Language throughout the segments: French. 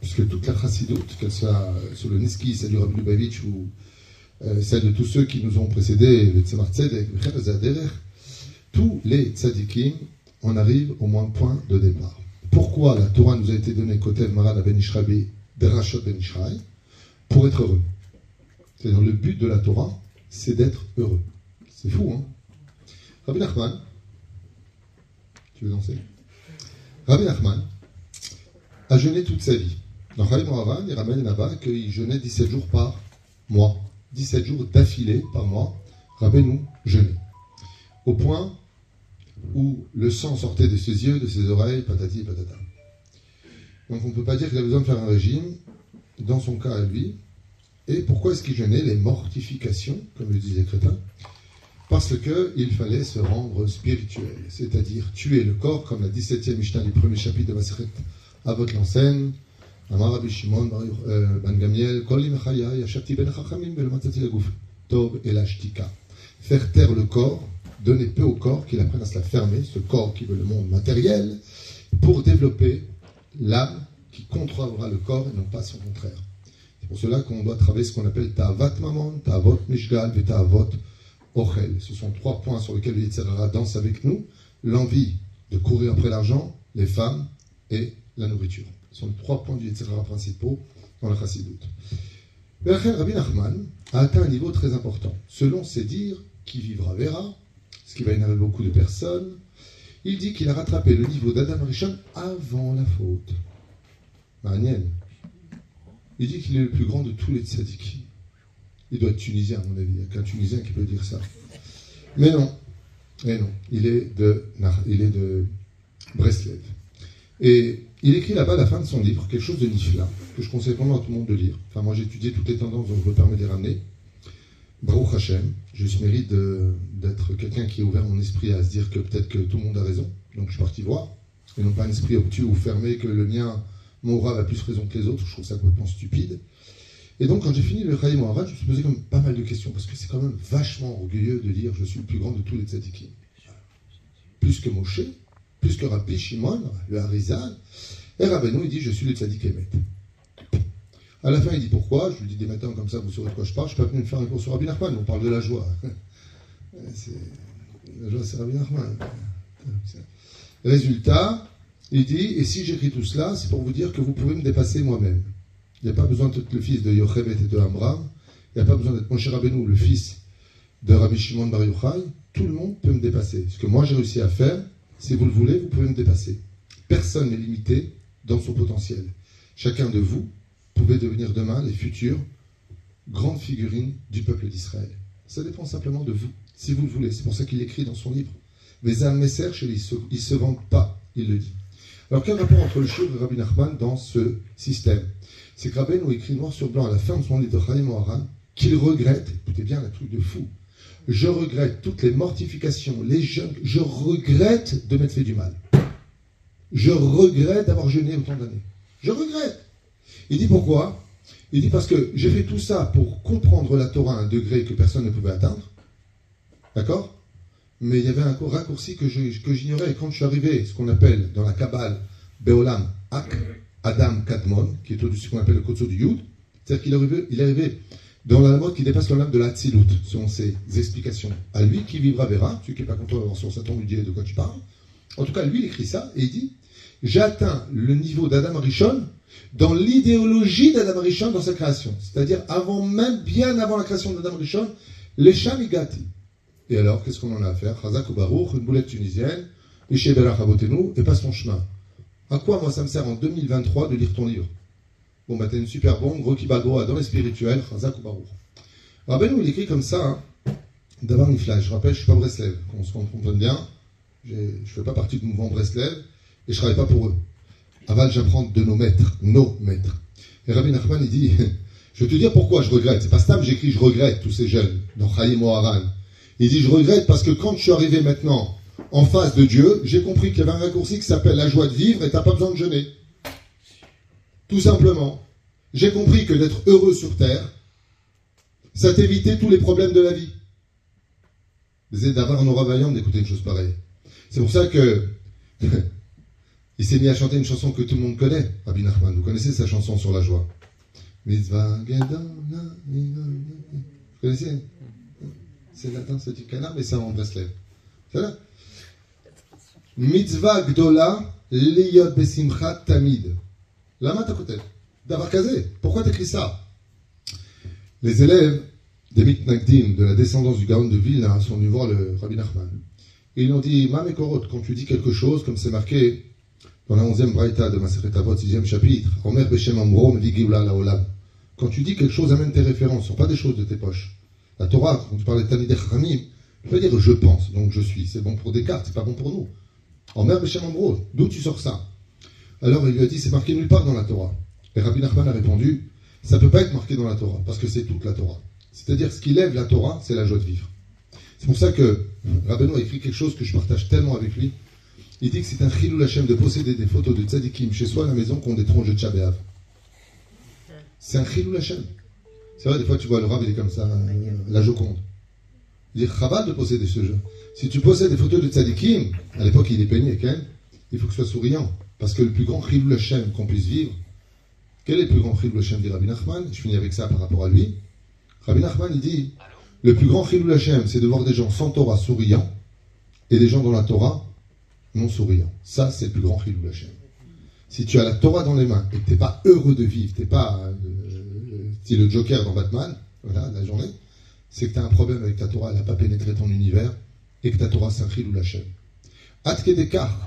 puisque toute la chassidoute, qu'elle soit sur le Niski, celle du Rabbi Lubavitch ou celle de tous ceux qui nous ont précédés, le Tzemar Tzedek, le Chefetz HaDerech, tous les tzadikim, on arrive au moins point de départ. Pourquoi la Torah nous a été donnée Kotev Maran Ben Ishrabi, Berachot Ben Ishraï? Pour être heureux. C'est-à-dire le but de la Torah, c'est d'être heureux. C'est fou, hein? Rabbi Nachman, tu veux danser? Rabbi Nachman a jeûné toute sa vie. Dans Chaim Moharan, il ramène là-bas qu'il jeûnait 17 jours par mois. 17 jours d'affilée par mois, Rabbeinu jeûnait. Au point où le sang sortait de ses yeux, de ses oreilles, patati et patata. Donc on ne peut pas dire qu'il a besoin de faire un régime, dans son cas à lui. Et pourquoi est-ce qu'il jeûnait? Les mortifications, comme le disait Crétin. Parce qu'il fallait se rendre spirituel, c'est-à-dire tuer le corps, comme la 17e Mishnah du premier chapitre de Masechet Avot l'enseigne. Amar Rabbi Shimon ben Gamiel, Kol imechaya yashavti ben chachamim velo matzati laguf tov el ashtika. Faire taire le corps, donner peu au corps, qu'il apprenne à se la fermer, ce corps qui veut le monde matériel, pour développer l'âme qui contrôlera le corps et non pas son contraire. C'est pour cela qu'on doit travailler ce qu'on appelle Ta'avat Mamon, Ta'avot Mishgal et Ta'avot Ochel. Ce sont 3 points sur lesquels le Yetzer Hara danse avec nous. L'envie de courir après l'argent, les femmes et la nourriture. Ce sont les 3 points du Yetzer Hara principaux dans la Chassidoute. Rabbi Nachman a atteint un niveau très important. Selon ses dires, qui vivra verra, ce qui va énerver beaucoup de personnes, il dit qu'il a rattrapé le niveau d'Adam Rishon avant la faute. Marnienne. Il dit qu'il est le plus grand de tous les tzadikim. Il doit être tunisien, à mon avis. Il n'y a qu'un tunisien qui peut dire ça. Mais non. Il est de Breslev. Et il écrit là-bas à la fin de son livre quelque chose de nifla, que je conseille vraiment à tout le monde de lire. Enfin, moi, j'ai étudié toutes les tendances, donc je me permets de les ramener. Baruch Hashem, j'ai eu ce mérite d'être quelqu'un qui a ouvert mon esprit à se dire que peut-être que tout le monde a raison. Donc, je suis parti voir. Et non pas un esprit obtus ou fermé, que le mien, mon Rav a plus raison que les autres. Je trouve ça complètement stupide. Et donc, quand j'ai fini le Chaim Moharan, je me suis posé comme pas mal de questions, parce que c'est quand même vachement orgueilleux de dire « je suis le plus grand de tous les tzadikim ». Plus que Moshe, plus que Rabbi Shimon, le Harizal, et Rabbeinu, il dit « je suis le tzadik Emet ». À la fin, il dit « pourquoi ?» Je lui dis « des matins comme ça, vous saurez de quoi je parle, je ne suis pas venu me faire un cours sur Rabbi Nachman, on parle de la joie. » La joie, c'est Rabbi Nachman. Résultat, il dit « et si j'écris tout cela, c'est pour vous dire que vous pouvez me dépasser moi-même. » Il n'y a pas besoin d'être le fils de Yochebed et de Amram. Il n'y a pas besoin d'être Moshe Rabbeinu, le fils de Rabbi Shimon Bar Yochai. Tout le monde peut me dépasser. Ce que moi j'ai réussi à faire, si vous le voulez, vous pouvez me dépasser. Personne n'est limité dans son potentiel. Chacun de vous pouvez devenir demain les futures grandes figurines du peuple d'Israël. Ça dépend simplement de vous, si vous le voulez. C'est pour ça qu'il écrit dans son livre. Les âmes messer, ils ne se vendent pas, il le dit. Alors quel rapport entre le Shur et Rabbi Nachman dans ce système? C'est que Rabbeinu écrit noir sur blanc à la fin de son livre de Chaim Moharan qu'il regrette, écoutez bien un truc de fou, je regrette toutes les mortifications, les jeûnes, je regrette de m'être fait du mal. Je regrette d'avoir jeûné autant d'années. Je regrette. Il dit pourquoi? Il dit parce que j'ai fait tout ça pour comprendre la Torah à un degré que personne ne pouvait atteindre. D'accord? Mais il y avait un raccourci que j'ignorais. Et quand je suis arrivé, ce qu'on appelle dans la Kabbale, Beolam Ak, Adam Kadmon, qui est au-dessus qu'on appelle le Kotso du Yud, c'est-à-dire qu'il est arrivé dans la mode qui dépasse le lame de la Tzilut, selon ses explications. À lui qui vivra verra, celui qui n'est pas content d'avoir sur sa tombe lui dit de quoi tu parles. En tout cas, lui, il écrit ça et il dit j'ai atteint le niveau d'Adam Rishon dans l'idéologie d'Adam Rishon dans sa création. C'est-à-dire bien avant la création d'Adam Rishon, les Shamigati. Et alors, qu'est-ce qu'on en a à faire? Chazak ou Baruch, une boulette tunisienne, Ishe Berach Abotenu, et passe ton chemin. À quoi, moi, ça me sert en 2023 de lire ton livre? Bon, bah, t'es une super bombe, gros kibalboa dans les spirituels, Chazak ou Baruch. Rabbeinu, il écrit comme ça, hein, d'avoir une flash. Je rappelle, je suis pas Breslev, qu'on se comprenne bien. Je fais pas partie du mouvement Breslev, et je travaille pas pour eux. Aval, j'apprends de nos maîtres. Et Rabbi Nachman, il dit, je vais te dire pourquoi je regrette. C'est pas Stam, j'écris, je regrette tous ces jeunes, dans Chaim Moharan. Il dit, je regrette parce que quand je suis arrivé maintenant en face de Dieu, j'ai compris qu'il y avait un raccourci qui s'appelle la joie de vivre et tu n'as pas besoin de jeûner. Tout simplement. J'ai compris que d'être heureux sur terre, ça t'évitait tous les problèmes de la vie. C'est d'avoir un aura vaillant d'écouter une chose pareille. C'est pour ça que Il s'est mis à chanter une chanson que tout le monde connaît, Rabbi Nachman. Vous connaissez sa chanson sur la joie? Mitzvah Gedona. Vous connaissez? C'est latin, c'est du canard, mais c'est en Breslev. C'est là. Mitzvah Gdola, Liyot Besimcha Tamid. Lama Takotel. Davar Kazé. Pourquoi t'écris ça? Les élèves des Mitnagdim, de la descendance du Gaon de Vilna, sont venus voir le Rabbi Nachman. Et ils ont dit, Ma Mekorot, quand tu dis quelque chose, comme c'est marqué dans la 11e Braïta de Masechet Avot, 6e chapitre, Omer Beshem Amrom Vigioula Laolam. Quand tu dis quelque chose, amène tes références, ce ne sont pas des choses de tes poches. La Torah, quand tu parles de Talmidei Chachamim, tu peux dire je pense, donc je suis. C'est bon pour Descartes, c'est pas bon pour nous. Omer Beshem Amrom, d'où tu sors ça? Alors il lui a dit, c'est marqué nulle part dans la Torah. Et Rabbi Nachman a répondu, ça ne peut pas être marqué dans la Torah, parce que c'est toute la Torah. C'est-à-dire, ce qui lève la Torah, c'est la joie de vivre. C'est pour ça que Rabbeinu a écrit quelque chose que je partage tellement avec lui. Il dit que c'est un chilul Hashem de posséder des photos de tzadikim chez soi à la maison qui ont des tronches de Tcha B'Av. C'est un chilul Hashem. C'est vrai, des fois tu vois le Rav, il est comme ça, la Joconde. Il dit, chaval de posséder ce jeu. Si tu possèdes des photos de tzadikim, à l'époque il est peigné, il faut que ce soit souriant. Parce que le plus grand chilul Hashem qu'on puisse vivre, quel est le plus grand chilul Hashem, dit Rabbi Nachman? Je finis avec ça par rapport à lui. Rabbi Nachman, il dit, le plus grand chilul Hashem, c'est de voir des gens sans Torah souriants et des gens dans la Torah non souriants. Ça, c'est le plus grand chilul Hashem. Si tu as la Torah dans les mains et que tu n'es pas heureux de vivre, tu n'es pas le Joker dans Batman, voilà, la journée, c'est que tu as un problème avec ta Torah, elle n'a pas pénétré ton univers et que ta Torah, c'est un chilul Hashem. Ad Kedekar.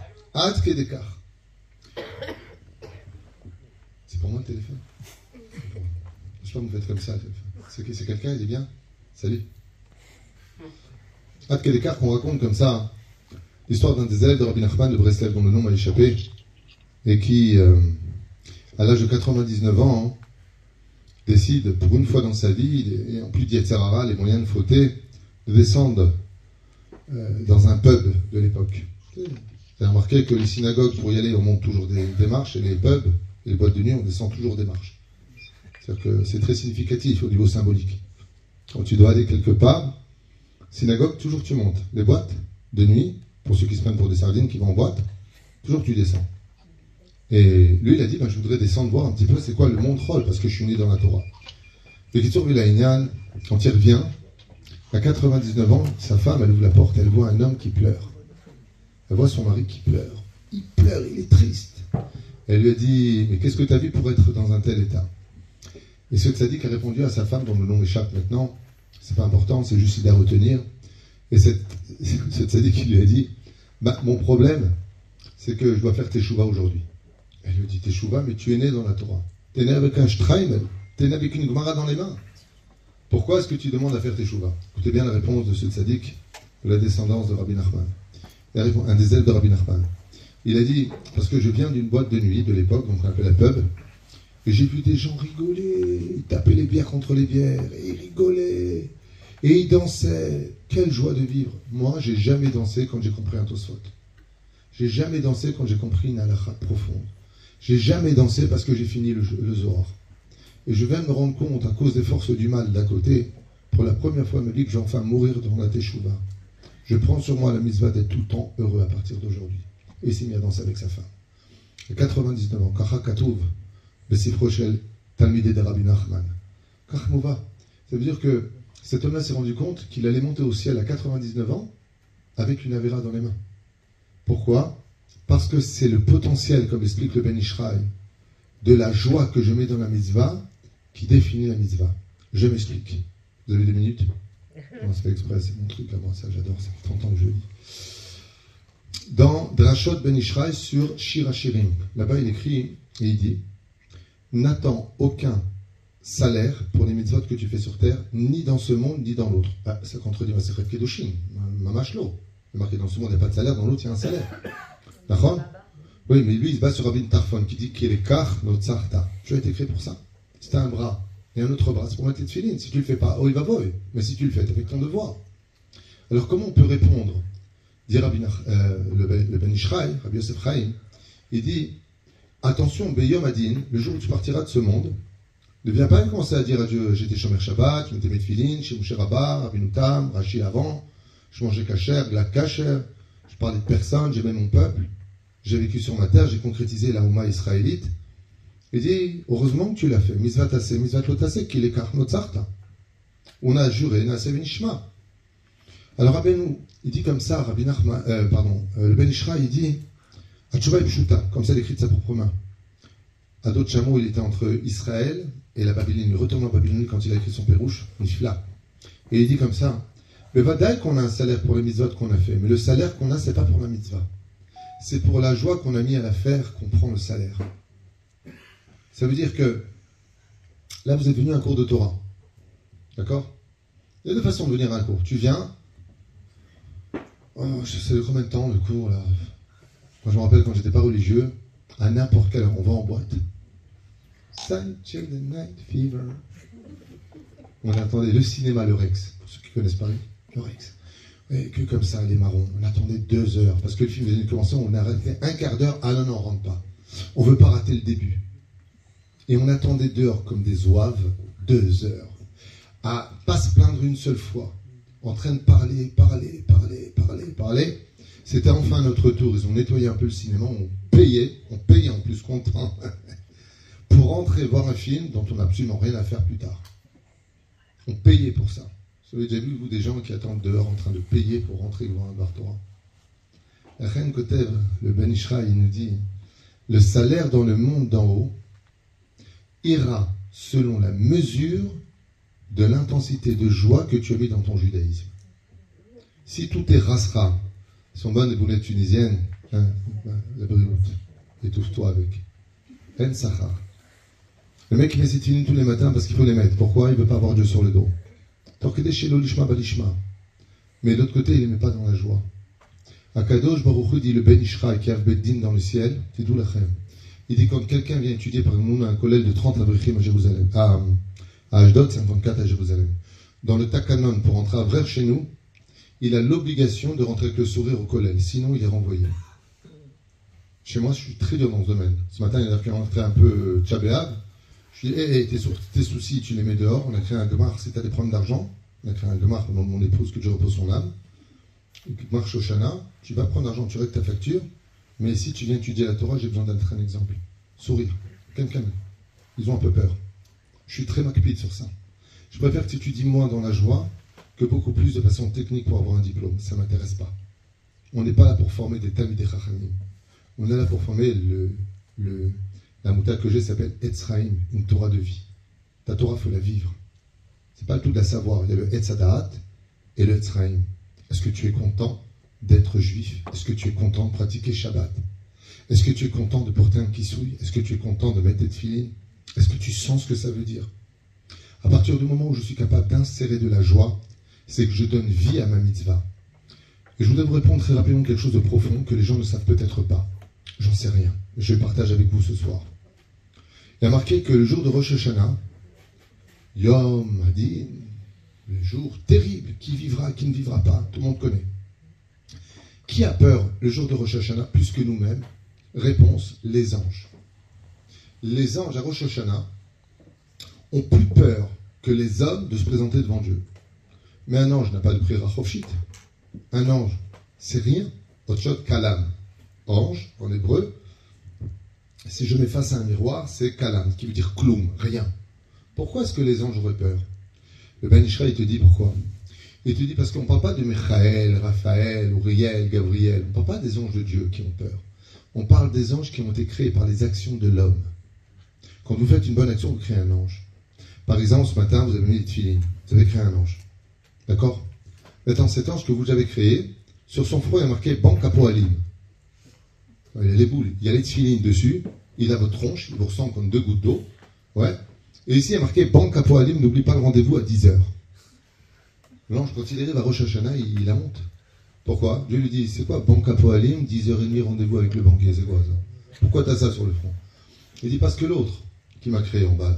C'est pour moi le téléphone. Je sais pas, vous faites comme ça. C'est quelqu'un, il est bien? Salut. Ad Kedekar qu'on raconte comme ça, l'histoire d'un des élèves de Rabbi Nachman de Breslev, dont le nom m'a échappé, et qui, à l'âge de 99 ans, décide, pour une fois dans sa vie, et en plus d'Yetzer Hara, les moyens de fauter, de descendre dans un pub de l'époque. Vous avez remarqué que les synagogues, pour y aller, on monte toujours des marches, et les pubs, et les boîtes de nuit, on descend toujours des marches. C'est-à-dire que c'est très significatif au niveau symbolique. Quand tu dois aller quelque part, synagogue, toujours tu montes. Les boîtes de nuit, pour ceux qui se prennent pour des sardines qui vont en boîte, toujours tu descends. Et lui, il a dit, je voudrais descendre voir un petit peu c'est quoi le monde rôle, parce que je suis né dans la Torah. Et Kitsur Vilaïnian, quand il revient, à 99 ans, sa femme, elle ouvre la porte, elle voit un homme qui pleure. Elle voit son mari qui pleure. Il pleure, il est triste. Elle lui a dit, mais qu'est-ce que tu as vu pour être dans un tel état? Et ce tzaddik a répondu à sa femme, dont le nom m'échappe maintenant, c'est pas important, c'est juste à retenir. Et ce tzaddik qui lui a dit, mon problème, c'est que je dois faire teshuva aujourd'hui. Elle lui dit, teshuva, mais tu es né dans la Torah. Tu es né avec un shtraimel, tu es né avec une gemara dans les mains. Pourquoi est-ce que tu demandes à faire teshuva? Écoutez bien la réponse de ce tzaddik, de la descendance de Rabbi Nachman. Un des élèves de Rabbi Nachman. Il a dit, parce que je viens d'une boîte de nuit de l'époque, donc on appelle la pub, et j'ai vu des gens rigoler, ils tapaient les bières contre les bières, et ils rigolaient, et ils dansaient. Quelle joie de vivre. Moi, j'ai jamais dansé quand j'ai compris un Tosfot. J'ai jamais dansé quand j'ai compris une halakha profonde. J'ai jamais dansé parce que j'ai fini le Zohar. Et je viens de me rendre compte, à cause des forces du mal d'à côté, pour la première fois, me dit que je vais enfin mourir dans la teshuva. Je prends sur moi la mitzvah d'être tout le temps heureux à partir d'aujourd'hui. Et il s'est mis à danser avec sa femme. À 99 ans, Kacha Katouv, Bessifrochel, Talmidei de Rabbi Nachman. Kachmova. Ça veut dire que cet homme-là s'est rendu compte qu'il allait monter au ciel à 99 ans avec une avéra dans les mains. Pourquoi? Parce que c'est le potentiel, comme explique le Ben Ishraï, de la joie que je mets dans la mitzvah qui définit la mitzvah. Je m'explique. Vous avez 2 minutes? Non, c'est pas exprès, c'est mon truc à moi, ça j'adore, ça fait 30 ans que je le dis. Dans Drashot Ben Ishraï sur Shir HaShirim, là-bas il écrit et il dit, n'attends aucun salaire pour les mitzvot que tu fais sur terre, ni dans ce monde, ni dans l'autre. Ça contredit ma Masechet Kedushin, Mamashlo. Il est marqué dans ce monde, il n'y a pas de salaire, dans l'autre, il y a un salaire. D'accord? Oui, mais lui, il se base sur Rabbi Tarfon, qui dit qu'il est kar notzarta. Tu as été créé pour ça. Si tu as un bras et un autre bras, c'est pour mettre les tefilines. Si tu ne le fais pas, oh, il va voler. Mais si tu le fais, tu as fait ton devoir. Alors, comment on peut répondre? Dit le Ben Ishraï, Rabbi Yosef Chaim, il dit, attention, Beyom Adin, le jour où tu partiras de ce monde, ne viens pas commencer à dire à Dieu, j'étais Shomer Shabbat, je mettais mes tefilines, chez Moshe Rabbah, Rabbi Nutam, Rashi avant, je mangeais kasher, glad kasher, je parlais de personne, j'aimais mon peuple. j'ai vécu sur ma terre, j'ai concrétisé la Houma israélite. Il dit, heureusement que tu l'as fait. Mitzvah tassé, mitzvah lotassé, qu'il est karnotzarta. On a juré, nasev nishma. Alors Rabbeinu, il dit comme ça, le Ben Ishra, il dit, Atshuva Pshuta, comme ça il écrit de sa propre main. À d'autres chameaux, il était entre Israël et la Babylone. Il retourne en Babylone quand il a écrit son Pérouche, Nifla. Et il dit comme ça, le Vadaï qu'on a un salaire pour les mitzvot qu'on a fait, mais le salaire qu'on a, c'est pas pour la mitzvah. C'est pour la joie qu'on a mis à la faire qu'on prend le salaire. Ça veut dire que, là vous êtes venu à un cours de Torah. D'accord? Il y a deux façons de venir à un cours. Tu viens, je sais combien de temps le cours là. Moi je me rappelle quand j'étais pas religieux, à n'importe quelle heure, on va en boîte. Saturday Night Fever. On attendait le cinéma, le Rex, pour ceux qui connaissent Paris, le Rex. Et que comme ça, les marrons, on attendait 2 heures, parce que le film venait de commencer, on a arrêté un quart d'heure, ah non, on rentre pas. On veut pas rater le début. Et on attendait dehors comme des zouaves, 2 heures. À pas se plaindre une seule fois. En train de parler. C'était enfin notre tour. Ils ont nettoyé un peu le cinéma, on payait en plus content, pour rentrer voir un film dont on n'a absolument rien à faire plus tard. On payait pour ça. Vous avez déjà vu, vous, des gens qui attendent dehors en train de payer pour rentrer voir un bar Torah. La reine Kotev, le Ben Ishra, il nous dit, le salaire dans le monde d'en haut ira selon la mesure de l'intensité de joie que tu as mis dans ton judaïsme. Si tout est rasra, sont bonnes les boulettes tunisiennes, hein, la brioute, étouffe-toi avec. En sachar. Le mec il met ses tefilines tous les matins parce qu'il faut les mettre. Pourquoi? Il ne veut pas avoir Dieu sur le dos. Tant que des chez l'olishma balishma. Mais de l'autre côté, il ne met pas dans la joie. Akadosh Baruch Hu dit le Ben Ishra qui a Beddin dans le ciel, c'est d'où la chem. Il dit quand quelqu'un vient étudier par exemple un collège de 30 abrichim à Jérusalem, à Ashdod, 54 à Jérusalem. Dans le Takanon, pour entrer à Vrer chez nous, il a l'obligation de rentrer avec le sourire au collège, sinon il est renvoyé. Chez moi, je suis très dur dans ce domaine. Ce matin, il a fait rentrer un peu tchabéab. Je lui ai dit, tes soucis, tu les mets dehors. On a créé un gemar, si tu as des problèmes d'argent. On a créé un gemar au nom de mon épouse, que Dieu repose son âme. Gemar Shoshana, tu vas prendre l'argent, tu règles ta facture. Mais si tu viens étudier la Torah, j'ai besoin d'être un exemple. Sourire. Quelqu'un. Ils ont un peu peur. Je suis très macpide sur ça. Je préfère que tu étudies moins dans la joie que beaucoup plus de façon technique pour avoir un diplôme. Ça ne m'intéresse pas. On n'est pas là pour former des Talmidei Chachamim. On est là pour former la moutade que j'ai s'appelle Etzraïm, une Torah de vie. Ta Torah, il faut la vivre. C'est pas le tout de la savoir. Il y a le Etzadaat et le Etzraïm. Est-ce que tu es content d'être juif? Est-ce que tu es content de pratiquer Shabbat? Est-ce que tu es content de porter un kisouille? Est-ce que tu es content de mettre tes tefilines? Est-ce que tu sens ce que ça veut dire? À partir du moment où je suis capable d'insérer de la joie, c'est que je donne vie à ma mitzvah. Et je voudrais vous répondre très rapidement quelque chose de profond que les gens ne savent peut-être pas. J'en sais rien. Je partage avec vous ce soir. Il y a marqué que le jour de Rosh Hashanah, Yom Hadin, le jour terrible, qui vivra, qui ne vivra pas, tout le monde connaît. Qui a peur le jour de Rosh Hashanah plus que nous-mêmes? Réponse, les anges. Les anges à Rosh Hashanah ont plus peur que les hommes de se présenter devant Dieu. Mais un ange n'a pas de prière à Chofshit. Un ange, c'est rien. Otshot kalam. Ange, en hébreu, si je mets face à un miroir, c'est kalam, qui veut dire kloum, rien. Pourquoi est-ce que les anges auraient peur? Le Ben Ishra, il te dit pourquoi. Il te dit parce qu'on ne parle pas de Michael, Raphaël, Uriel, Gabriel. On ne parle pas des anges de Dieu qui ont peur. On parle des anges qui ont été créés par les actions de l'homme. Quand vous faites une bonne action, vous créez un ange. Par exemple, ce matin, vous avez mis des tefilines. Vous avez créé un ange. D'accord? Maintenant, cet ange que vous avez créé, sur son front, il y a marqué Banque Poalim. Il y a les boules, il y a les tefilines dessus, il a votre tronche, il vous ressemble comme 2 gouttes d'eau. Ouais. Et ici, il y a marqué Banque Poalim, n'oublie pas le rendez-vous à 10h. L'ange, quand il arrive à Rosh Hashanah, il a honte. Pourquoi? Dieu lui dit, c'est quoi Banque Poalim, 10h30 rendez-vous avec le banquier, c'est quoi ça? Pourquoi tu as ça sur le front? Il dit, parce que l'autre, qui m'a créé en bas,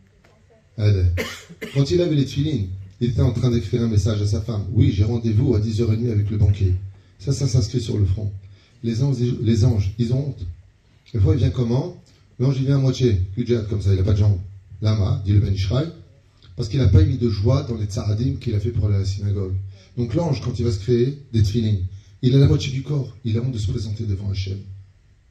quand il avait les tefilines, il était en train d'écrire un message à sa femme. Oui, j'ai rendez-vous à 10h30 avec le banquier. Ça s'inscrit sur le front. Les anges, ils ont honte. Des fois, il vient comment? L'ange, il vient à moitié, Kudjat, comme ça, il n'a pas de jambes. Lama, dit le Ben Ishraï, parce qu'il n'a pas mis de joie dans les tsaradim qu'il a fait pour aller à la synagogue. Donc l'ange, quand il va se créer des tefilines, il a la moitié du corps, il a honte de se présenter devant Hachem.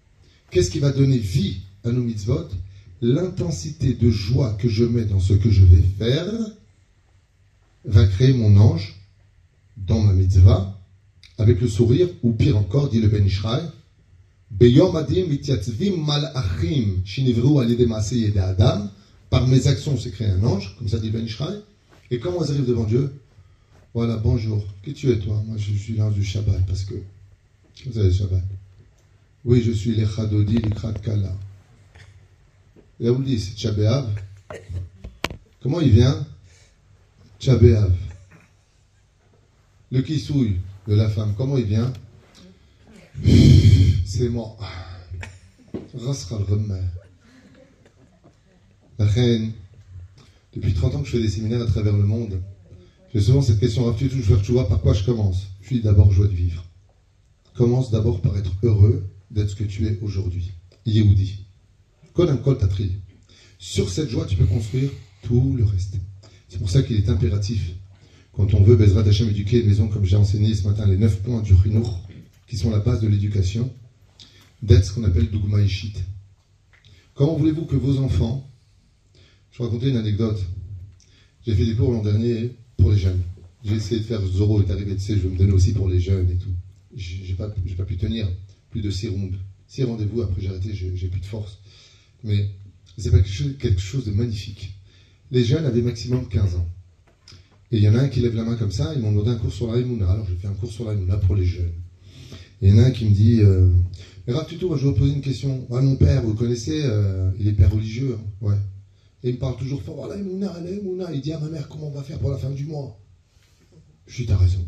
Qu'est-ce qui va donner vie à nos mitzvot? L'intensité de joie que je mets dans ce que je vais faire va créer mon ange dans ma mitzvah, avec le sourire, ou pire encore, dit le Ben Ishraï, Beyom adim mityatzvim malachim shinivru alideh maaseh yedei adam. Par mes actions, c'est créé un ange, comme ça dit Ben Ishraï. Et comment ils arrivent devant Dieu? Voilà, bonjour. Qui tu es, toi? Moi, je suis l'ange du Shabbat, parce que... Vous avez le Shabbat? Oui, je suis l'Echadodi, l'Ikrat Kala. Et là, vous le dites, c'est Tchabéav. Comment il vient? Tchabéav. Le kissouille de la femme, comment il vient? C'est moi. Rasra le La reine, depuis 30 ans que je fais des séminaires à travers le monde, j'ai souvent cette question, Rav, tu vois par quoi je commence? Je dis d'abord joie de vivre. Commence d'abord par être heureux d'être ce que tu es aujourd'hui. Yehoudi. Kol un kol tatri. Sur cette joie, tu peux construire tout le reste. C'est pour ça qu'il est impératif, quand on veut, Bezrat Hashem, éduquer une maison, comme j'ai enseigné ce matin, les 9 points du Chinour, qui sont la base de l'éducation, d'être ce qu'on appelle Dougma Ishit. Comment voulez-vous que vos enfants... Je vais raconter une anecdote. J'ai fait des cours l'an dernier pour les jeunes. J'ai essayé de faire Zoro est arrivé, tu sais, je vais me donner aussi pour les jeunes et tout. J'ai pas pu tenir plus de 6 rondes. 6 rendez-vous, après j'ai arrêté, j'ai plus de force. Mais c'est pas quelque chose de magnifique. Les jeunes avaient maximum 15 ans. Et il y en a un qui lève la main comme ça, ils m'ont demandé un cours sur la Emouna. Alors j'ai fait un cours sur la Emouna pour les jeunes. Et il y en a un qui me dit Rav Tutu, moi je vais vous poser une question. Ouais, mon père, vous connaissez, il est père religieux. Hein. Ouais. Et il me parle toujours fort, la Emouna. Il dit à ma mère comment on va faire pour la fin du mois. Je dis, t'as raison.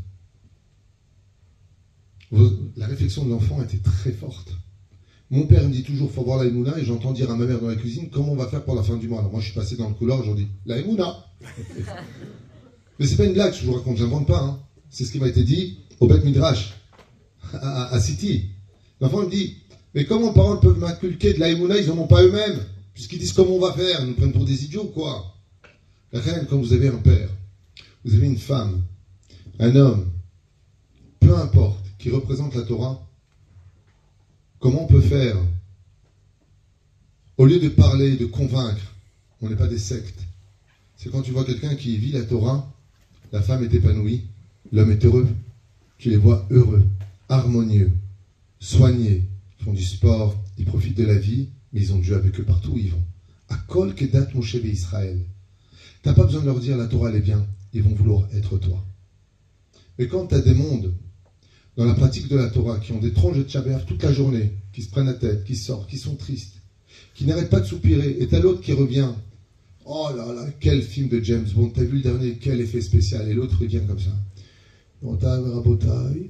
La réflexion de l'enfant était très forte. Mon père me dit toujours, faut voir la Emouna, et j'entends dire à ma mère dans la cuisine, comment on va faire pour la fin du mois. Alors moi je suis passé dans le couloir, j'en dis, la Emouna. Mais c'est pas une blague, je vous raconte, j'invente pas. Hein. C'est ce qui m'a été dit au Beth Midrash, à City. L'enfant me dit, mais comment les parents peuvent m'inculquer de la Emouna, ils n'en ont pas eux-mêmes, puisqu'ils disent comment on va faire, ils nous prennent pour des idiots, quoi. La reine, quand vous avez un père, vous avez une femme, un homme, peu importe, qui représente la Torah, comment on peut faire? Au lieu de parler, de convaincre, on n'est pas des sectes. C'est quand tu vois quelqu'un qui vit la Torah, la femme est épanouie, l'homme est heureux. Tu les vois heureux, harmonieux, soignés, ils font du sport, ils profitent de la vie, mais ils ont Dieu avec eux partout où ils vont. À Kol Kedat Moshe Israël. Tu n'as pas besoin de leur dire la Torah elle est bien, ils vont vouloir être toi. Mais quand tu as des mondes dans la pratique de la Torah qui ont des tronches de tchabéaf toute la journée, qui se prennent la tête, qui sortent, qui sont tristes, qui n'arrêtent pas de soupirer, et t'as l'autre qui revient. Oh là là, quel film de James Bond, t'as vu le dernier, quel effet spécial, et l'autre revient comme ça. Rabotai.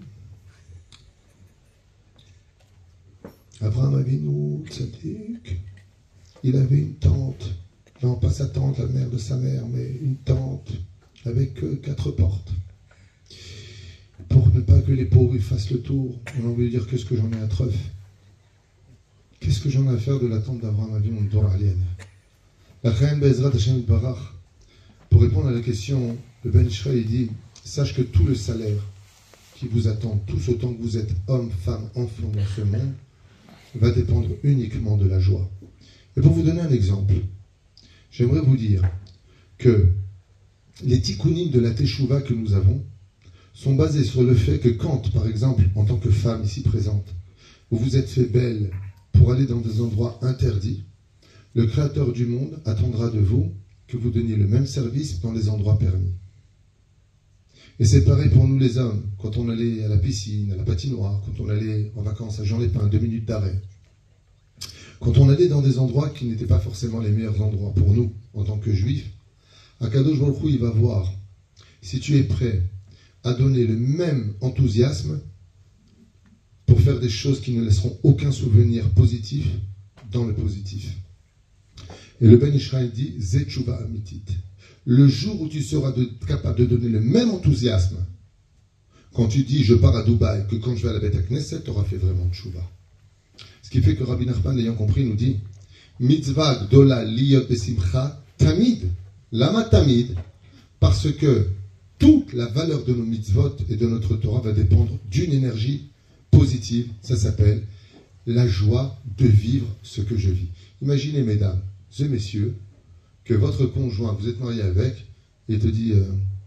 Abraham Avinu, Tzadik, il avait une tante, non pas sa tante, la mère de sa mère, mais une tante avec 4 portes. Pour ne pas que les pauvres ils fassent le tour, on a envie de dire qu'est-ce que j'en ai à Treuf. Qu'est-ce que j'en ai à faire de la tante d'Abraham Avinu, mon Dor Alien. La Chaim Bezrat Hashem Barach, pour répondre à la question, le Ben Ishraï dit, sache que tout le salaire qui vous attend, tous autant que vous êtes hommes, femmes, enfants dans ce monde, va dépendre uniquement de la joie. Et pour vous donner un exemple, j'aimerais vous dire que les tikkunim de la Teshuvah que nous avons sont basés sur le fait que quand, par exemple, en tant que femme ici présente, vous vous êtes fait belle pour aller dans des endroits interdits, le Créateur du monde attendra de vous que vous donniez le même service dans les endroits permis. Et c'est pareil pour nous les hommes, quand on allait à la piscine, à la patinoire, quand on allait en vacances à Jean-Lépin, 2 minutes d'arrêt. Quand on allait dans des endroits qui n'étaient pas forcément les meilleurs endroits pour nous, en tant que juifs, Akadosh Baruch Hu, il va voir si tu es prêt à donner le même enthousiasme pour faire des choses qui ne laisseront aucun souvenir positif dans le positif. Et le Ben Ishraï dit, Zeh Tshuva Amitit. Le jour où tu seras capable de donner le même enthousiasme quand tu dis je pars à Dubaï que quand je vais à la Beth Knesset, tu auras fait vraiment Tshuva. Ce qui fait que Rabbi Nachman, l'ayant compris, nous dit Mitzvah Gdola Liyot Besimcha Tamid. Lama Tamid. Parce que toute la valeur de nos mitzvot et de notre Torah va dépendre d'une énergie positive. Ça s'appelle la joie de vivre ce que je vis. Imaginez, mesdames et messieurs, que votre conjoint, vous êtes marié avec, et te dit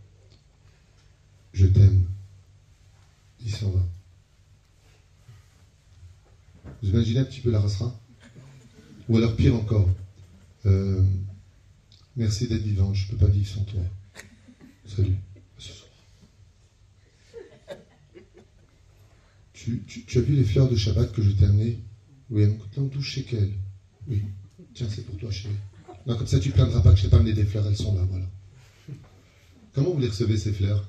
je t'aime. Il s'en va. Vous imaginez un petit peu la rasera? Ou alors pire encore, merci d'être vivante, je ne peux pas vivre sans toi. Salut, à ce soir. Tu as vu les fleurs de Shabbat que je t'ai amenées? Oui, elles m'ont touché chez qu'elle. Oui, tiens, c'est pour toi, chérie. Non, comme ça, tu ne plaindras pas que je t'ai pas amené des fleurs, elles sont là, voilà. Comment vous les recevez, ces fleurs?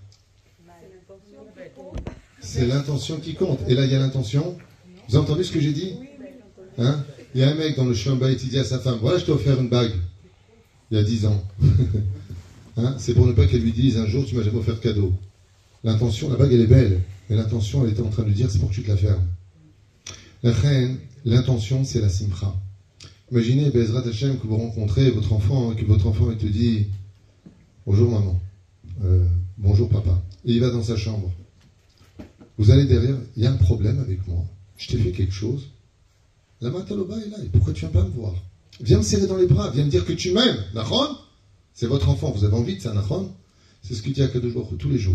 C'est l'intention qui compte. Et là, il y a l'intention. Vous avez entendu ce que j'ai dit? Hein? Il y a un mec dans le Shambait, il dit à sa femme, voilà, je t'ai offert une bague. Il y a 10 ans. Hein? C'est pour ne pas qu'elle lui dise, un jour, tu m'as jamais offert de cadeau. L'intention, la bague, elle est belle. Mais l'intention, elle était en train de lui dire, c'est pour que tu te la fermes. La reine, l'intention, c'est la simcha. Imaginez, Bezrat Hashem, que vous rencontrez votre enfant, que votre enfant, il te dit, bonjour maman, bonjour papa. Et il va dans sa chambre. Vous allez derrière, il y a un problème avec moi. Je t'ai fait quelque chose. La mataloba est là. Et pourquoi tu viens pas me voir? Viens me serrer dans les bras. Viens me dire que tu m'aimes. Nachon? C'est votre enfant. Vous avez envie de ça, Nachon? C'est ce qu'il dit à Kadosh Baruch Hu tous les jours.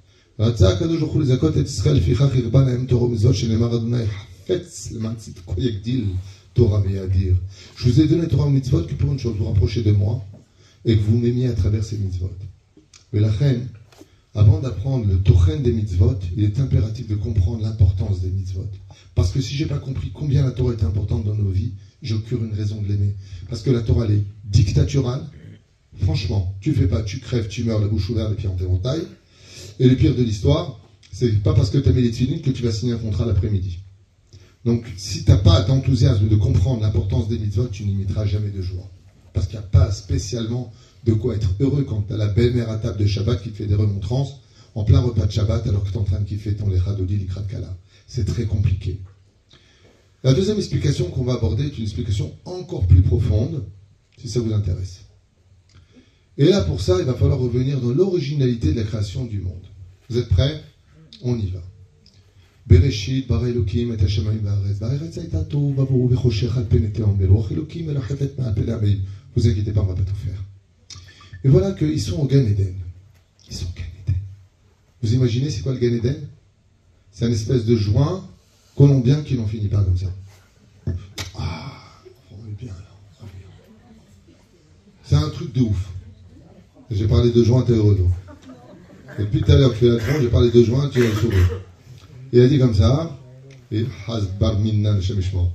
Je vous ai donné Torah mitzvot que pour une chose, vous rapprocher de moi et que vous m'aimiez à travers ces mitzvot. Mais la reine, avant d'apprendre le tochen des mitzvot, il est impératif de comprendre l'importance des mitzvot. Parce que si je n'ai pas compris combien la Torah est importante dans nos vies, j'ai aucune raison de l'aimer. Parce que la Torah, elle est dictaturale. Franchement, tu fais pas, tu crèves, tu meurs, la bouche ouverte, les pieds en éventail. Et le pire de l'histoire, c'est pas parce que tu as mis les tefilines que tu vas signer un contrat l'après-midi. Donc, si tu n'as pas d'enthousiasme de comprendre l'importance des mitzvot, tu n'imiteras jamais de joie. Parce qu'il n'y a pas spécialement de quoi être heureux quand tu as la belle-mère à table de Shabbat qui te fait des remontrances en plein repas de Shabbat alors que tu es en train de kiffer ton lecha d'Odi l'ikrat kala. C'est très compliqué. La deuxième explication qu'on va aborder est une explication encore plus profonde, si ça vous intéresse. Et là, pour ça, il va falloir revenir dans l'originalité de la création du monde. Vous êtes prêts? On y va. Bereshit, bara Elokim, et Hashemayim va'aretz, va'aretz hayta tohu va'bohu v'choshech al pnei tehom, ve'ruach Elokim merachefet ma'al pnei ha'mayim. Vous inquiétez pas, on ne va pas tout faire. Et voilà qu'ils sont au Gan Eden. Ils sont au Gan Eden. Vous imaginez, c'est quoi le Gan Eden? C'est un espèce de joint colombien qui n'en finit pas comme ça. Ah, on est bien là. C'est un truc de ouf. J'ai parlé de joint, t'es heureux, toi. Et depuis tout à l'heure que tu fais la tronche, j'ai parlé de joint, tu vas le sourire. Il a dit comme ça, et Hasbar Minna le Shemishmo.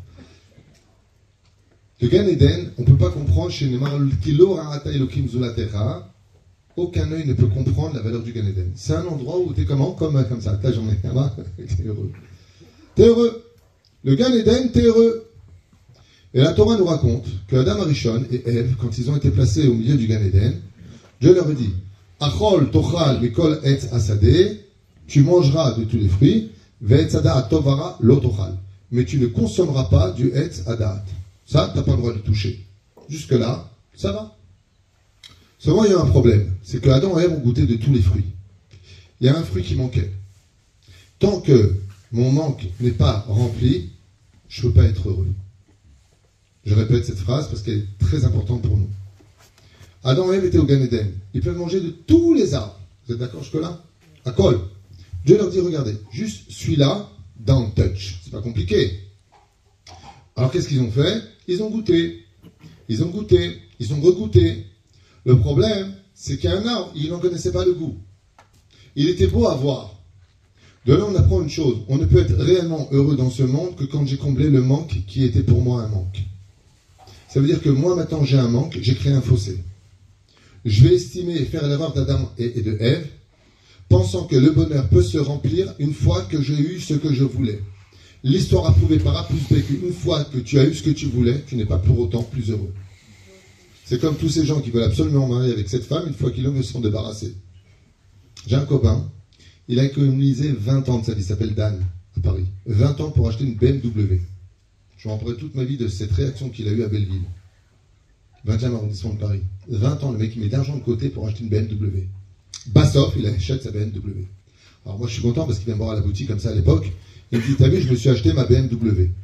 Le Gan Eden, on ne peut pas comprendre chez Neymar Kilo Ra'ata Elokim Zulatecha. Aucun œil ne peut comprendre la valeur du Gan Eden. C'est un endroit où tu es comment? Comme ça. Là, j'en ai là-bas. T'es heureux. T'es heureux. Le Gan Eden, t'es heureux. Et la Torah nous raconte que Adam Arishon et Ève, quand ils ont été placés au milieu du Gan Eden, Dieu leur a dit Achol tochal mikol etz asadeh, tu mangeras de tous les fruits, ve'etz adat tovara lo tochal. Mais tu ne consommeras pas du etz adat. Ça, tu n'as pas le droit de toucher. Jusque-là, ça va. Seulement, il y a un problème. C'est que Adam et Ève ont goûté de tous les fruits. Il y a un fruit qui manquait. Tant que mon manque n'est pas rempli, je ne peux pas être heureux. Je répète cette phrase parce qu'elle est très importante pour nous. Adam et Ève étaient au Gan Eden. Ils peuvent manger de tous les arbres. Vous êtes d'accord jusque-là? À col. Dieu leur dit, regardez, juste celui-là, don't touch. C'est pas compliqué. Alors qu'est-ce qu'ils ont fait? Ils ont goûté. Ils ont goûté. Ils ont regoûté. Le problème, c'est qu'il y a un arbre, ils n'en connaissaient pas le goût. Il était beau à voir. De là, on apprend une chose. On ne peut être réellement heureux dans ce monde que quand j'ai comblé le manque qui était pour moi un manque. Ça veut dire que moi, maintenant, j'ai un manque, j'ai créé un fossé. Je vais estimer et faire l'erreur d'Adam et de Ève, pensant que le bonheur peut se remplir une fois que j'ai eu ce que je voulais. L'histoire a prouvé par A plus B qu'une fois que tu as eu ce que tu voulais, tu n'es pas pour autant plus heureux. C'est comme tous ces gens qui veulent absolument marier avec cette femme, une fois qu'ils en sont débarrassés. J'ai un copain, il a économisé 20 ans de sa vie, il s'appelle Dan, à Paris. 20 ans pour acheter une BMW. Je me rappellerai toute ma vie de cette réaction qu'il a eue à Belleville. 20e arrondissement de Paris. 20 ans, le mec, il met d'argent de côté pour acheter une BMW. Bassoff, il achète sa BMW. Alors moi, je suis content parce qu'il vient me voir à la boutique comme ça à l'époque. Il me dit, t'as vu, je me suis acheté ma BMW.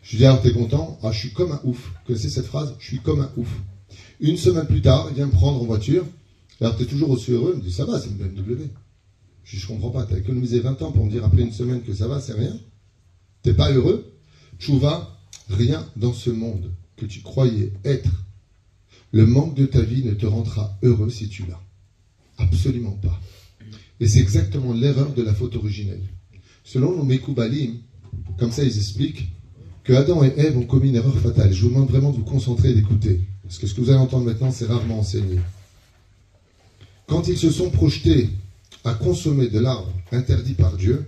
Je lui dis, alors t'es content? Ah, je suis comme un ouf. Vous connaissez cette phrase? Je suis comme un ouf. Une semaine plus tard, il vient me prendre en voiture. Alors t'es toujours aussi heureux? Il me dit, ça va, c'est une BMW. Je dis, je comprends pas, t'as économisé 20 ans pour me dire après une semaine que ça va, c'est rien? T'es pas heureux? Tchouva, rien dans ce monde que tu croyais être. Le manque de ta vie ne te rendra heureux si tu l'as. Absolument pas. Et c'est exactement l'erreur de la faute originelle. Selon nos Mekoubalim, comme ça ils expliquent, que Adam et Ève ont commis une erreur fatale. Je vous demande vraiment de vous concentrer et d'écouter. Parce que ce que vous allez entendre maintenant, c'est rarement enseigné. Quand ils se sont projetés à consommer de l'arbre interdit par Dieu,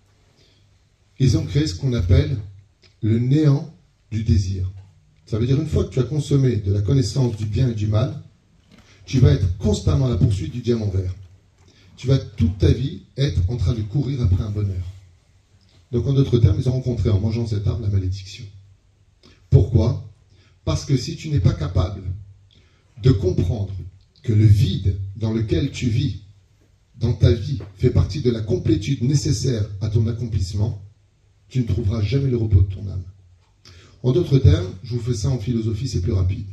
ils ont créé ce qu'on appelle le néant du désir. Ça veut dire une fois que tu as consommé de la connaissance du bien et du mal, tu vas être constamment à la poursuite du diamant vert. Tu vas toute ta vie être en train de courir après un bonheur. Donc en d'autres termes, ils ont rencontré en mangeant cet arbre la malédiction. Pourquoi? Parce que si tu n'es pas capable de comprendre que le vide dans lequel tu vis, dans ta vie, fait partie de la complétude nécessaire à ton accomplissement, tu ne trouveras jamais le repos de ton âme. En d'autres termes, je vous fais ça en philosophie, c'est plus rapide.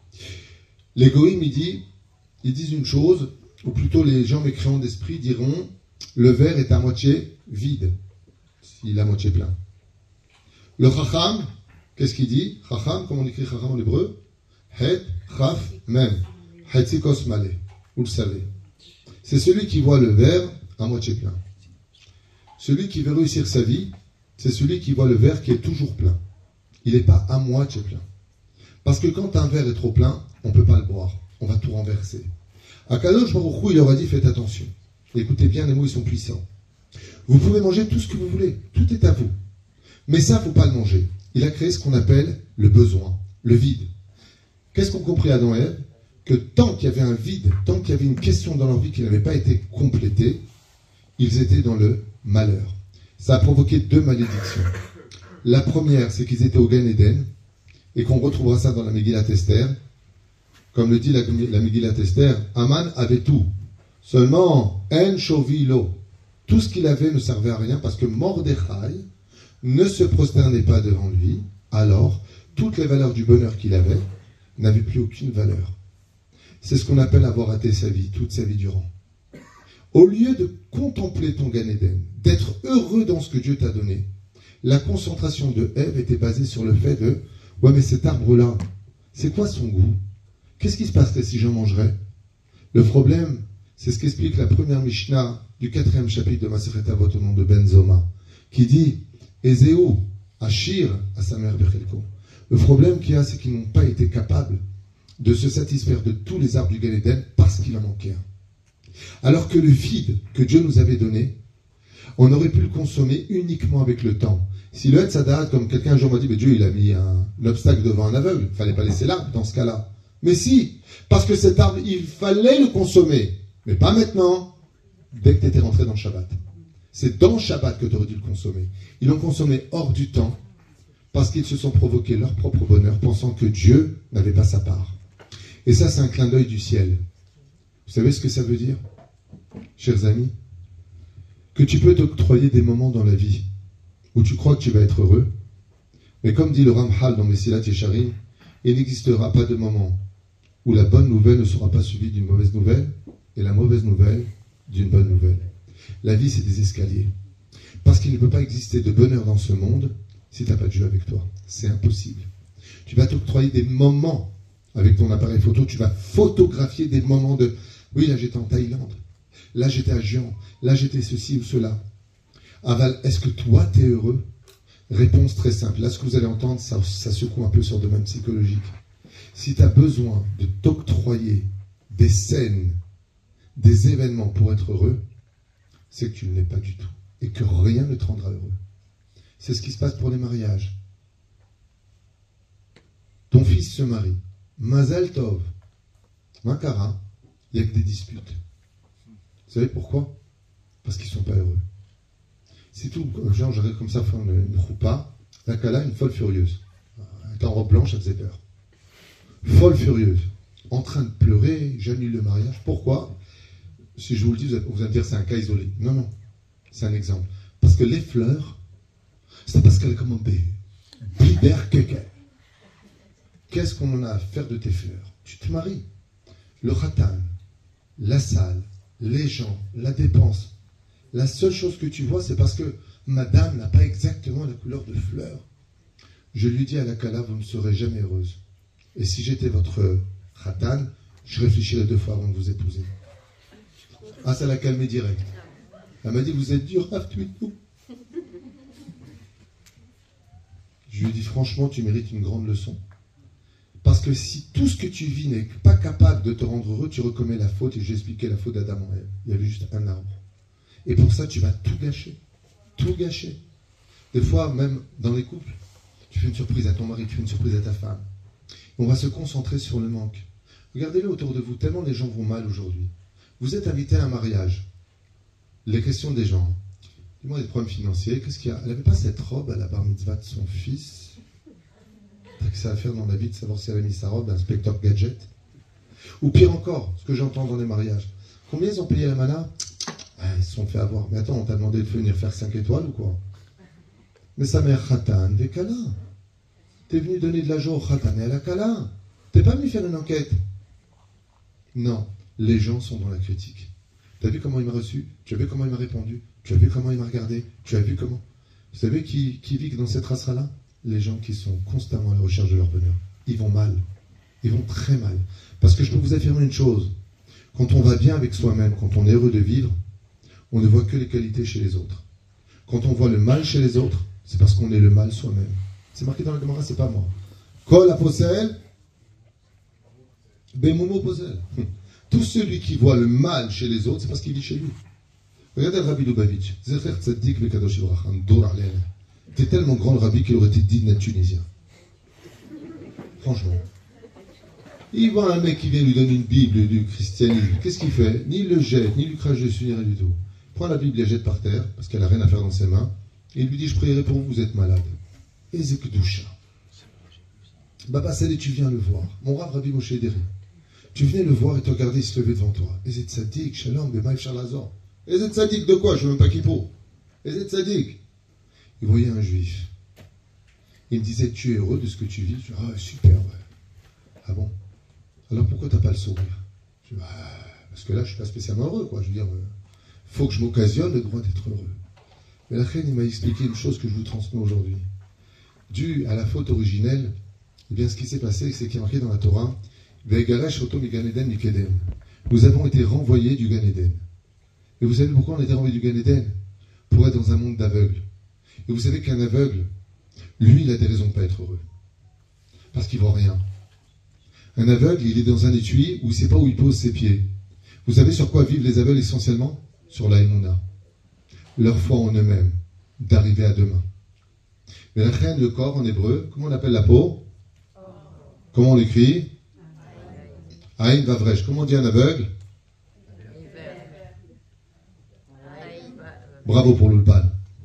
Les goïms, ils disent une chose, ou plutôt les gens mécréants d'esprit diront, le verre est à moitié vide, s'il est à moitié plein. Le chacham, qu'est-ce qu'il dit? Chacham, comment on écrit chacham en hébreu? Het, chaf, mem. Hetzikos male. Vous le savez. C'est celui qui voit le verre à moitié plein. Celui qui veut réussir sa vie, c'est celui qui voit le verre qui est toujours plein. Il n'est pas à moitié plein. Parce que quand un verre est trop plein, on ne peut pas le boire. On va tout renverser. Akadosh Baruch Hu, il leur a dit, faites attention. Écoutez bien, les mots, ils sont puissants. Vous pouvez manger tout ce que vous voulez. Tout est à vous. Mais ça, il ne faut pas le manger. Il a créé ce qu'on appelle le besoin, le vide. Qu'est-ce qu'ont compris Adam et Ève? Que tant qu'il y avait un vide, tant qu'il y avait une question dans leur vie qui n'avait pas été complétée, ils étaient dans le malheur. Ça a provoqué 2 malédictions. La première, c'est qu'ils étaient au Gan Eden, et qu'on retrouvera ça dans la Megillat Esther. Comme le dit la Megillat Esther, Aman avait tout. Seulement, En Shovilo. Tout ce qu'il avait ne servait à rien parce que Mordechai ne se prosternait pas devant lui. Alors, toutes les valeurs du bonheur qu'il avait n'avaient plus aucune valeur. C'est ce qu'on appelle avoir raté sa vie, toute sa vie durant. Au lieu de contempler ton Gan Eden, d'être heureux dans ce que Dieu t'a donné, la concentration de Ève était basée sur le fait de « Ouais, mais cet arbre-là, c'est quoi son goût? Qu'est-ce qui se passerait si j'en mangerais ?» Le problème, c'est ce qu'explique la première Mishnah du 4e chapitre de Masechet Avot au nom de Ben Zoma, qui dit « Ezeu, Ashir, à sa mère Bechelko ». Le problème qu'il y a, c'est qu'ils n'ont pas été capables de se satisfaire de tous les arbres du Gan Eden parce qu'il en manquait un. Alors que le vide que Dieu nous avait donné, on aurait pu le consommer uniquement avec le temps. Si le Hetzadat, comme quelqu'un un jour m'a dit, mais Dieu il a mis un obstacle devant un aveugle, il ne fallait pas laisser l'arbre dans ce cas-là. Mais si, parce que cet arbre, il fallait le consommer, mais pas maintenant, dès que tu étais rentré dans Shabbat. C'est dans Shabbat que tu aurais dû le consommer. Ils l'ont consommé hors du temps, parce qu'ils se sont provoqués leur propre bonheur, pensant que Dieu n'avait pas sa part. Et ça, c'est un clin d'œil du ciel. Vous savez ce que ça veut dire, chers amis? Que tu peux t'octroyer des moments dans la vie où tu crois que tu vas être heureux, mais comme dit le Ramchal dans Mesilat Yesharim, il n'existera pas de moment où la bonne nouvelle ne sera pas suivie d'une mauvaise nouvelle et la mauvaise nouvelle d'une bonne nouvelle. La vie, c'est des escaliers. Parce qu'il ne peut pas exister de bonheur dans ce monde si tu n'as pas de Dieu avec toi. C'est impossible. Tu vas t'octroyer des moments avec ton appareil photo, tu vas photographier des moments de « Oui, là j'étais en Thaïlande, là j'étais à Jean, là j'étais ceci ou cela. » Aval, est-ce que toi t'es heureux? Réponse très simple. Là, ce que vous allez entendre, ça secoue un peu sur le domaine psychologique. Si tu as besoin de t'octroyer des scènes, des événements pour être heureux, c'est que tu ne l'es pas du tout. Et que rien ne te rendra heureux. C'est ce qui se passe pour les mariages. Ton fils se marie. Mazel Tov. Makara, il n'y a que des disputes. Vous savez pourquoi? Parce qu'ils ne sont pas heureux. C'est tout. Genre, j'arrive comme ça faire une roupa. La Kala, une folle furieuse. Elle était en robe blanche, elle faisait peur. Folle furieuse. En train de pleurer, j'annule le mariage. Pourquoi? Si je vous le dis, vous allez me dire c'est un cas isolé. Non, non. C'est un exemple. Parce que les fleurs, c'est parce qu'elle a commandé. Biber Keke. Qu'est-ce qu'on en a à faire de tes fleurs? Tu te maries. Le khatan, la salle, les gens, la dépense. La seule chose que tu vois, c'est parce que madame n'a pas exactement la couleur de fleurs. Je lui dis à la Kala, vous ne serez jamais heureuse. Et si j'étais votre khatan, je réfléchirais 2 fois avant de vous épouser. Ah, ça l'a calmé direct. Elle m'a dit, vous êtes dur, tout. Je lui ai dit, franchement, tu mérites une grande leçon. Parce que si tout ce que tu vis n'est pas capable de te rendre heureux, tu recommets la faute. Et j'ai expliqué la faute d'Adam en Ève. Il y avait juste un arbre. Et pour ça, tu vas tout gâcher. Tout gâcher. Des fois, même dans les couples, tu fais une surprise à ton mari, tu fais une surprise à ta femme. On va se concentrer sur le manque. Regardez-le autour de vous, tellement les gens vont mal aujourd'hui. Vous êtes invité à un mariage. Les questions des gens. Dis-moi des problèmes financiers. Qu'est-ce qu'il y a? Elle n'avait pas cette robe à la bar mitzvah de son fils. T'as que ça à faire dans la vie de savoir si elle a mis sa robe, inspecteur gadget. Ou pire encore, ce que j'entends dans les mariages. Combien ils ont payé la mana? Ils se sont fait avoir. Mais attends, on t'a demandé de venir faire 5 étoiles ou quoi? Mais sa mère khatan, des Kala. T'es venu donner de l'argent au khatan et à la Kala. T'es pas venu faire une enquête. Non, les gens sont dans la critique. Tu as vu comment il m'a reçu? Tu as vu comment il m'a répondu? Tu as vu comment il m'a regardé? Tu as vu comment? Vous savez qui vit dans cette race-là? Les gens qui sont constamment à la recherche de leur bonheur. Ils vont mal. Ils vont très mal. Parce que je peux vous affirmer une chose. Quand on va bien avec soi-même, quand on est heureux de vivre, on ne voit que les qualités chez les autres. Quand on voit le mal chez les autres, c'est parce qu'on est le mal soi-même. C'est marqué dans la Gemara, c'est pas moi. Kol aposel, bemomo posel. Tout celui qui voit le mal chez les autres, c'est parce qu'il vit chez lui. Regardez le Rabbi Lubavitch. Zecher Tzadik Vekadosh Ibrahim, Dor Alel. T'es tellement grand le Rabbi qu'il aurait été digne d'être tunisien. Franchement. Il voit un mec qui vient lui donner une Bible du christianisme. Qu'est-ce qu'il fait? Ni il le jette, ni il lui crache dessus, ni rien du tout. Il prend la Bible et la jette par terre, parce qu'elle n'a rien à faire dans ses mains. Et il lui dit, je prierai pour vous, vous êtes malade. Et Zekdoucha. Baba Salé, tu viens le voir. Mon Rav Rabbi Moshe Deri. Tu venais le voir et te regarder, il se levait devant toi. Et c'est Tzadik, Shalom, Bemaïf Shalazor. Et c'est Tzadik de quoi? Je ne veux même pas qui pour. Et c'est Tzadik. Il voyait un juif. Il me disait, tu es heureux de ce que tu vis? Je dis, ah, super, ouais. Ah bon? Alors pourquoi t'as pas le sourire? Je dis, parce que là, je suis pas spécialement heureux, quoi. Je veux dire, faut que je m'occasionne le droit d'être heureux. Mais la reine, il m'a expliqué une chose que je vous transmets aujourd'hui. Dû à la faute originelle, eh bien, ce qui s'est passé, c'est qu'il y a marqué dans la Torah, nous avons été renvoyés du Gan Eden. Et vous savez pourquoi on a été renvoyés du Gan Eden? Pour être dans un monde d'aveugles. Et vous savez qu'un aveugle, lui, il a des raisons de ne pas être heureux. Parce qu'il ne voit rien. Un aveugle, il est dans un étui où il ne sait pas où il pose ses pieds. Vous savez sur quoi vivent les aveugles essentiellement? Sur la Emouna. Leur foi en eux-mêmes, d'arriver à demain. Mais la reine, le corps en hébreu, comment on appelle la peau? Comment on l'écrit? Aïn Vavresh. Comment on dit un aveugle? Bravo pour l'Ulpan.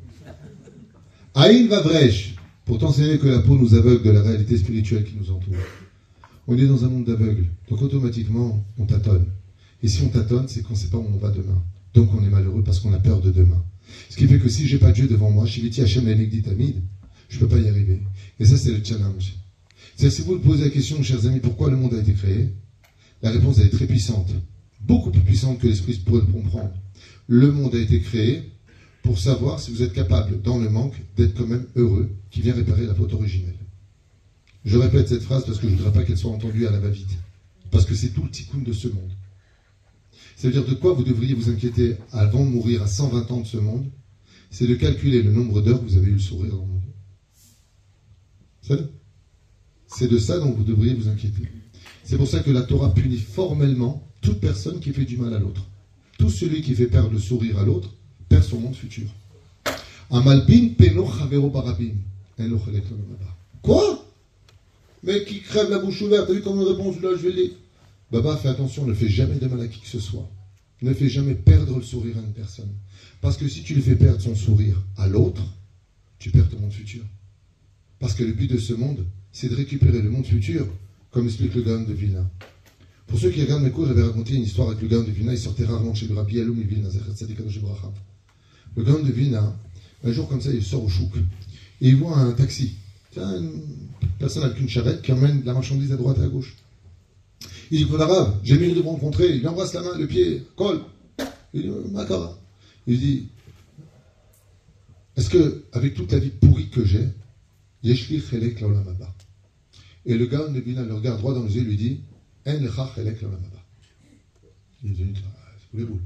Aïn Vavresh. Pourtant, c'est vrai que la peau nous aveugle de la réalité spirituelle qui nous entoure. On est dans un monde d'aveugles. Donc automatiquement, on tâtonne. Et si on tâtonne, c'est qu'on ne sait pas où on va demain. Donc on est malheureux parce qu'on a peur de demain. Ce qui fait que si je n'ai pas Dieu devant moi, Shiviti Hashem Lenegdi Tamid, je ne peux pas y arriver. Et ça, c'est le challenge. C'est-à-dire, si vous vous posez la question, chers amis, pourquoi le monde a été créé? La réponse, elle est très puissante. Beaucoup plus puissante que l'esprit pourrait le comprendre. Le monde a été créé pour savoir si vous êtes capable, dans le manque, d'être quand même heureux, qui vient réparer la faute originelle. Je répète cette phrase parce que je ne voudrais pas qu'elle soit entendue à la va-vite. Parce que c'est tout le tikkun de ce monde. Ça veut dire de quoi vous devriez vous inquiéter avant de mourir à 120 ans de ce monde? C'est de calculer le nombre d'heures que vous avez eu le sourire dans mon vie. C'est de ça dont vous devriez vous inquiéter. C'est pour ça que la Torah punit formellement toute personne qui fait du mal à l'autre. Tout celui qui fait perdre le sourire à l'autre perd son monde futur. Amalbin peno chavero barabim. Quoi? Mais qui crève la bouche ouverte, t'as vu comment il répond? Là, je vais lire. Baba, fais attention, ne fais jamais de mal à qui que ce soit. Ne fais jamais perdre le sourire à une personne. Parce que si tu lui fais perdre son sourire à l'autre, tu perds ton monde futur. Parce que le but de ce monde, c'est de récupérer le monde futur, comme explique le Gaon de Vilna. Pour ceux qui regardent mes cours, j'avais raconté une histoire avec le Gaon de Vilna. Il sortait rarement chez le Rabbi Aloum et Vilna. Le Gaon de Vilna, un jour comme ça, il sort au chouk. Et il voit un taxi. Tiens, une personne avec une charrette qui emmène la marchandise à droite et à gauche. Il dit, Arabe, j'ai le de vous rencontrer. Il lui embrasse la main, le pied, colle. Il dit, Makara. Il dit, est-ce que, avec toute la vie pourrie que j'ai, Yeshli Chelek Laolam Haba. Et le gars, Nebina, le regarde droit dans les yeux et lui dit, En Lecha Chelek Laolam Haba. Il est devenu, c'est pour les boules.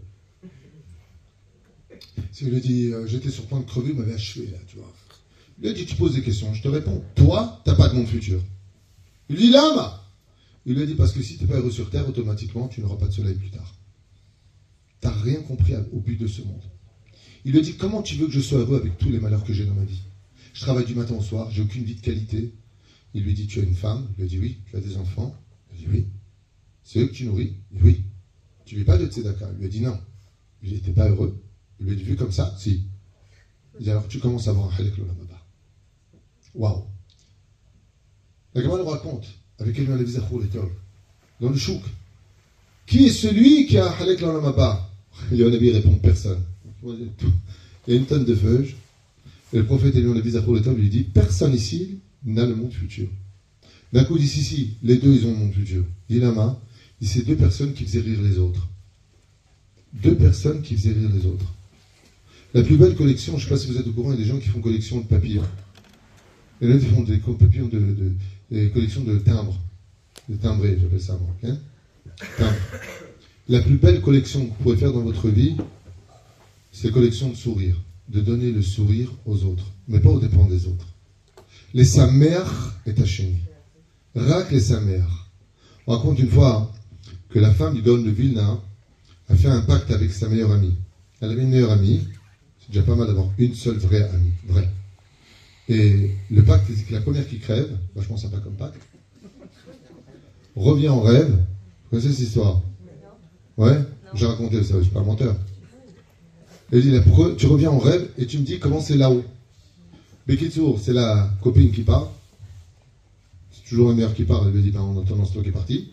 Il lui dit, j'étais sur le point de crever, vous m'avez achevé là, tu vois. Il lui a dit, tu poses des questions, je te réponds. Toi, t'as pas de monde futur. Il lui dit, Lama. Il lui a dit, parce que si tu n'es pas heureux sur terre, automatiquement, tu n'auras pas de soleil plus tard. Tu n'as rien compris au but de ce monde. Il lui a dit, comment tu veux que je sois heureux avec tous les malheurs que j'ai dans ma vie? Je travaille du matin au soir, j'ai aucune vie de qualité. Il lui dit, tu as une femme? Il lui a dit, oui. Tu as des enfants? Il lui a dit, oui. C'est eux que tu nourris? Il lui a dit, oui. Tu ne vis pas de tzedaka? Il lui a dit, non. Il n'était pas heureux. Il lui a dit, vu comme ça? Si. Il dit, alors tu commences à avoir un halek l'olam haba. Waouh. La Gemara nous raconte, avec Elion Levi Zachor Letov, dans le chouk, qui est celui qui a halek l'olam haba? Elion Levi répond, personne. Il y a une tonne de feuilles. Et le prophète Elion Levi Zachor Letov lui dit, personne ici n'a le monde futur. D'un coup, il dit, si, les deux, ils ont le monde futur. Il dit, Lama, il dit, c'est deux personnes qui faisaient rire les autres. Deux personnes qui faisaient rire les autres. La plus belle collection, je ne sais pas si vous êtes au courant, il y a des gens qui font collection de papillons. Il y en a qui font des papillons des collections de timbres. De timbrés, j'appelle ça moi. Okay? Timbres. La plus belle collection que vous pouvez faire dans votre vie, c'est la collection de sourires. De donner le sourire aux autres, mais pas aux dépens des autres. Les samer est hachéni. Rak les samer. On raconte une fois que la femme du Gaon de Vilna a fait un pacte avec sa meilleure amie. Elle avait une meilleure amie. C'est déjà pas mal d'avoir une seule vraie amie. Vraie. Et le pacte, c'est que la première qui crève, vachement sympa comme pacte, revient en rêve. Vous connaissez cette histoire? Ouais? J'ai raconté ça, je suis pas un menteur. Elle dit, tu reviens en rêve et tu me dis comment c'est là-haut. Bekitsour, c'est la copine qui part. C'est toujours la meilleure qui part. Elle lui dit, ben, on entend c'est toi qui est parti.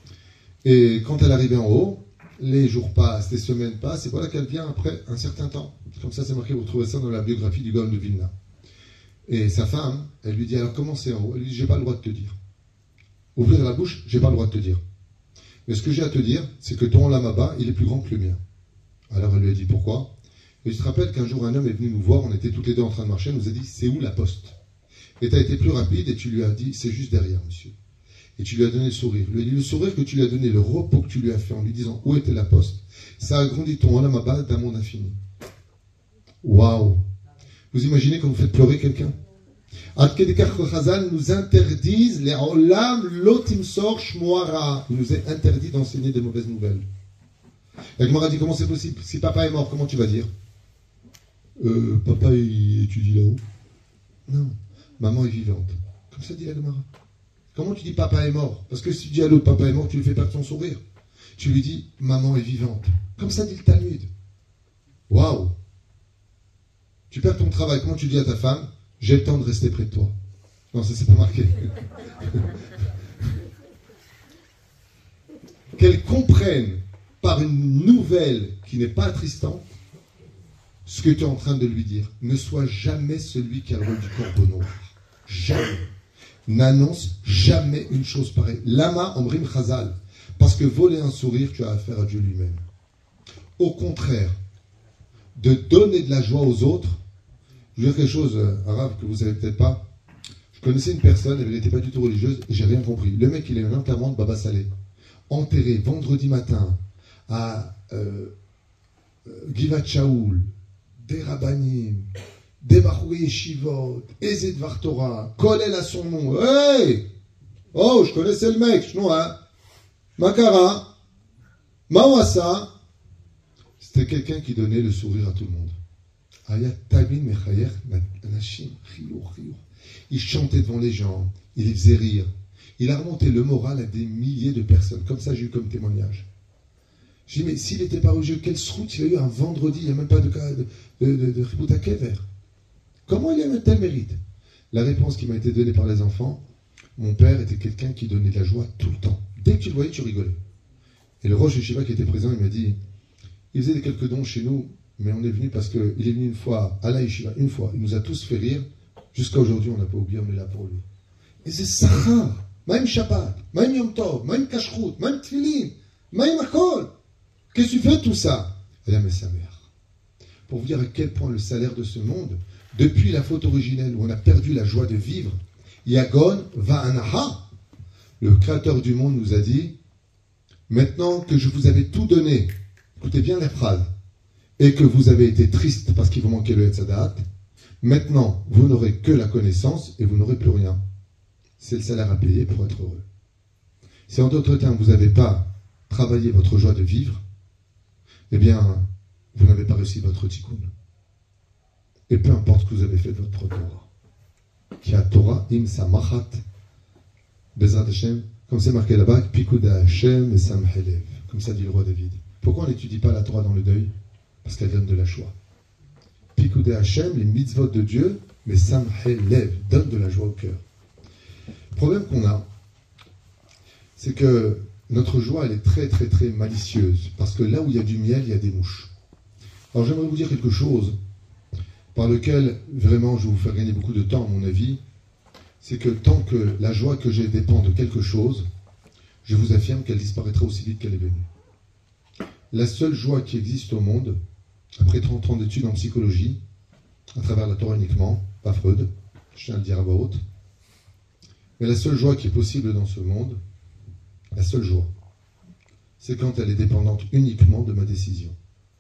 Et quand elle arrivait en haut, les jours passent, les semaines passent, et voilà qu'elle vient après un certain temps. Comme ça, c'est marqué, vous trouvez ça dans la biographie du Gaon de Vilna. Et sa femme, elle lui dit, alors comment c'est en haut? Elle lui dit, j'ai pas le droit de te dire. Ouvrir la bouche, j'ai pas le droit de te dire. Mais ce que j'ai à te dire, c'est que ton lamaba, il est plus grand que le mien. Alors elle lui a dit, pourquoi? Et je te rappelle qu'un jour, un homme est venu nous voir, on était toutes les deux en train de marcher, elle nous a dit, c'est où la poste? Et tu as été plus rapide et tu lui as dit, c'est juste derrière, monsieur. Et tu lui as donné le sourire. Il lui a dit, le sourire que tu lui as donné, le repos que tu lui as fait en lui disant où était la poste, ça a agrandi ton olamaba d'un monde infini. Waouh! Vous imaginez quand vous faites pleurer quelqu'un? Ad-Kedekach Chazal nous interdisent les olam lotimsor shmoara. Il nous est interdit d'enseigner des mauvaises nouvelles. La Gemara dit, comment c'est possible? Si papa est mort, comment tu vas dire? Papa il étudie là-haut. Non, maman est vivante. Comme ça dit la Gemara. Comment tu dis papa est mort? Parce que si tu dis à l'autre papa est mort, tu lui fais perdre son sourire. Tu lui dis maman est vivante. Comme ça dit le Talmud. Waouh! Tu perds ton travail, comment tu dis à ta femme, j'ai le temps de rester près de toi? Non, ça c'est pas marqué. Qu'elle comprenne par une nouvelle qui n'est pas attristante ce que tu es en train de lui dire. Ne sois jamais celui qui a le rôle du corbeau noir. Jamais. N'annonce jamais une chose pareille. Lama Omrim Chazal. Parce que voler un sourire, tu as affaire à Dieu lui-même. Au contraire, de donner de la joie aux autres, je veux dire quelque chose, arabe, que vous ne savez peut-être pas. Je connaissais une personne, elle n'était pas du tout religieuse, et j'ai rien compris. Le mec, il est un enterrement de Baba Saleh. Enterré vendredi matin à Givat Shaoul, des Rabbanim, des Bachoui Yeshivot, Ezed Vartora, Kolel à son nom. Hey! Oh, je connaissais le mec, non, hein? Makara, Mawasa. C'était quelqu'un qui donnait le sourire à tout le monde. Il chantait devant les gens, il les faisait rire. Il a remonté le moral à des milliers de personnes. Comme ça, j'ai eu comme témoignage. J'ai dit, mais s'il n'était pas religieux, quelle route il a eu un vendredi? Il n'y a même pas de Ribout à Kever. Comment il a eu un tel mérite? La réponse qui m'a été donnée par les enfants, mon père était quelqu'un qui donnait de la joie tout le temps. Dès que tu le voyais, tu rigolais. Et le Rosh Yeshiva qui était présent, il m'a dit, il faisait quelques dons chez nous, mais on est venu parce qu'il est venu une fois à la Yeshiva, une fois, il nous a tous fait rire, Jusqu'à aujourd'hui, on n'a pas oublié, on est là pour lui. Et c'est Sachar, même Shabbat, même Yom Tov, même Kashrut, même Tfilin, même Akol. Qu'est-ce que tu fais tout ça? Rien mais sa mère. Pour vous dire à quel point le salaire de ce monde, depuis la faute originelle où on a perdu la joie de vivre, Yagon Va'anaha, le créateur du monde nous a dit, maintenant que je vous avais tout donné, écoutez bien les phrases, et que vous avez été triste parce qu'il vous manquait le Hetzadat, maintenant vous n'aurez que la connaissance et vous n'aurez plus rien. C'est le salaire à payer pour être heureux. Si en d'autres termes vous n'avez pas travaillé votre joie de vivre, eh bien, vous n'avez pas réussi votre tikkun. Et peu importe ce que vous avez fait de votre Torah. Qui a Torah im samachat bezrat Hashem, comme c'est marqué là-bas, pikuda Hashem et samhelev, comme ça dit le roi David. Pourquoi on n'étudie pas la Torah dans le deuil? Parce qu'elle donne de la joie. Pikuda Hashem, les mitzvot de Dieu, mais samhelev, donne de la joie au cœur. Le problème qu'on a, c'est que notre joie, elle est très très très malicieuse, parce que là où il y a du miel, il y a des mouches. Alors j'aimerais vous dire quelque chose par lequel vraiment je vais vous faire gagner beaucoup de temps à mon avis, c'est que tant que la joie que j'ai dépend de quelque chose, je vous affirme qu'elle disparaîtra aussi vite qu'elle est venue. La seule joie qui existe au monde, après 30 ans d'études en psychologie, à travers la Torah uniquement, pas Freud, je tiens à le dire à voix haute, mais la seule joie qui est possible dans ce monde, la seule joie, c'est quand elle est dépendante uniquement de ma décision.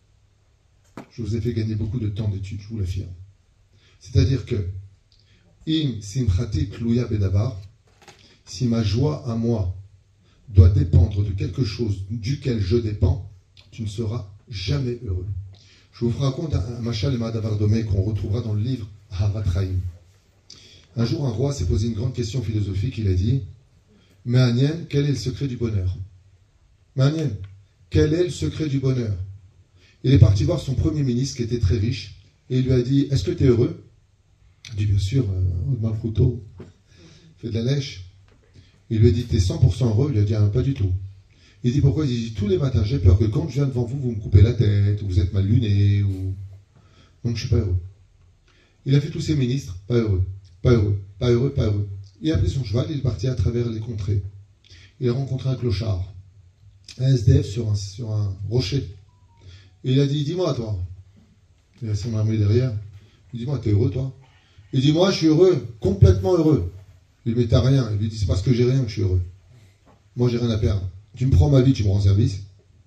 Je vous ai fait gagner beaucoup de temps d'études, je vous l'affirme. C'est-à-dire que, im simchati tluya bedavar, si ma joie à moi doit dépendre de quelque chose duquel je dépends, tu ne seras jamais heureux. Je vous raconte un machal et madavar domé qu'on retrouvera dans le livre Ahavat Chaim. Un jour, un roi s'est posé une grande question philosophique. Il a dit, Me'anien, quel est le secret du bonheur? Me'anien, quel est le secret du bonheur? Il est parti voir son premier ministre qui était très riche et il lui a dit, est-ce que tu es heureux? Il dit, bien sûr, Audemars Proutot fait de la lèche. Il lui a dit, t'es 100% heureux? Il lui a dit, ah, pas du tout. Il dit, pourquoi? Il dit, tous les matins, j'ai peur que quand je viens devant vous, vous me coupez la tête, ou vous êtes mal luné, ou... Donc je suis pas heureux. Il a fait tous ses ministres, pas heureux, pas heureux, pas heureux, pas heureux. Il a pris son cheval, il est parti à travers les contrées. Il a rencontré un clochard, un SDF sur un rocher. Et il a dit, dis-moi toi, il a son armée derrière, il dit, dis-moi, t'es heureux toi? Il dit, moi je suis heureux, complètement heureux. Il lui dit, mais t'as rien. Il lui dit, c'est parce que j'ai rien que je suis heureux. Moi j'ai rien à perdre. Tu me prends ma vie, tu me rends service.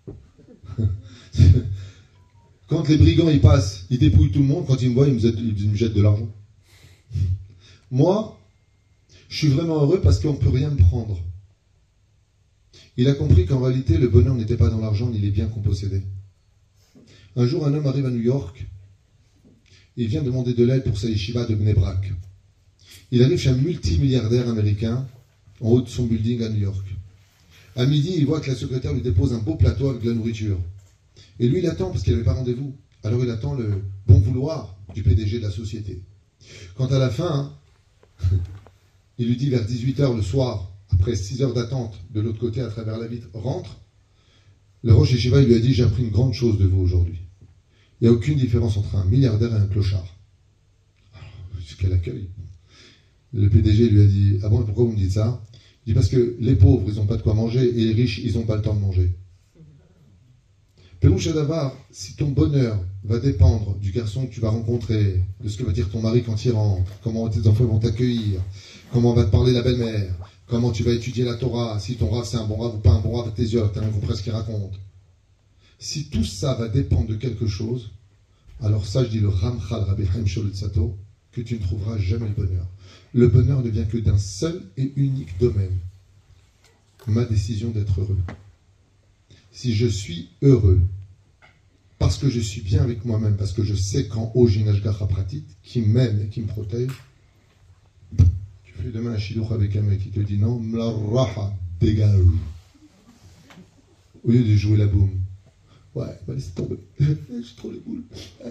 Quand les brigands ils passent, ils dépouillent tout le monde, quand ils me voient, ils me jettent de l'argent. Moi, je suis vraiment heureux parce qu'on ne peut rien me prendre. Il a compris qu'en réalité, le bonheur n'était pas dans l'argent ni les biens qu'on possédait. Un jour, un homme arrive à New York. Il vient demander de l'aide pour sa yeshiva de Bnei Brak. Il arrive chez un multimilliardaire américain en haut de son building à New York. À midi, il voit que la secrétaire lui dépose un beau plateau avec de la nourriture. Et lui, il attend parce qu'il n'avait pas rendez-vous. Alors il attend le bon vouloir du PDG de la société. Quand à la fin, il lui dit vers 18h le soir, après 6 heures d'attente de l'autre côté à travers la vitre, rentre. Le Rosh Yeshiva lui a dit, j'ai appris une grande chose de vous aujourd'hui. Il n'y a aucune différence entre un milliardaire et un clochard. Alors, quel accueil. Le PDG lui a dit, ah bon, pourquoi vous me dites ça? Il dit, parce que les pauvres, ils n'ont pas de quoi manger, et les riches, ils n'ont pas le temps de manger. Pérouche Adavar, si ton bonheur va dépendre du garçon que tu vas rencontrer, de ce que va dire ton mari quand il rentre, comment tes enfants vont t'accueillir, comment va te parler la belle-mère, comment tu vas étudier la Torah, si ton rave c'est un bon rave ou pas un bon rave avec tes yeux, t'as rien compris ce qu'il raconte. Si tout ça va dépendre de quelque chose, alors ça, je dis le Ramchal Rabbi Chaim Sholitzato, que tu ne trouveras jamais le bonheur. Le bonheur ne vient que d'un seul et unique domaine. Ma décision d'être heureux. Si je suis heureux, parce que je suis bien avec moi-même, parce que je sais qu'en haut j'ai une Ashgacha Pratit qui m'aime et qui me protège, tu fais demain un shidduch avec un mec qui te dit non, mlaraha, dégage. Au lieu de jouer la boum. Ouais, bah laisse tomber. J'ai trop les boules.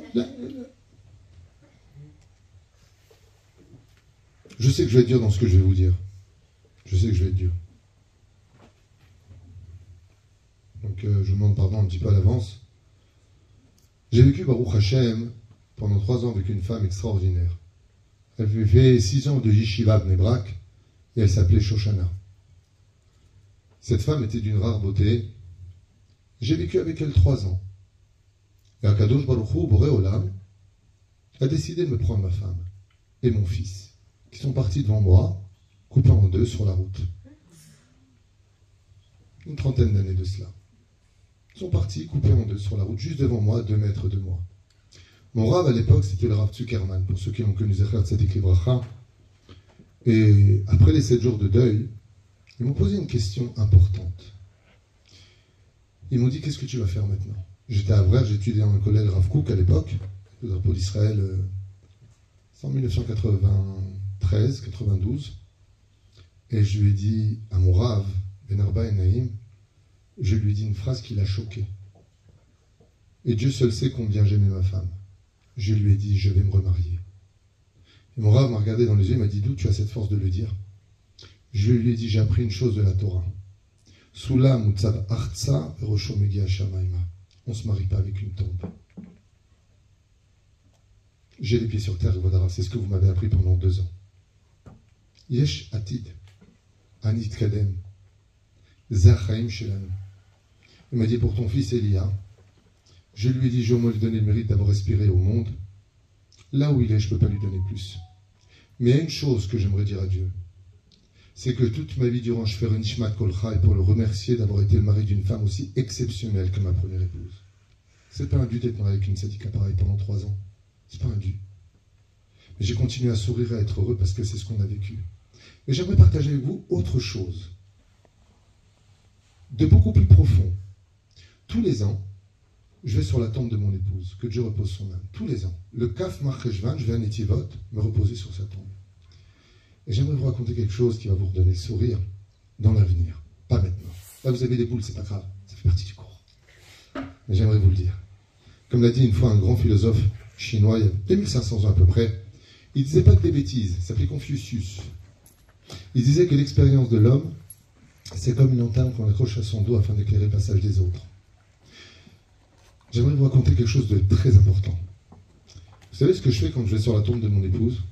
Je sais que je vais être dur dans ce que je vais vous dire. Je sais que je vais être dur. Donc je vous demande pardon un petit peu à l'avance. J'ai vécu Baruch Hashem pendant 3 ans avec une femme extraordinaire. Elle avait fait 6 ans de Yeshiva Bnei Brak et elle s'appelait Shoshana. Cette femme était d'une rare beauté. J'ai vécu avec elle 3 ans. Et Akadosh Baruch Hu, Boré Olam, a décidé de me prendre ma femme et mon fils, qui sont partis devant moi, coupés en deux sur la route. Une 30aine d'années de cela. Ils sont partis, coupés en deux sur la route, juste devant moi, à 2 mètres de moi. Mon Rav à l'époque, c'était le Rav Zuckerman, pour ceux qui l'ont connu, Zecher Tzadik Livracha. Et après les 7 jours de deuil, ils m'ont posé une question importante. Ils m'ont dit, qu'est-ce que tu vas faire maintenant? J'étais à Avrer, j'étudiais dans le collège Rav Kook à l'époque, le drapeau d'Israël, c'est en 1993-92. Et je lui ai dit à mon Rav, Ben Arba et Naïm, je lui ai dit une phrase qui l'a choqué. Et Dieu seul sait combien j'aimais ma femme. Je lui ai dit, je vais me remarier. Et mon Rav m'a regardé dans les yeux et m'a dit, d'où tu as cette force de le dire? Je lui ai dit, j'ai appris une chose de la Torah. Sula mutzav artsa rosho megia shamaima. On ne se marie pas avec une tombe. J'ai les pieds sur terre, c'est ce que vous m'avez appris pendant 2 ans. Yesh atid, anit kadem, zachaim shelanu. Il m'a dit, pour ton fils Elia, je lui ai dit, je vais lui donner le mérite d'avoir respiré au monde. Là où il est, je ne peux pas lui donner plus. Mais il y a une chose que j'aimerais dire à Dieu, c'est que toute ma vie durant, je ferai une Nishmat Kolcha, et pour le remercier d'avoir été le mari d'une femme aussi exceptionnelle que ma première épouse. C'est pas un dû d'être marié avec une tzadika pareille pendant 3 ans. C'est pas un dû. Mais j'ai continué à sourire et à être heureux parce que c'est ce qu'on a vécu. Et j'aimerais partager avec vous autre chose, de beaucoup plus profond. Tous les ans, je vais sur la tombe de mon épouse, que Dieu repose son âme. Tous les ans. Le Kaf Marcheshvan, je vais à Netivot, me reposer sur sa tombe. Et j'aimerais vous raconter quelque chose qui va vous redonner le sourire dans l'avenir. Pas maintenant. Là, vous avez des boules, c'est pas grave. Ça fait partie du cours. Mais j'aimerais vous le dire. Comme l'a dit une fois un grand philosophe chinois, il y a 2500 ans à peu près, il disait pas que des bêtises. Il s'appelait Confucius. Il disait que l'expérience de l'homme, c'est comme une lanterne qu'on accroche à son dos afin d'éclairer le passage des autres. J'aimerais vous raconter quelque chose de très important. Vous savez ce que je fais quand je vais sur la tombe de mon épouse?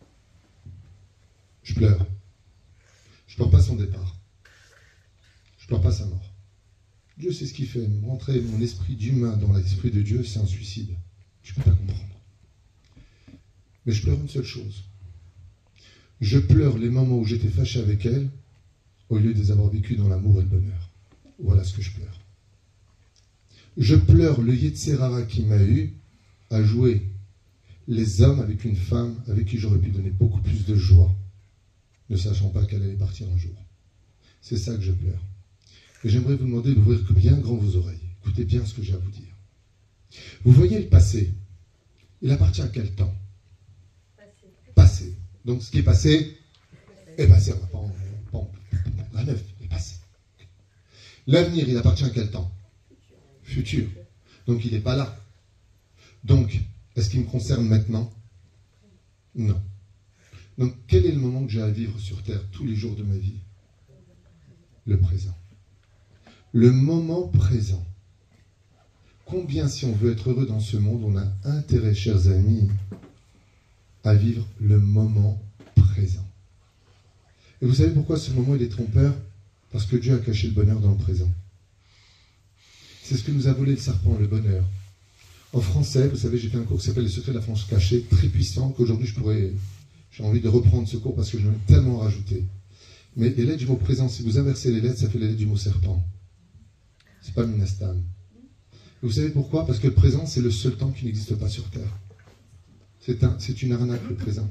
Je pleure. Je pleure pas son départ. Je pleure pas sa mort. Dieu sait ce qu'il fait. Rentrer mon esprit d'humain dans l'esprit de Dieu, c'est un suicide. Je ne peux pas comprendre. Mais je pleure une seule chose. Je pleure les moments où j'étais fâché avec elle, au lieu de les avoir vécus dans l'amour et le bonheur. Voilà ce que je pleure. Je pleure le Yetzerara qui m'a eu à jouer les hommes avec une femme avec qui j'aurais pu donner beaucoup plus de joie, ne sachant pas qu'elle allait partir un jour. C'est ça que je pleure. Et j'aimerais vous demander d'ouvrir bien grand vos oreilles. Écoutez bien ce que j'ai à vous dire. Vous voyez le passé. Il appartient à quel temps? Passé. Donc ce qui est passé est passé. On va pas la neuf, est passé. L'avenir, il appartient à quel temps? Futur. Donc il n'est pas là. Donc, est-ce qu'il me concerne maintenant? Non. Donc quel est le moment que j'ai à vivre sur Terre tous les jours de ma vie? Le présent. Le moment présent. Combien, si on veut être heureux dans ce monde, on a intérêt, chers amis, à vivre le moment présent. Et vous savez pourquoi ce moment il est trompeur? Parce que Dieu a caché le bonheur dans le présent. C'est ce que nous a volé le serpent, le bonheur. En français, vous savez, j'ai fait un cours qui s'appelle Les secrets de la France cachée, très puissant, qu'aujourd'hui j'ai envie de reprendre ce cours parce que je n'en ai tellement rajouté. Mais les lettres du mot présent, si vous inversez les lettres, ça fait les lettres du mot serpent. C'est pas Minastam. Et vous savez pourquoi? Parce que le présent, c'est le seul temps qui n'existe pas sur Terre. C'est une arnaque, le présent.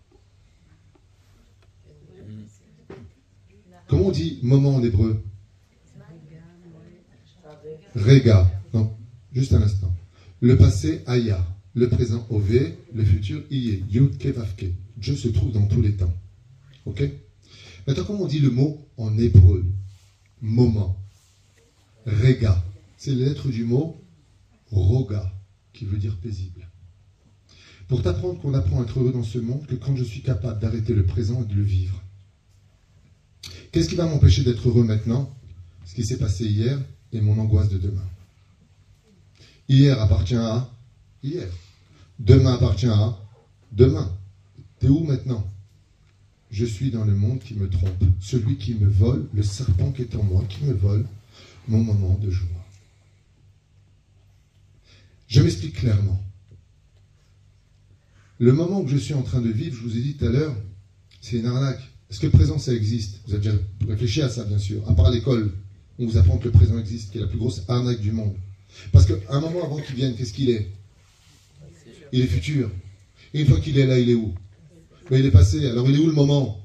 Comment on dit moment en hébreu? Rega. Non, juste un instant. Le passé, Aya. Le présent, Ové. Le futur, Iye. Yud, Ke, Vav, Ke. Dieu se trouve dans tous les temps. Ok? Maintenant, comment on dit le mot en hébreu? Moment. Rega. C'est les lettres du mot Roga, qui veut dire paisible. Pour t'apprendre qu'on apprend à être heureux dans ce monde que quand je suis capable d'arrêter le présent et de le vivre. Qu'est-ce qui va m'empêcher d'être heureux maintenant? Ce qui s'est passé hier et mon angoisse de demain. Hier appartient à hier. Demain appartient à demain. T'es où maintenant? Je suis dans le monde qui me trompe, celui qui me vole, le serpent qui est en moi, qui me vole mon moment de joie. Je m'explique clairement. Le moment que je suis en train de vivre, je vous ai dit tout à l'heure, c'est une arnaque. Est-ce que le présent, ça existe? Vous avez déjà réfléchi à ça, bien sûr. À part l'école, on vous apprend que le présent existe, qui est la plus grosse arnaque du monde. Parce qu'à un moment avant qu'il vienne, qu'est-ce qu'il est? Il est futur. Et une fois qu'il est là, il est où? Mais il est passé. Alors il est où le moment?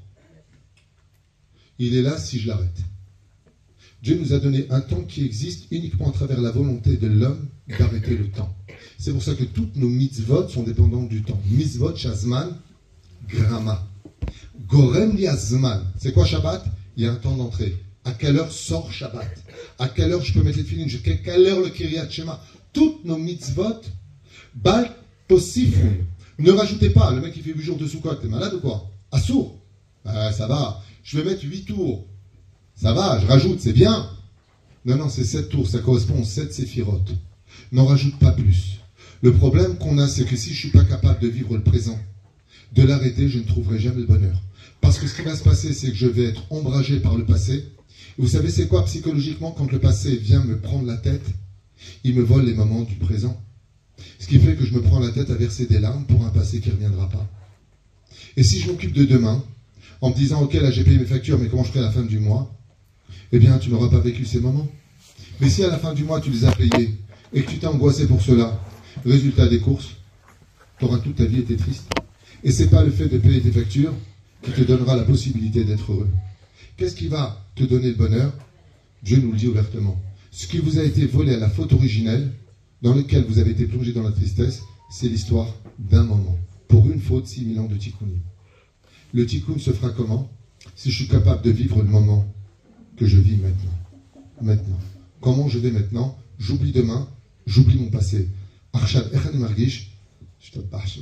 Il est là si je l'arrête. Dieu nous a donné un temps qui existe uniquement à travers la volonté de l'homme d'arrêter le temps. C'est pour ça que toutes nos mitzvot sont dépendantes du temps. Mitzvot, shazman, grama. Gorem li azman. C'est quoi Shabbat? Il y a un temps d'entrée. À quelle heure sort Shabbat? À quelle heure je peux mettre les filines? À quelle heure le Kiryat Shema? Toutes nos mitzvot, bal tosifun. Ne rajoutez pas. Le mec qui fait 8 jours de Sukkot, t'es malade ou quoi? Assour. Ça va. Je vais mettre 8 tours. Ça va, je rajoute, c'est bien. Non, c'est 7 tours, ça correspond aux 7 séphirotes. N'en rajoute pas plus. Le problème qu'on a, c'est que si je ne suis pas capable de vivre le présent, de l'arrêter, je ne trouverai jamais le bonheur. Parce que ce qui va se passer, c'est que je vais être ombragé par le passé. Et vous savez, c'est quoi psychologiquement quand le passé vient me prendre la tête? Il me vole les moments du présent. Ce qui fait que je me prends la tête à verser des larmes pour un passé qui ne reviendra pas. Et si je m'occupe de demain, en me disant, ok, là j'ai payé mes factures, mais comment je ferai à la fin du mois? Eh bien, tu n'auras pas vécu ces moments. Mais si à la fin du mois, tu les as payés et que tu t'es angoissé pour cela, résultat des courses, tu auras toute ta vie été triste. Et ce n'est pas le fait de payer tes factures qui te donnera la possibilité d'être heureux. Qu'est-ce qui va te donner le bonheur? Dieu nous le dit ouvertement. Ce qui vous a été volé à la faute originelle, dans lequel vous avez été plongé dans la tristesse, c'est l'histoire d'un moment. Pour une faute, 6000 ans de tikkounim. Le tikkun se fera comment? Si je suis capable de vivre le moment que je vis maintenant. Maintenant. Comment je vais maintenant? J'oublie demain, j'oublie mon passé. Arshad, echan margish, je te bâche.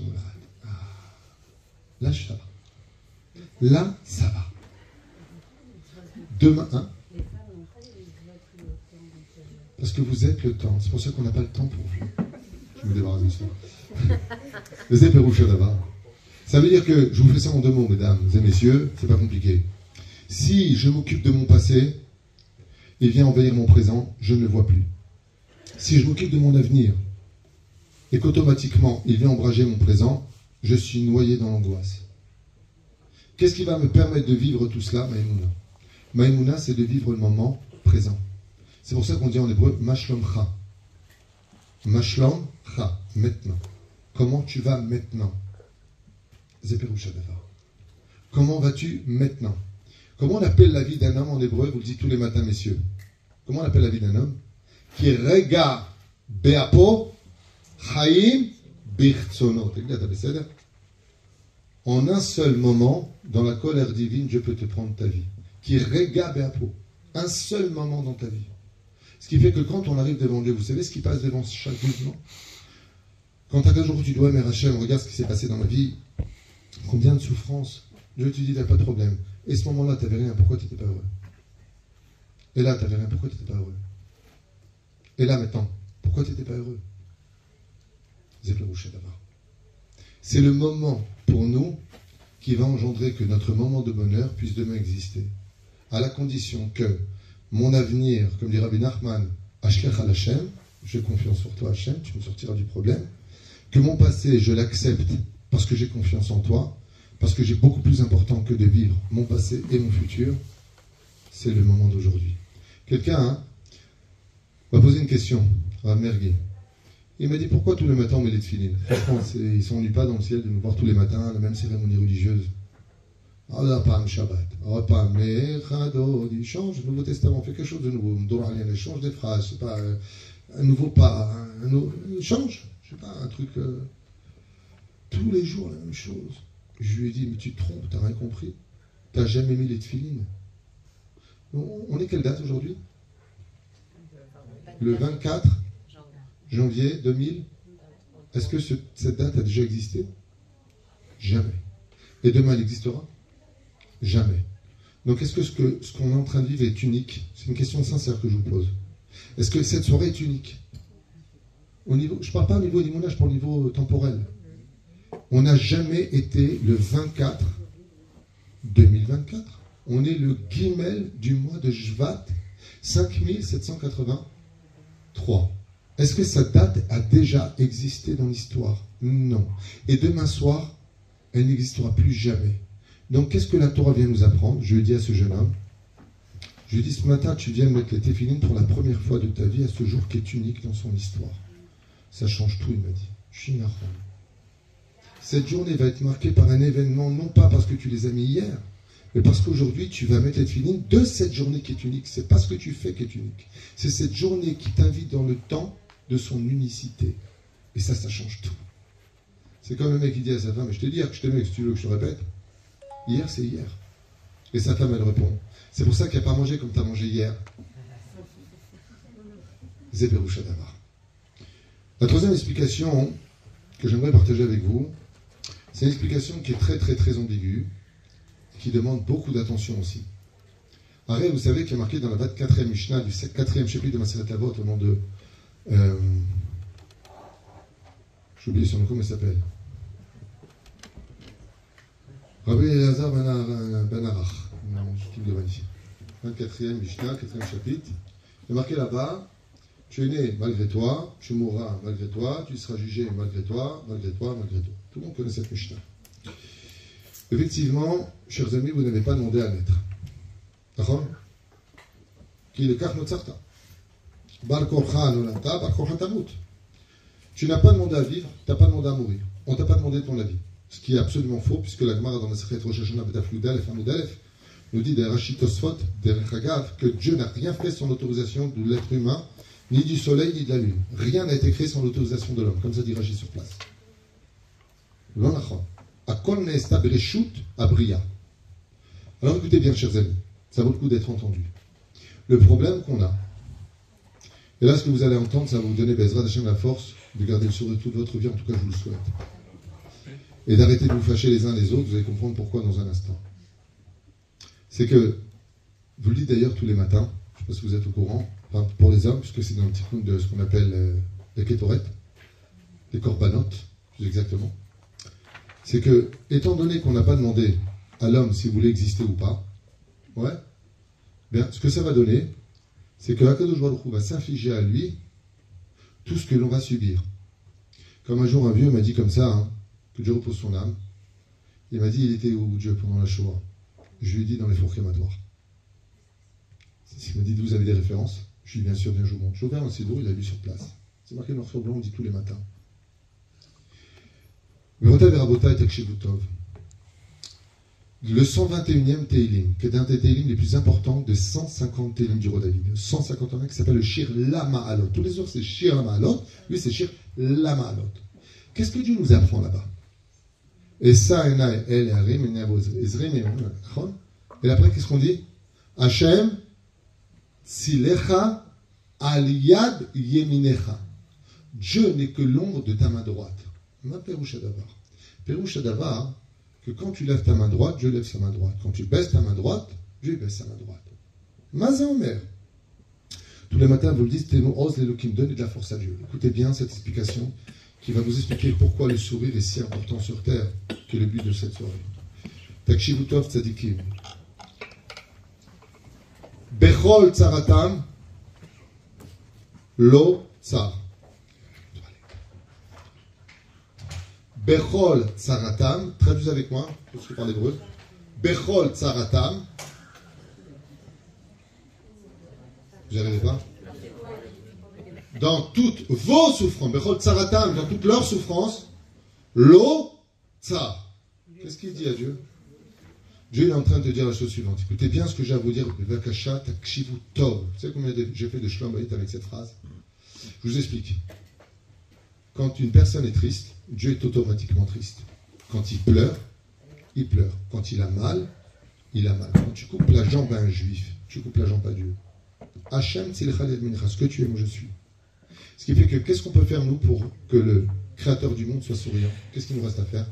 Là, ça va. Là, ça va. Demain, hein? Parce que vous êtes le temps. C'est pour ça qu'on n'a pas le temps pour vous. Je me débarrasse de ça. Les éperouches d'abord. Ça veut dire que, je vous fais ça en 2 mots, mesdames et messieurs, c'est pas compliqué. Si je m'occupe de mon passé, il vient envahir mon présent, je ne le vois plus. Si je m'occupe de mon avenir, et qu'automatiquement il vient ombrager mon présent, je suis noyé dans l'angoisse. Qu'est-ce qui va me permettre de vivre tout cela, Maïmouna? Maïmouna, c'est de vivre le moment présent. C'est pour ça qu'on dit en hébreu, Mashlom Cha. Mashlom Cha, maintenant. Comment tu vas maintenant? Comment vas-tu maintenant? Comment on appelle la vie d'un homme en hébreu? Vous le dites tous les matins, messieurs. Comment on appelle la vie d'un homme? Qui rega beapo chaim birtsono. En un seul moment, dans la colère divine, je peux te prendre ta vie. Qui rega beapo. Un seul moment dans ta vie. Ce qui fait que quand on arrive devant Dieu, vous savez ce qui passe devant chaque jugement? Quand à quel jour tu dois, Mère Hachem, regarde ce qui s'est passé dans ma vie. Combien de souffrances. Dieu te dit, t'as pas de problème. Et ce moment-là, tu n'avais rien, pourquoi tu n'étais pas heureux? Et là, tu n'avais rien, pourquoi tu n'étais pas heureux? Et là, maintenant, pourquoi tu n'étais pas heureux? C'est le moment, pour nous, qui va engendrer que notre moment de bonheur puisse demain exister. À la condition que mon avenir, comme dit Rabbi Nachman, Ashlech al Hashem, j'ai confiance sur toi, Hashem, tu me sortiras du problème, que mon passé, je l'accepte parce que j'ai confiance en toi, parce que j'ai beaucoup plus important que de vivre mon passé et mon futur, c'est le moment d'aujourd'hui. Quelqu'un m'a posé une question, à Mergui. Il m'a dit, pourquoi tous les matins on met les tefilines? Franchement, ils ne s'ennuient pas dans le ciel de nous voir tous les matins, la même cérémonie religieuse. Pam Shabbat, Pam Mechado, il change, le Nouveau Testament fait quelque chose de nouveau. Il change des phrases, c'est pas un nouveau pas, il change, je sais pas, un truc. Tous les jours la même chose. Je lui ai dit, mais tu te trompes, t'as rien compris. T'as jamais mis les tefilines. On est quelle date aujourd'hui? Le 24 janvier 2000. Est-ce que cette date a déjà existé? Jamais. Et demain, elle existera? Jamais. Donc, est-ce que ce qu'on est en train de vivre est unique? C'est une question sincère que je vous pose. Est-ce que cette soirée est unique? Je ne parle pas au niveau d'Imouna, je parle au niveau temporel. On n'a jamais été le 24 2024. On est le Gimel du mois de Shvat 5783. Est-ce que cette date a déjà existé dans l'histoire? Non. Et demain soir, elle n'existera plus jamais. Donc, qu'est-ce que la Torah vient nous apprendre? Je lui dis à ce jeune homme, je lui dis, ce matin, tu viens mettre les téphilines pour la première fois de ta vie à ce jour qui est unique dans son histoire. Ça change tout, il m'a dit. Je suis Nachon. Cette journée va être marquée par un événement, non pas parce que tu les as mis hier, mais parce qu'aujourd'hui, tu vas mettre les téphilines de cette journée qui est unique. C'est pas ce que tu fais qui est unique. C'est cette journée qui t'invite dans le temps de son unicité. Et ça change tout. C'est comme le mec qui dit à sa femme, je t'ai dit hier que je t'aimais, que tu veux que je te répète. Hier, c'est hier. Et sa femme, elle répond, c'est pour ça qu'il n'y a pas mangé comme tu as mangé hier. Zéberoucha Davar. La troisième explication que j'aimerais partager avec vous, c'est une explication qui est très très très ambiguë, qui demande beaucoup d'attention aussi. Arrête, vous savez qu'il y a marqué dans la 24e Mishnah du 4e chapitre de Maseret Avot au nom de... j'ai oublié son nom, comment il s'appelle? Rabbi Elazar Ben Arach. Je kiffe de magnifique. 24e Mishnah, 4e chapitre. Il y a marqué là-bas, tu es né malgré toi, tu mourras malgré toi, tu seras jugé malgré toi, malgré toi, malgré toi. Tout le monde connaît cette Mishnah. Effectivement, chers amis, vous n'avez pas demandé à naître. D'accord? Qui le kach notzarta. Bar korcha nolata, bar korcha tamut. Tu n'as pas demandé à vivre, tu n'as pas demandé à mourir. On ne t'a pas demandé ton avis. Ce qui est absolument faux, puisque la Gemara dans la Sechet Rosh Hashanah Betaf Yudalef Amudalef nous dit des Rachid Tosfot, des Rechagav, que Dieu n'a rien fait sans l'autorisation de l'être humain, ni du soleil, ni de la lune. Rien n'a été créé sans l'autorisation de l'homme, comme ça dit Rachid sur place. L'onachon. Akol ne'esta bereshut abriya. Alors écoutez bien, chers amis, ça vaut le coup d'être entendu. Le problème qu'on a, et là ce que vous allez entendre, ça va vous donner Bezrat Hashem la force de garder le sourire toute votre vie, en tout cas je vous le souhaite. Et d'arrêter de vous fâcher les uns les autres, vous allez comprendre pourquoi dans un instant. C'est que, vous le dites d'ailleurs tous les matins, je ne sais pas si vous êtes au courant, enfin, pour les hommes, puisque c'est dans le petit compte de ce qu'on appelle les kétorettes, les corbanotes, plus exactement. C'est que, étant donné qu'on n'a pas demandé à l'homme s'il voulait exister ou pas, ouais, bien, ce que ça va donner, c'est que Akadosh Baruch Hu va s'infliger à lui tout ce que l'on va subir. Comme un jour un vieux m'a dit comme ça, hein, que Dieu repose son âme, il m'a dit, il était où Dieu pendant la Shoah? Je lui ai dit dans les fours crématoires. Il m'a dit, vous avez des références? Je lui ai dit, bien sûr, bien, je vous montre. J'ai ouvert un sidou, il a lu sur place. C'est marqué noir sur blanc, on dit tous les matins. Le 121e Teilim, qui est un des Teilim les plus importants de 150 Teilim du roi David. 151 qui s'appelle le Shir Lama Alot. Tous les autres c'est Shir Lama Alot, lui c'est Shir Lama Alot. Qu'est-ce que Dieu nous apprend là-bas? Et ça, et après, qu'est-ce qu'on dit? Hashem, Tzilecha, Aliyad Yeminecha. Dieu n'est que l'ombre de ta main droite. Ma Péroucha Davar. Péroucha Davar, que quand tu lèves ta main droite, Dieu lève sa main droite. Quand tu baisses ta main droite, Dieu baisse sa main droite. Mazin Omer. Tous les matins, vous le dites, Tenu Oz l'Elohim, donne de la force à Dieu. Écoutez bien cette explication qui va vous expliquer pourquoi le sourire est si important sur terre, que le but de cette soirée. Takshivutov Tzadikim. Bechol Tzaratam, Lo Tzar. Bechol Tzaratam, traduisez avec moi, parce que je parle hébreu. Bechol Tzaratam. Vous n'y arrivez pas? Dans toutes vos souffrances, Bechol Tzaratam, dans toutes leurs souffrances, Lo Tzar. Qu'est-ce qu'il dit à Dieu? Dieu est en train de dire la chose suivante. Écoutez bien ce que j'ai à vous dire. Vakasha takshivu tov. Vous savez combien j'ai fait de shlom bayit avec cette phrase? Je vous explique. Quand une personne est triste, Dieu est automatiquement triste. Quand il pleure, il pleure. Quand il a mal, il a mal. Quand tu coupes la jambe à un juif, tu coupes la jambe à Dieu. Hachem tzilcha mincha. Ce que tu es, moi je suis. Ce qui fait que, qu'est-ce qu'on peut faire nous pour que le créateur du monde soit souriant? Qu'est-ce qu'il nous reste à faire?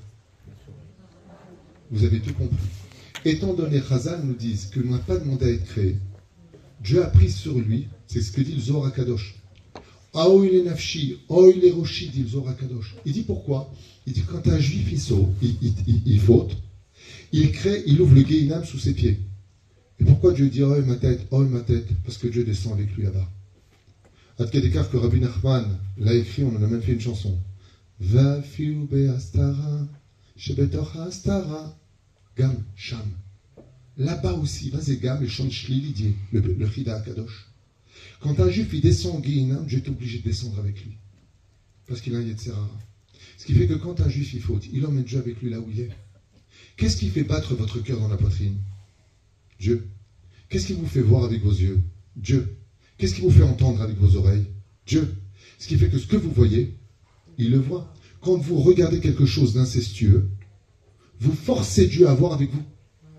Vous avez tout compris. Étant donné, Chazal nous disent que l'on n'a pas demandé à être créé, Dieu a pris sur lui, c'est ce que dit le Zohar HaKadosh. Aoï les nafshi, oï les roshi, dit le Zohar Kadosh. Il dit pourquoi? Il dit quand un juif il faute, il ouvre le Guéhinam sous ses pieds. Et pourquoi Dieu dit oï ma tête? Parce que Dieu descend avec lui là-bas. Ad Kedekar que Rabbi Nachman l'a écrit, on en a même fait une chanson. Va fiu be astara, shebetoch astara, gam sham. Là-bas aussi, vas-y gam, et chante Shlili, le Chida Kadosh. Quand un juif il descend au Guéhinam, Dieu est obligé de descendre avec lui. Parce qu'il a un Yetzerara. Ce qui fait que quand un juif il faute, il emmène Dieu avec lui là où il est. Qu'est-ce qui fait battre votre cœur dans la poitrine? Dieu. Qu'est-ce qui vous fait voir avec vos yeux? Dieu. Qu'est-ce qui vous fait entendre avec vos oreilles? Dieu. Ce qui fait que ce que vous voyez, il le voit. Quand vous regardez quelque chose d'incestueux, vous forcez Dieu à voir avec vous.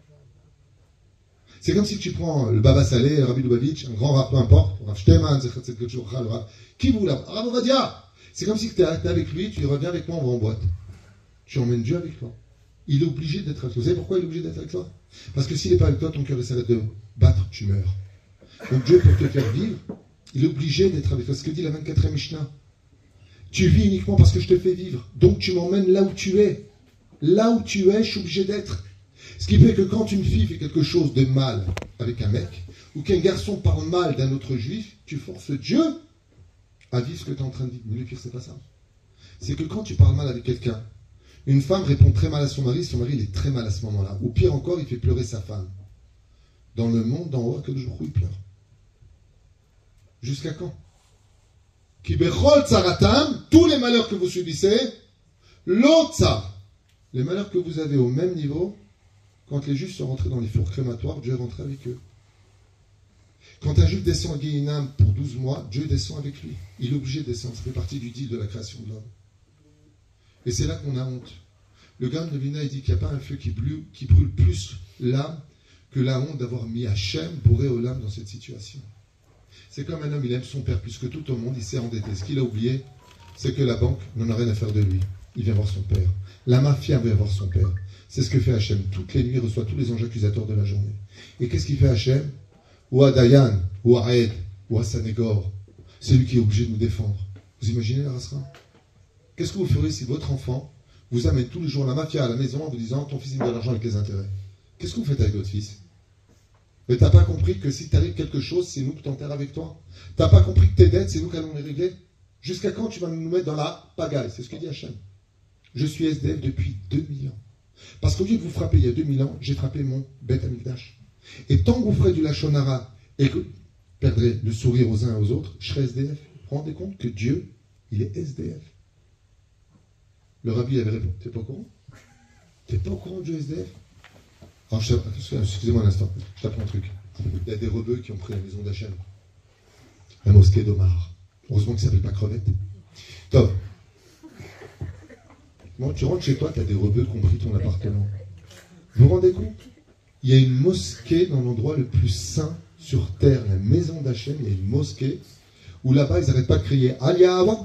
C'est comme si tu prends le Baba Saleh, Rabbi Lubavitch, un grand rap, peu importe, Rav Shteman, qui vous là, Rav Ovadia. C'est comme si tu es avec lui, tu dis reviens avec moi, on va en boîte. Tu emmènes Dieu avec toi. Il est obligé d'être avec toi. Vous savez pourquoi il est obligé d'être avec toi? Parce que s'il n'est pas avec toi, ton cœur s'arrête de battre, tu meurs. Donc Dieu, pour te faire vivre, il est obligé d'être avec toi. C'est ce que dit la 24e Mishnah. Tu vis uniquement parce que je te fais vivre. Donc tu m'emmènes là où tu es. Là où tu es, je suis obligé d'être. Ce qui fait que quand une fille fait quelque chose de mal avec un mec, ou qu'un garçon parle mal d'un autre juif, tu forces Dieu à vivre ce que tu es en train de vivre. Mais le pire, c'est pas ça. C'est que quand tu parles mal avec quelqu'un, une femme répond très mal à son mari il est très mal à ce moment-là. Ou pire encore, il fait pleurer sa femme. Dans le monde d'en haut, quel jour il pleure. Jusqu'à quand? Ki bechol tsaratam, tous les malheurs que vous subissez, l'otsa, les malheurs que vous avez au même niveau, quand les juifs sont rentrés dans les fours crématoires, Dieu est rentré avec eux. Quand un juif descend à Guéhinam pour 12 mois, Dieu descend avec lui. Il est obligé de descendre. Ça fait partie du deal de la création de l'homme. Et c'est là qu'on a honte. Le Gaon de Vilna, il dit qu'il n'y a pas un feu qui brûle plus l'âme que la honte d'avoir mis Hachem, Boré Olam, dans cette situation. C'est comme un homme, il aime son père plus que tout au monde, il s'est endetté. Ce qu'il a oublié, c'est que la banque n'en a rien à faire de lui. Il vient voir son père. La mafia vient voir son père. C'est ce que fait Hachem. Toutes les nuits, il reçoit tous les anges accusateurs de la journée. Et qu'est-ce qu'il fait Hachem? Ou à Dayan, ou à Aed, ou à Sanégor. C'est lui qui est obligé de nous défendre. Vous imaginez la Rasra? Qu'est-ce que vous ferez si votre enfant vous amène tous les jours la mafia à la maison en vous disant ton fils il me donne l'argent avec les intérêts? Qu'est-ce que vous faites avec votre fils? Mais t'as pas compris que si t'arrive quelque chose, c'est nous qui t'enterrons avec toi? T'as pas compris que tes dettes, c'est nous qui allons les régler? Jusqu'à quand tu vas nous mettre dans la pagaille? C'est ce que dit Hachem. Je suis SDF depuis 2000 ans. Parce qu'au lieu de vous frapper il y a 2000 ans, j'ai frappé mon Beth Amikdash. Et tant que vous ferez du Lachon Hara et que vous perdrez le sourire aux uns et aux autres, je serai SDF. Vous vous rendez compte que Dieu, il est SDF? Le rabbi avait répondu, t'es pas au courant? T'es pas au courant du SDF? Alors, excusez-moi un instant, je t'apprends un truc. Il y a des rebeux qui ont pris la maison d'Hachem. La mosquée d'Omar. Heureusement que ça ne s'appelle pas crevette. Top. Bon, tu rentres chez toi, tu as des rebeux qui ont pris ton appartement. Vous vous rendez compte? Il y a une mosquée dans l'endroit le plus saint sur terre, la maison d'Hachem, il y a une mosquée où là-bas, ils n'arrêtent pas de crier « Aliyah Akbar !»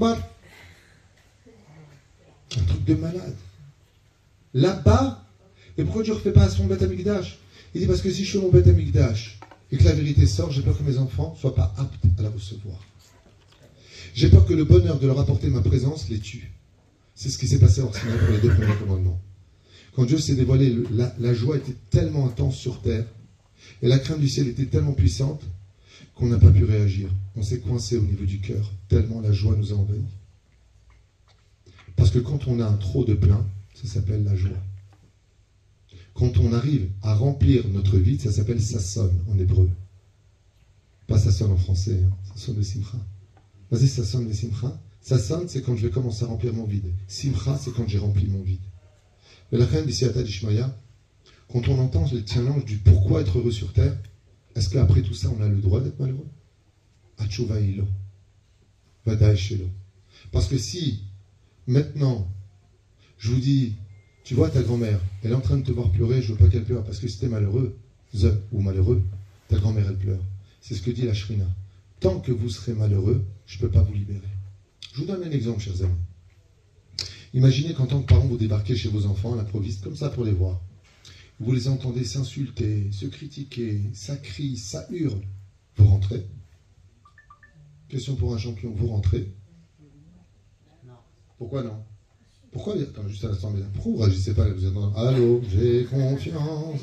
Un truc de malade. Là-bas, et pourquoi Dieu ne refait pas à son Beth Amikdash? Il dit parce que si je fais mon Beth Amikdash et que la vérité sort, j'ai peur que mes enfants ne soient pas aptes à la recevoir. J'ai peur que le bonheur de leur apporter ma présence les tue. C'est ce qui s'est passé en Sinaï pour les 2 premiers commandements. Quand Dieu s'est dévoilé, la joie était tellement intense sur terre et la crainte du ciel était tellement puissante qu'on n'a pas pu réagir. On s'est coincé au niveau du cœur, tellement la joie nous a envahis. Parce que quand on a un trop de plein, ça s'appelle la joie. Quand on arrive à remplir notre vide, ça s'appelle sasson en hébreu. Pas sasson en français, hein. Sasson de simcha. Vas-y, sasson de simcha. Sasson, c'est quand je vais commencer à remplir mon vide. Simcha, c'est quand j'ai rempli mon vide. Mais la reine d'ici à Tadishmaya, quand on entend le challenge du pourquoi être heureux sur terre, est-ce qu'après tout ça, on a le droit d'être malheureux? Atshuva ilo. Vadaï shelo. Parce que si, maintenant, je vous dis, tu vois ta grand-mère, elle est en train de te voir pleurer, je ne veux pas qu'elle pleure, parce que si tu es malheureux, ou malheureux, ta grand-mère, elle pleure. C'est ce que dit la Shrina. Tant que vous serez malheureux, je ne peux pas vous libérer. Je vous donne un exemple, chers amis. Imaginez qu'en tant que parent, vous débarquez chez vos enfants à l'improviste, comme ça pour les voir. Vous les entendez s'insulter, se critiquer, ça crie, ça hurle. Vous rentrez. Question pour un champion, vous rentrez? Pourquoi non? Pourquoi? Attends, juste à l'instant, pourquoi vous ne réagissez pas? Vous êtes dans... Allô, j'ai confiance.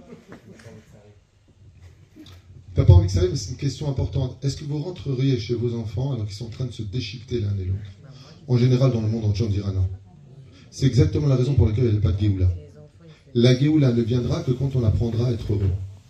T'as pas envie que ça aille, mais c'est une question importante. Est-ce que vous rentreriez chez vos enfants alors qu'ils sont en train de se déchiqueter l'un et l'autre? En général, dans le monde entier, on dira non. C'est exactement la raison pour laquelle il n'y a pas de Géoula. La Géoula ne viendra que quand on apprendra à être heureux.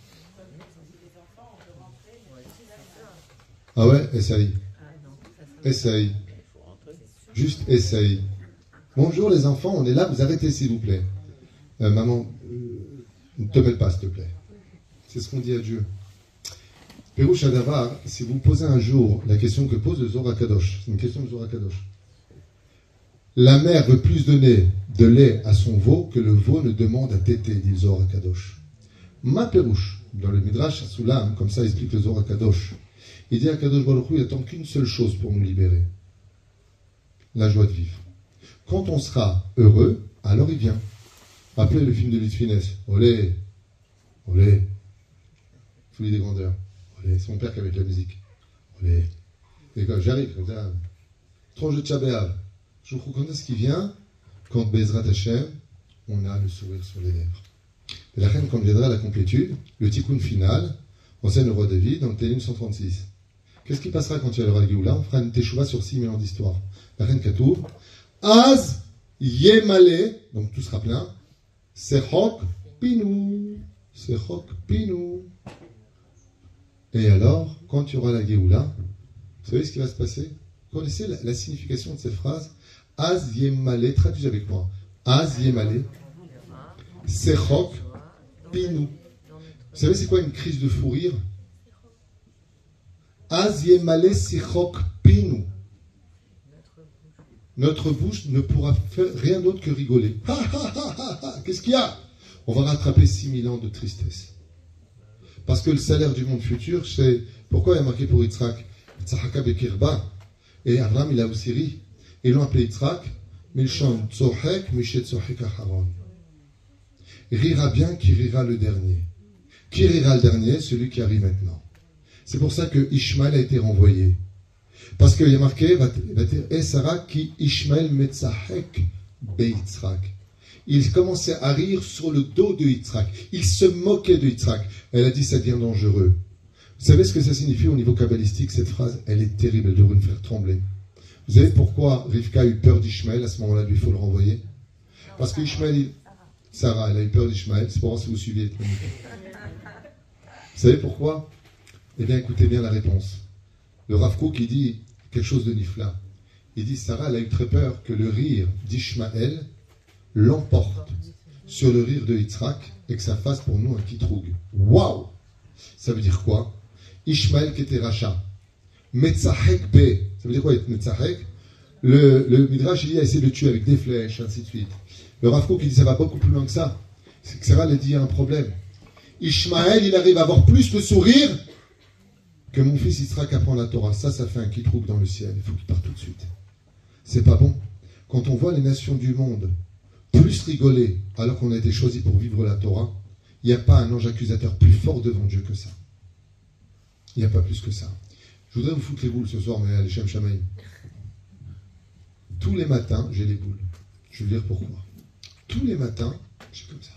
Ah ouais, essaye. Essaye. Juste essaye. Bonjour les enfants, on est là, vous arrêtez s'il vous plaît. Maman, ne te mêle pas s'il te plaît. C'est ce qu'on dit à Dieu. Pérouche Adavar, si vous posez un jour la question que pose le Zohar Kadosh, c'est une question de Zohar Kadosh. La mère veut plus donner de lait à son veau que le veau ne demande à téter, dit le Zohar Kadosh. Ma Pérouche, dans le Midrash Soulam, comme ça explique le Zohar Kadosh, il dit à Kadosh Baruch Hu, il attend qu'une seule chose pour nous libérer. La joie de vivre. Quand on sera heureux, alors il vient. Rappelez le film de Litfinès. Olé, olé, folie des grandeurs. Olé, c'est mon père qui avait la musique. Olé. Et quand j'arrive, comme ça, tranche de Tchabéav. Je vous quand est-ce qu'il vient? Quand Bezrat Hashem, on a le sourire sur les lèvres. Et la reine, quand viendra la complétude, le tikkun final, enseigne le roi David dans le Télim 136. Qu'est-ce qui passera quand il y aura le Géoula? On fera une teshuva sur 6 000 ans d'histoire. La reine Katour, Az Yemale, donc tout sera plein, Sechok Pinou, Sechok Pinou. Et alors, quand il y aura la Géoula, vous savez ce qui va se passer? Vous connaissez la signification de cette phrase? Az Yemale, traduisez avec moi. Az Yemale, Sechok Pinou. Vous savez c'est quoi une crise de fou rire? Az Yemale Sechok Pinou. Notre bouche ne pourra faire rien d'autre que rigoler. Qu'est-ce qu'il y a? On va rattraper 6000 ans de tristesse. Parce que le salaire du monde futur, c'est... Pourquoi il y a marqué pour Yitzhak? Tzahaka Bekirba. Et Abraham, il a aussi ri. Et ils l'ont appelé Yitzhak. Milshon Tzohek, Mishet Tzohek Aharon. Rira bien qui rira le dernier. Qui rira le dernier? Celui qui arrive maintenant. C'est pour ça que Ishmaël a été renvoyé. Parce qu'il y a marqué, et Sarah qui Ishmael Metzahek Beitzrak. Il commençait à rire sur le dos de Yitzhak. Il se moquait de Yitzhak. Elle a dit, ça devient dangereux. Vous savez ce que ça signifie au niveau kabbalistique, cette phrase? Elle est terrible, elle devrait nous faire trembler. Vous savez pourquoi Rivka a eu peur d'Ishmaël? À ce moment-là, il faut le renvoyer. Parce que Ishmaël, Sarah, elle a eu peur d'Ishmaël. C'est pour voir si vous suivez. Vous savez pourquoi? Eh bien, écoutez bien la réponse. Le Rav Kook, il dit quelque chose de nifla. Il dit, Sarah, elle a eu très peur que le rire d'Ishmaël l'emporte sur le rire de Yitzhak et que ça fasse pour nous un kitroug. Waouh! Ça veut dire quoi? Ishmaël qui était rachat. Metzahek B. Ça veut dire quoi, Metzahek? Le Midrash, il a essayé de le tuer avec des flèches, ainsi de suite. Le Rav Kook, il dit, ça va beaucoup plus loin que ça. C'est que Sarah, elle dit, il y a un problème. Ishmaël, il arrive à avoir plus de sourire que mon fils Yitzhak apprend la Torah. Ça fait un kitroug dans le ciel. Il faut qu'il parte tout de suite. C'est pas bon. Quand on voit les nations du monde plus rigoler alors qu'on a été choisi pour vivre la Torah, il n'y a pas un ange accusateur plus fort devant Dieu que ça. Il n'y a pas plus que ça. Je voudrais vous foutre les boules ce soir, mais allez, Shem Shamaï. Tous les matins, j'ai les boules. Je vais vous dire pourquoi. Tous les matins, je suis comme ça.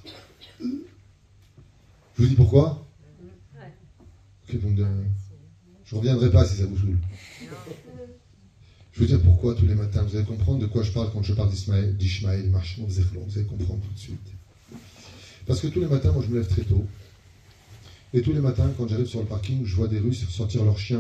Je vous dis pourquoi? Ok, bon, je ne reviendrai pas si ça vous saoule. Je veux dire pourquoi tous les matins. Vous allez comprendre de quoi je parle quand je parle d'Ishmaël, Marchimon, Zechlon. Vous allez comprendre tout de suite. Parce que tous les matins, moi je me lève très tôt. Et tous les matins, quand j'arrive sur le parking, je vois des Russes sortir leurs chiens.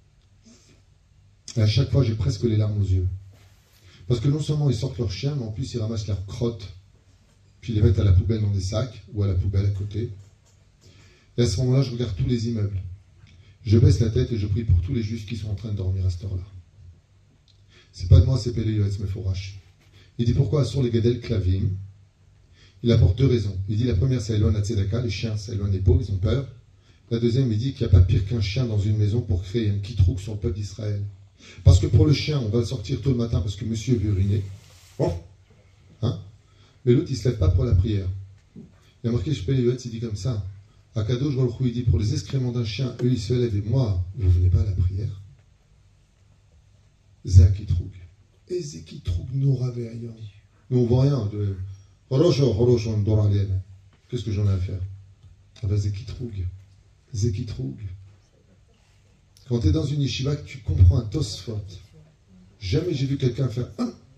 Et à chaque fois, j'ai presque les larmes aux yeux. Parce que non seulement ils sortent leurs chiens, mais en plus ils ramassent leurs crottes. Puis ils les mettent à la poubelle dans des sacs, ou à la poubelle à côté. Et à ce moment-là, je regarde tous les immeubles. Je baisse la tête et je prie pour tous les juifs qui sont en train de dormir à cette heure-là. C'est pas de moi, c'est Pélé Yoetz Meforash. Il dit pourquoi sur les Gadel Klavim? Il apporte deux raisons. Il dit la première, c'est Elon Hatzedaka, les chiens, ça éloigne les pauvres, ils ont peur. La deuxième, il dit qu'il n'y a pas pire qu'un chien dans une maison pour créer un kitrouk sur le peuple d'Israël. Parce que pour le chien, on va le sortir tôt le matin parce que monsieur veut uriner. Bon, hein? Mais l'autre, il ne se lève pas pour la prière. Il y a marqué, je paye il dit comme ça. Akadosh Baruch Hu, il dit pour les excréments d'un chien, eux, ils se lèvent et moi, vous ne venez pas à la prière. Zekitrug. Et Zekitrug Nora Ve'ayam. Nous, on voit rien. Qu'est-ce que j'en ai à faire? Ah ben, Zekitrug. Zekitrug. Quand tu es dans une yeshiva, que tu comprends un Tosfot. Jamais j'ai vu quelqu'un faire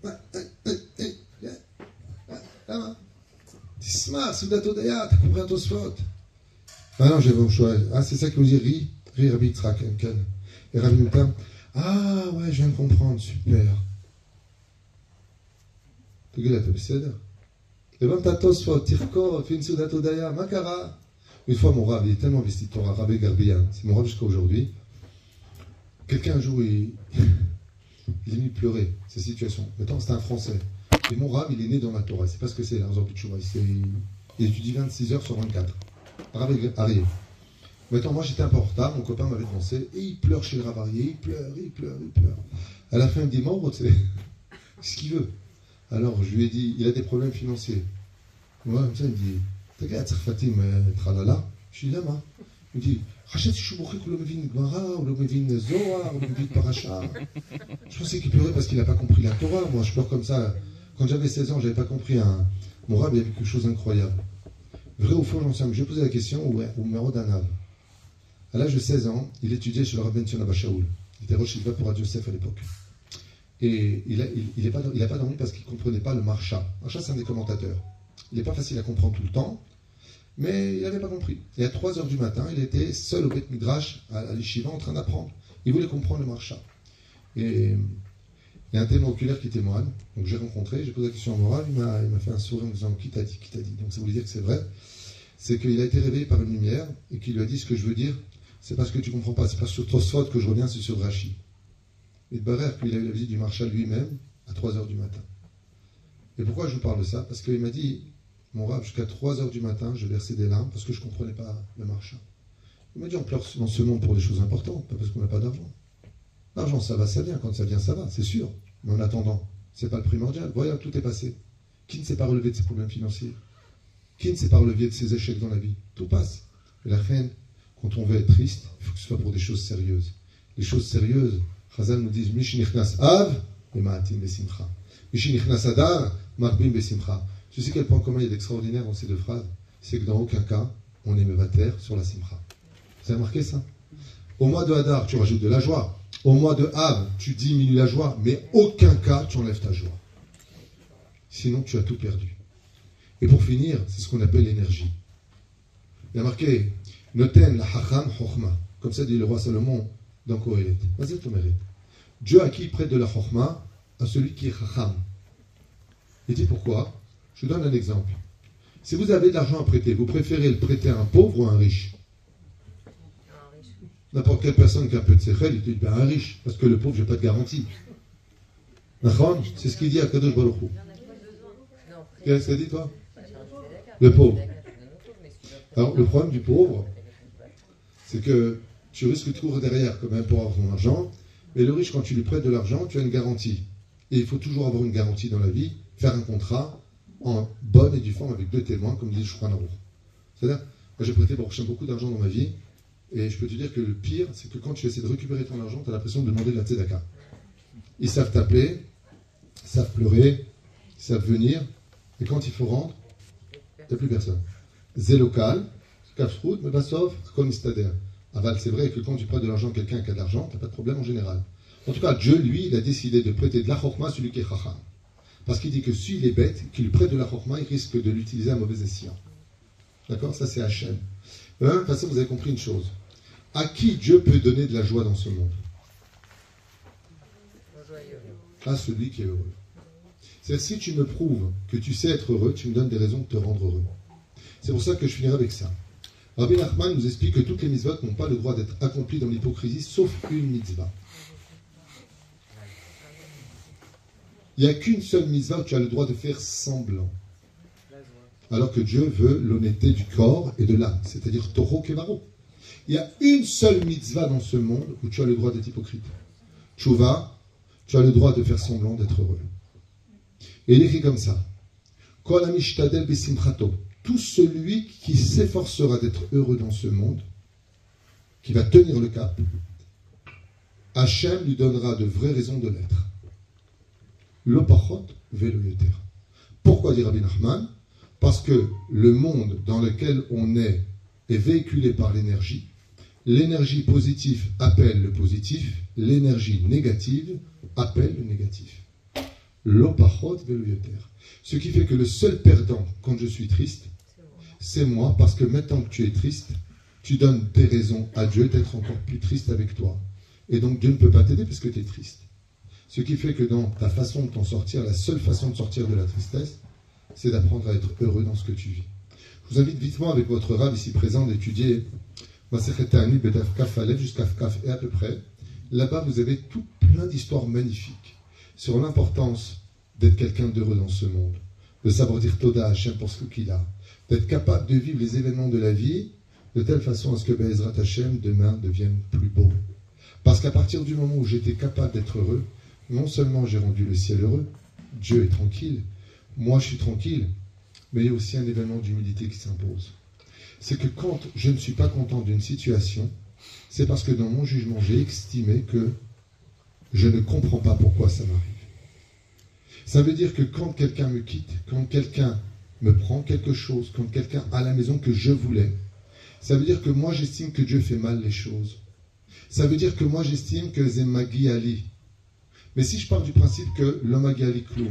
Tisma, Soudato Daya, t'as compris un Tosfot? Ah non, j'ai mon choix. Ah, c'est ça que vous dites, ri, Rabbi Yitzhak, et Rabbi Mutam. Ah ouais, je viens de comprendre, super. Tu gars, t'as besséder. Et même ta Tosfot, Tirko, fais une Soudato Daya, Makara. Une fois, mon Rav, il est tellement investi de Torah, Rabbi Garbian, c'est mon Rav jusqu'à aujourd'hui. Quelqu'un un jour, il est venu pleurer, cette situation. Maintenant, c'est un Français. Et mon Rav, il est né dans la Torah. C'est pas ce que c'est, l'Arzor Pichoura. Il étudie 26 heures sur 24. Rav arrive. Maintenant, moi, j'étais un peu en retard. Mon copain m'avait devancé. Et il pleure chez le Rav Arié. Il pleure. À la fin, il me dit, membre, c'est ce qu'il veut. Alors, je lui ai dit, il a des problèmes financiers. Moi, comme ça, il me dit, t'as Fatim, tralala. Je lui dis, là, il me dit, rachète Chouboukik ou le Mevin Gmara, ou le Mevin Zohar, ou le Mevin Paracha. Je pensais qu'il pleurait parce qu'il n'a pas compris la Torah. Moi, je pleure comme ça. Quand j'avais 16 ans, je n'avais pas compris mon Rav, il y avait quelque chose d'incroyable. Vrai ou faux, j'en sais rien. Je vais poser la question au numéro d'un Av. À l'âge de 16 ans, il étudiait chez le Rav Ben Sion Abba Shaul. Il était Rosh Yeshiva pour Ad Yosef à l'époque. Et il n'a pas dormi parce qu'il ne comprenait pas le Marsha. Marsha, c'est un des commentateurs. Il n'est pas facile à comprendre tout le temps, mais il n'avait pas compris. Et à 3 h du matin, il était seul au Beth Midrash, à l'Yeshiva, en train d'apprendre. Il voulait comprendre le Marsha. Et il y a un témoin oculaire qui témoigne. Donc j'ai rencontré, j'ai posé la question à Moral, il m'a fait un sourire en me disant qui t'a dit. Donc ça voulait dire que c'est vrai. C'est qu'il a été réveillé par une lumière et qu'il lui a dit ce que je veux dire, c'est parce que tu ne comprends pas, c'est pas sur Tosfot que je reviens, c'est sur Rashi. Et de Barer, qu'il a eu la visite du Marsha lui-même à 3 h du matin. Et pourquoi je vous parle de ça? Parce qu'il m'a dit, mon Rav, jusqu'à 3 h du matin, je versais des larmes parce que je ne comprenais pas le Marsha. Il m'a dit, on pleure dans ce monde pour des choses importantes, pas parce qu'on n'a pas d'argent. L'argent, ça vient. Quand ça vient, ça va, c'est sûr. Mais en attendant, ce n'est pas le primordial. Voilà, tout est passé. Qui ne s'est pas relevé de ses problèmes financiers? Qui ne s'est pas relevé de ses échecs dans la vie? Tout passe. Et la fin, quand on veut être triste, il faut que ce soit pour des choses sérieuses. Les choses sérieuses, Chazal nous disent, Mishinichnas Av, et Ma'atim Besimcha. Mishinichnas Adar, Marbim Besimcha. Je sais quel point commun il y a d'extraordinaire dans ces deux phrases, c'est que dans aucun cas, on est mevater sur la Simcha. Vous avez remarqué ça? Au mois de Hadar, tu rajoutes de la joie. Au mois de Av, tu diminues la joie, mais aucun cas, tu enlèves ta joie. Sinon, tu as tout perdu. Et pour finir, c'est ce qu'on appelle l'énergie. Il y a marqué, Noten la Hacham Chochma. Comme ça dit le roi Salomon dans Kohelet. Vas-y, ton mérite. Dieu a qui prête de la Chochma à celui qui est Chacham. Il dit pourquoi? Je vous donne un exemple. Si vous avez de l'argent à prêter, vous préférez le prêter à un pauvre ou à un riche? N'importe quelle personne qui a un peu de séchel, il te dit, un riche, parce que le pauvre, je n'ai pas de garantie. C'est ce qu'il dit à Kadosh Baruch Hu. Qu'est-ce qu'il dit, toi? Le pauvre. Alors, le problème du pauvre, c'est que tu risques de courir derrière quand même pour avoir ton argent, mais le riche, quand tu lui prêtes de l'argent, tu as une garantie. Et il faut toujours avoir une garantie dans la vie, faire un contrat en bonne et due forme avec 2 témoins, comme dit Shulchan Aruch. C'est-à-dire, moi j'ai prêté beaucoup d'argent dans ma vie, et je peux te dire que le pire, c'est que quand tu essaies de récupérer ton argent, tu as l'impression de demander de la tzedaka. Ils savent t'appeler, ils savent pleurer, ils savent venir, et quand il faut rendre, il n'y a plus personne. C'est local, Kafsrout, mais Bassov, Konistader. Aval, c'est vrai que quand tu prêtes de l'argent à quelqu'un qui a de l'argent, tu n'as pas de problème en général. En tout cas, Dieu, lui, il a décidé de prêter de la chokma à celui qui est chacham. Parce qu'il dit que s'il est bête, qu'il lui prête de la chokma, il risque de l'utiliser à mauvais escient. D'accord? Ça, c'est Hachem. De toute façon, vous avez compris une chose. À qui Dieu peut donner de la joie dans ce monde? À celui qui est heureux. C'est-à-dire, si tu me prouves que tu sais être heureux, tu me donnes des raisons de te rendre heureux. C'est pour ça que je finirai avec ça. Rabbi Nachman nous explique que toutes les mitzvot n'ont pas le droit d'être accomplies dans l'hypocrisie, sauf une mitzvah. Il n'y a qu'une seule mitzvah où tu as le droit de faire semblant. Alors que Dieu veut l'honnêteté du corps et de l'âme, c'est-à-dire Toro Kevaro. Il y a une seule mitzvah dans ce monde où tu as le droit d'être hypocrite. Tchouva, tu as le droit de faire semblant d'être heureux. Et il écrit comme ça. Kolamishtadel besimchato. Tout celui qui s'efforcera d'être heureux dans ce monde, qui va tenir le cap, Hachem lui donnera de vraies raisons de l'être. Lo pachot velo yoter. Pourquoi dit Rabbi Nachman? Parce que le monde dans lequel on est véhiculé par l'énergie. L'énergie positive appelle le positif, l'énergie négative appelle le négatif. Lo pachot velo yoter. Ce qui fait que le seul perdant quand je suis triste, c'est moi, parce que maintenant que tu es triste, tu donnes tes raisons à Dieu d'être encore plus triste avec toi. Et donc Dieu ne peut pas t'aider parce que tu es triste. Ce qui fait que dans ta façon de t'en sortir, la seule façon de sortir de la tristesse, c'est d'apprendre à être heureux dans ce que tu vis. Je vous invite vitement avec votre Rav ici présent d'étudier Masechet Ta'anit Bedaf Kaf Aleph jusqu'à Kaf et à peu près. Là-bas, vous avez tout plein d'histoires magnifiques sur l'importance d'être quelqu'un d'heureux dans ce monde, de savoir dire Toda Hashem pour ce qu'il a, d'être capable de vivre les événements de la vie de telle façon à ce que Be'ezrat Hashem demain devienne plus beau. Parce qu'à partir du moment où j'étais capable d'être heureux, non seulement j'ai rendu le ciel heureux, Dieu est tranquille, moi je suis tranquille, mais il y a aussi un événement d'humilité qui s'impose. C'est que quand je ne suis pas content d'une situation, c'est parce que dans mon jugement, j'ai estimé que je ne comprends pas pourquoi ça m'arrive. Ça veut dire que quand quelqu'un me quitte, quand quelqu'un me prend quelque chose, quand quelqu'un a la maison que je voulais, ça veut dire que moi j'estime que Dieu fait mal les choses. Ça veut dire que moi j'estime que c'est Magi Ali. Mais si je pars du principe que l'Omagi Ali Kloum,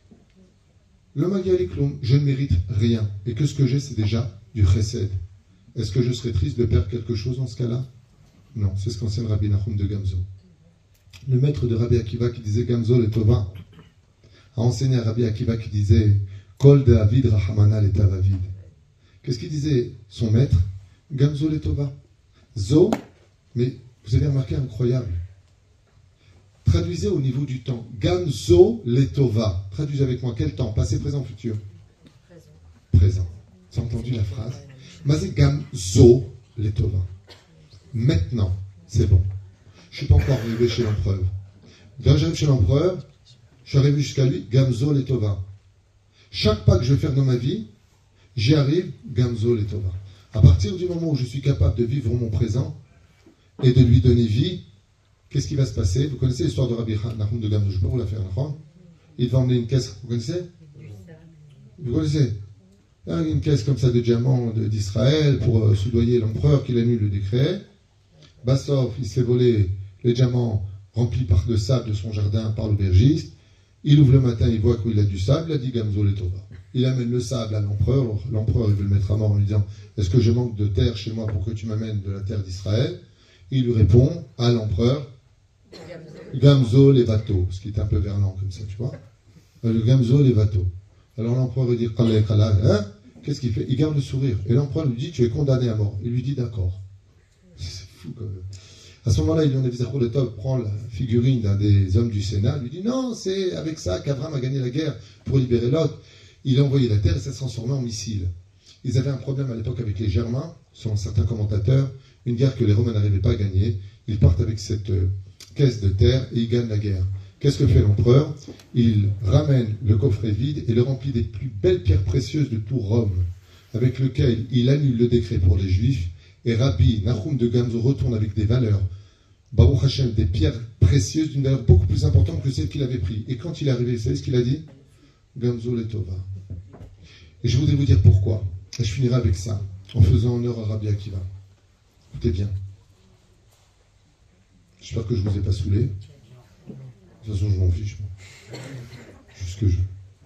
l'Omagi Ali Kloum, je ne mérite rien, et que ce que j'ai c'est déjà du chesed, est-ce que je serais triste de perdre quelque chose dans ce cas-là? Non, c'est ce qu'enseigne Rabbi Nachum de Gamzo. Le maître de Rabbi Akiva qui disait Gamzo le Tova a enseigné à Rabbi Akiva qui disait Kol de Avid Rahamana le Tavavid. Qu'est-ce qu'il disait son maître? Gamzo le Tova. Zo, mais vous avez remarqué incroyable. Traduisez au niveau du temps. Gamzo le Tova. Traduisez avec moi quel temps? Passé, présent, futur? Présent. Vous avez entendu la phrase? Mazé Gamzo le Tova. Maintenant, c'est bon. Je ne suis pas encore arrivé chez l'empereur. Quand j'arrive chez l'empereur, je suis arrivé jusqu'à lui, Gamzo le Tova. Chaque pas que je vais faire dans ma vie, j'y arrive, Gamzo le Tova. À partir du moment où je suis capable de vivre mon présent et de lui donner vie, qu'est-ce qui va se passer? Vous connaissez l'histoire de Rabbi Nachum de Gamzo? Je ne peux pas vous la faire, il va emmener une caisse, vous connaissez? Vous connaissez? Une caisse comme ça de diamants d'Israël pour soudoyer l'empereur qu'il annule le décret. Bassov, il se fait voler les diamants remplis de sable de son jardin par l'aubergiste. Il ouvre le matin, il voit qu'il a du sable, il a dit Gamzo le Tova. Il amène le sable à l'empereur. L'empereur, il veut le mettre à mort en lui disant est-ce que je manque de terre chez moi pour que tu m'amènes de la terre d'Israël? Il lui répond à l'empereur Gamzo Levato, ce qui est un peu verlan comme ça, tu vois. Le Gamzo Levato. Alors l'empereur lui dit hein? Qu'est-ce qu'il fait? Il garde le sourire. Et l'empereur lui dit tu es condamné à mort. Il lui dit d'accord. C'est fou quand même. À ce moment-là, il en a le top prend la figurine d'un des hommes du Sénat, lui dit non, c'est avec ça qu'Abraham a gagné la guerre pour libérer Lot. Il a envoyé la terre et ça se transformait en missile. Ils avaient un problème à l'époque avec les Germains, selon certains commentateurs, une guerre que les Romains n'arrivaient pas à gagner. Ils partent avec cette caisse de terre et ils gagnent la guerre. Qu'est-ce que fait l'empereur? Il ramène le coffret vide et le remplit des plus belles pierres précieuses de tout Rome, avec lequel il annule le décret pour les Juifs. Et Rabbi Nachum de Gamzo retourne avec des valeurs, Baruch Hashem, des pierres précieuses d'une valeur beaucoup plus importante que celle qu'il avait prise. Et quand il est arrivé, vous savez ce qu'il a dit? Gamzo le Tova. Et je voudrais vous dire pourquoi. Et je finirai avec ça, en faisant honneur à Rabbi Akiva. Écoutez bien. J'espère que je ne vous ai pas saoulé. De toute façon, je m'en fiche. Juste que je...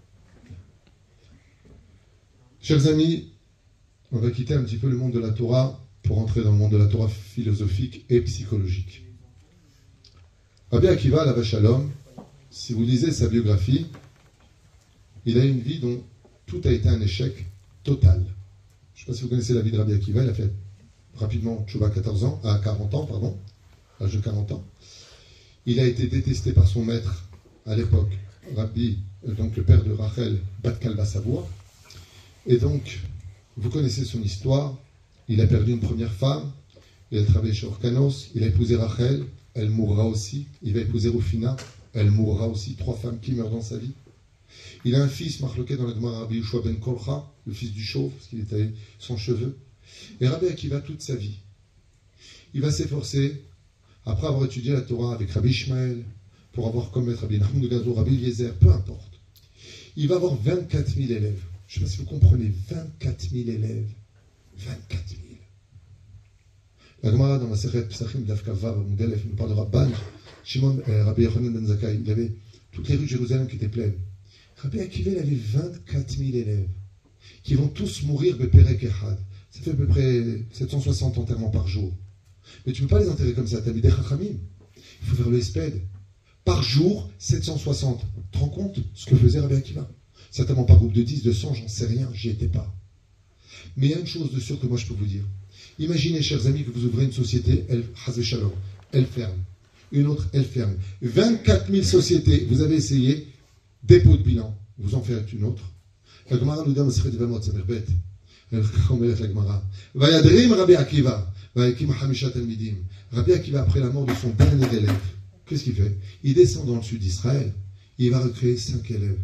Chers amis, on va quitter un petit peu le monde de la Torah pour entrer dans le monde de la Torah philosophique et psychologique. Rabbi Akiva, la Shalom, si vous lisez sa biographie, il a une vie dont tout a été un échec total. Je ne sais pas si vous connaissez la vie de Rabbi Akiva, il a fait rapidement Tchouva à 40 ans, à l'âge de 40 ans. Il a été détesté par son maître à l'époque, Rabbi, donc le père de Rachel, Bat Kalba Savoie. Et donc, vous connaissez son histoire. Il a perdu une première femme, il a travaillé chez Orkanos, il a épousé Rachel, elle mourra aussi. Il va épouser Rufina, elle mourra aussi. 3 femmes qui meurent dans sa vie. Il a un fils, marloqué dans la Gemara, Rabbi Yoshua ben Korcha, le fils du chauve, parce qu'il était sans cheveux. Et Rabbi Akiva, toute sa vie, il va s'efforcer après avoir étudié la Torah avec Rabbi Ishmael, pour avoir comme maître Rabbi Nachman de Gazo, Rabbi Eliezer, peu importe, il va avoir 24 000 élèves. Je ne sais pas si vous comprenez, 24 000 élèves. 24 000. La Gemara dans la Masechet Pesachim d'Afkava, il nous parle de Rabban, Shimon, Rabbi Yochanan ben Zakkai, il avait toutes les rues de Jérusalem qui étaient pleines. Rabbi Akiva, il avait 24 000 élèves qui vont tous mourir de Perek Echad. Ça fait à peu près 760 enterrements par jour. Mais tu ne peux pas les enterrer comme ça, tu as mis des Chachamim. Il faut faire le Esped. Par jour, 760. Tu te rends compte ce que faisait Rabbi Akiva? Certainement par groupe de 10, de 100, j'en sais rien, j'y étais pas. Mais il y a une chose de sûr que moi je peux vous dire. Imaginez, chers amis, que vous ouvrez une société, elle ferme. Une autre, elle ferme. 24 000 sociétés, vous avez essayé, dépôt de bilan, vous en faites une autre. La Gemara nous dit, la Gemara. Vayadrim Rabbi Akiva, vayakim hamisha talmidim. Rabbi Akiva, après la mort de son dernier élève, qu'est-ce qu'il fait? Il descend dans le sud d'Israël, il va recréer 5 élèves.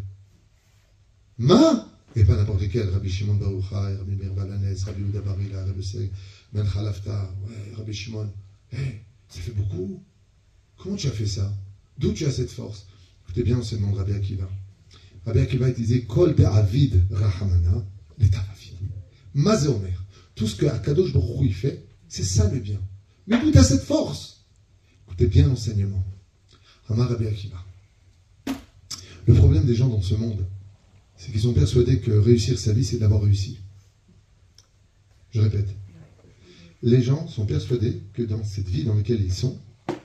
Et pas n'importe lesquels, Rabbi Shimon Bar Yochai, Rabbi Meir Balanès, Rabbi Yehuda bar Hila, Rabbi Seg, Ben Khalafta, Rabbi Shimon. Ça fait beaucoup. Comment tu as fait ça? D'où tu as cette force? Écoutez bien l'enseignement de Rabbi Akiva. Rabbi Akiva il disait Kol be'avid rahamana l'etavavid. Mazé Omer. Tout ce que Akadosh Baruch Hu il fait, c'est ça le bien. Mais d'où tu as cette force? Écoutez bien l'enseignement. Amar Rabbi Akiva. Le problème des gens dans ce monde, c'est qu'ils sont persuadés que réussir sa vie, c'est d'avoir réussi. Je répète. Les gens sont persuadés que dans cette vie dans laquelle ils sont,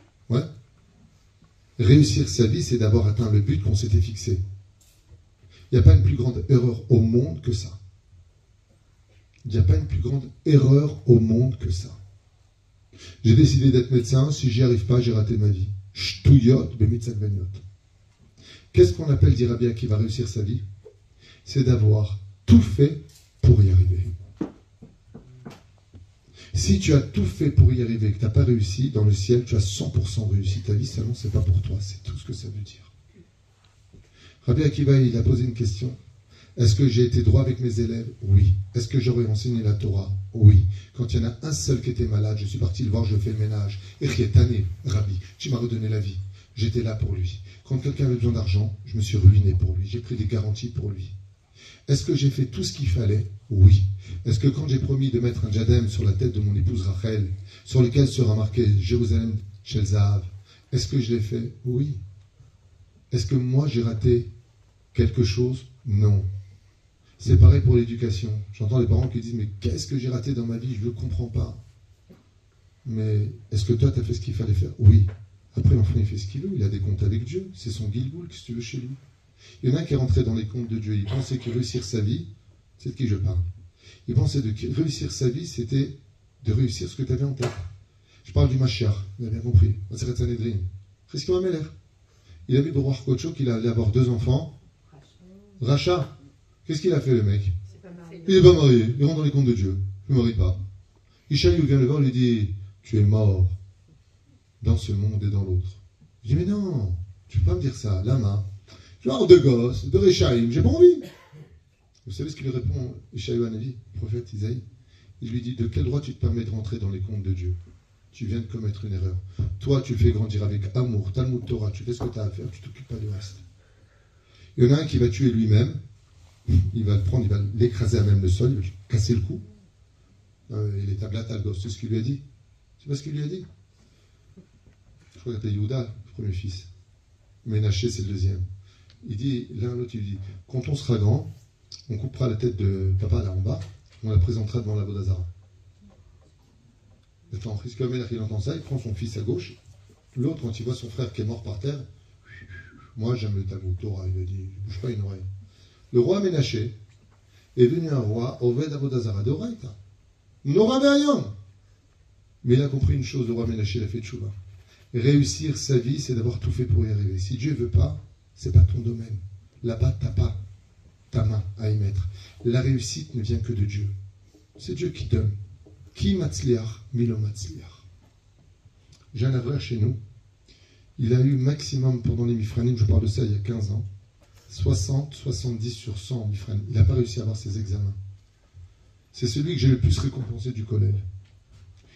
réussir sa vie, c'est d'avoir atteint le but qu'on s'était fixé. Il n'y a pas une plus grande erreur au monde que ça. Il n'y a pas une plus grande erreur au monde que ça. J'ai décidé d'être médecin, si j'y arrive pas, j'ai raté ma vie. Shtouyot, bemitzak beniot. Qu'est-ce qu'on appelle, dit Rabbi qui va réussir sa vie? C'est d'avoir tout fait pour y arriver. Si tu as tout fait pour y arriver et que tu n'as pas réussi, dans le ciel, tu as 100% réussi ta vie, seulement c'est pas pour toi, c'est tout ce que ça veut dire. Rabbi Akiva, il a posé une question. Est-ce que j'ai été droit avec mes élèves? Oui. Est-ce que j'aurais enseigné la Torah? Oui. Quand il y en a un seul qui était malade, je suis parti le voir, je fais le ménage. Et Rietané, Rabbi, tu m'as redonné la vie. J'étais là pour lui. Quand quelqu'un avait besoin d'argent, je me suis ruiné pour lui. J'ai pris des garanties pour lui. Est-ce que j'ai fait tout ce qu'il fallait? Oui. Est-ce que quand j'ai promis de mettre un diadème sur la tête de mon épouse Rachel, sur lequel sera marqué Jérusalem Shel Zahav, est-ce que je l'ai fait? Oui. Est-ce que moi j'ai raté quelque chose? Non. C'est pareil pour l'éducation. J'entends les parents qui disent mais qu'est-ce que j'ai raté dans ma vie? Je ne le comprends pas. Mais est-ce que toi tu as fait ce qu'il fallait faire? Oui. Après l'enfant il fait ce qu'il veut, il a des comptes avec Dieu. C'est son Gilgoul, qu'est-ce que tu veux chez lui? Il y en a un qui est rentré dans les comptes de Dieu. Il pensait que réussir sa vie, c'est de qui je parle. Il pensait que réussir sa vie, c'était de réussir ce que tu avais en tête. Je parle du Mashiach, vous avez bien compris. Maseret Sanhedrin. Cheskia Meler. Il a vu Baruch Kocho qu'il allait avoir 2 enfants. Racha. Qu'est-ce qu'il a fait le mec? Il n'est pas marié. Il rentre dans les comptes de Dieu. Il ne marie pas. Ishaï vient le voir et lui dit tu es mort dans ce monde et dans l'autre. Je dis mais non, tu ne peux pas me dire ça. Lama. Je vais avoir 2 gosses, 2 Réchaïm, j'ai pas envie. Vous savez ce qu'il répond, Ishaï Hanavi, le prophète Isaïe? Il lui dit, de quel droit tu te permets de rentrer dans les comptes de Dieu? Tu viens de commettre une erreur. Toi, tu fais grandir avec amour, Talmud Torah, tu fais ce que tu as à faire, tu t'occupes pas du reste. Il y en a un qui va tuer lui-même, il va le prendre, il va l'écraser à même le sol, il va casser le cou. Il est tablat al gosse, c'est ce qu'il lui a dit. C'est pas ce qu'il lui a dit? Je crois qu'il était Yehuda, le premier fils. Ménaché, c'est le deuxième. Il dit, l'un à l'autre, il dit, quand on sera grand, on coupera la tête de papa là en bas, on la présentera devant la Bodazara. Maintenant, Cheskia Meler, il entend ça, il prend son fils à gauche. L'autre, quand il voit son frère qui est mort par terre, moi j'aime le Talmud Torah, il a dit, je bouge pas une oreille. Le roi Ménaché est venu un roi, Oved Abodazara de Oraïta. N'aura rien. Mais il a compris une chose, le roi Ménaché, il a fait tchouva. Réussir sa vie, c'est d'avoir tout fait pour y arriver. Si Dieu veut pas, c'est pas ton domaine. Là-bas, t'as pas ta main à y mettre. La réussite ne vient que de Dieu. C'est Dieu qui donne. Qui matzliach, milo matzliach. J'ai un avraire chez nous. Il a eu maximum pendant les Mifranim, je parle de ça il y a 15 ans, 60, 70 sur 100 en Mifranim. Il n'a pas réussi à avoir ses examens. C'est celui que j'ai le plus récompensé du collège.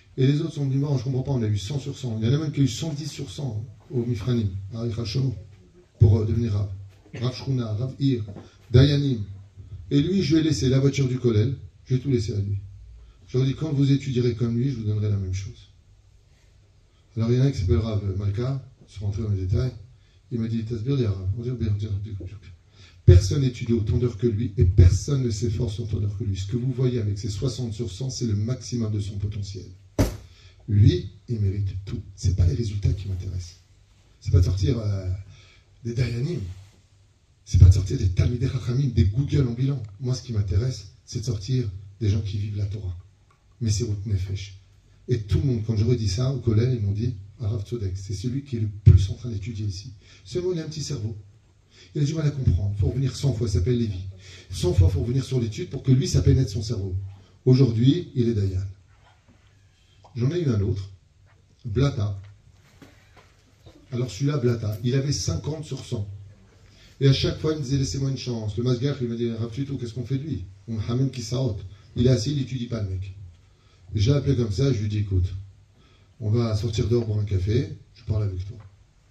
Et les autres sont dit, bon, je comprends pas, on a eu 100 sur 100. Il y en a même qui a eu 110 sur 100 au Mifranim, à Richard pour devenir Rav. Rav Shruna, Rav Ir, Dayanim. Et lui, je lui ai laissé la voiture du Kollel, je vais tout laisser à lui. Je leur ai dit, quand vous étudierez comme lui, je vous donnerai la même chose. Alors il y en a un qui s'appelle Rav Malka, je suis rentré dans les détails, il m'a dit, Tasbir, il y a Rav. Personne n'étudie autant d'heures que lui et personne ne s'efforce autant d'heures que lui. Ce que vous voyez avec ses 60 sur 100, c'est le maximum de son potentiel. Lui, il mérite tout. Ce n'est pas les résultats qui m'intéressent. Ce n'est pas de sortir des Dayanim. Ce n'est pas de sortir des Talmidei Chachamim, des Google en bilan. Moi, ce qui m'intéresse, c'est de sortir des gens qui vivent la Torah. Mais c'est route nefesh. Et tout le monde, quand je redis ça au collège, ils m'ont dit, Rav Tzodek, c'est celui qui est le plus en train d'étudier ici. Seulement, il a un petit cerveau. Il a du mal à comprendre. Il faut revenir 100 fois, ça s'appelle Lévi. 100 fois, il faut revenir sur l'étude pour que lui, ça pénètre son cerveau. Aujourd'hui, il est Dayan. J'en ai eu un autre, Blata. Alors celui-là, Blata, il avait 50 sur 100. Et à chaque fois, il me disait, laissez-moi une chance. Le Masgar, il m'a dit, Rav Tuto, qu'est-ce qu'on fait de lui? On Mohamed qui saote. Il est assis, il n'étudie pas le mec. Et je l'ai appelé comme ça, je lui ai dit, écoute, on va sortir dehors boire un café, je parle avec toi.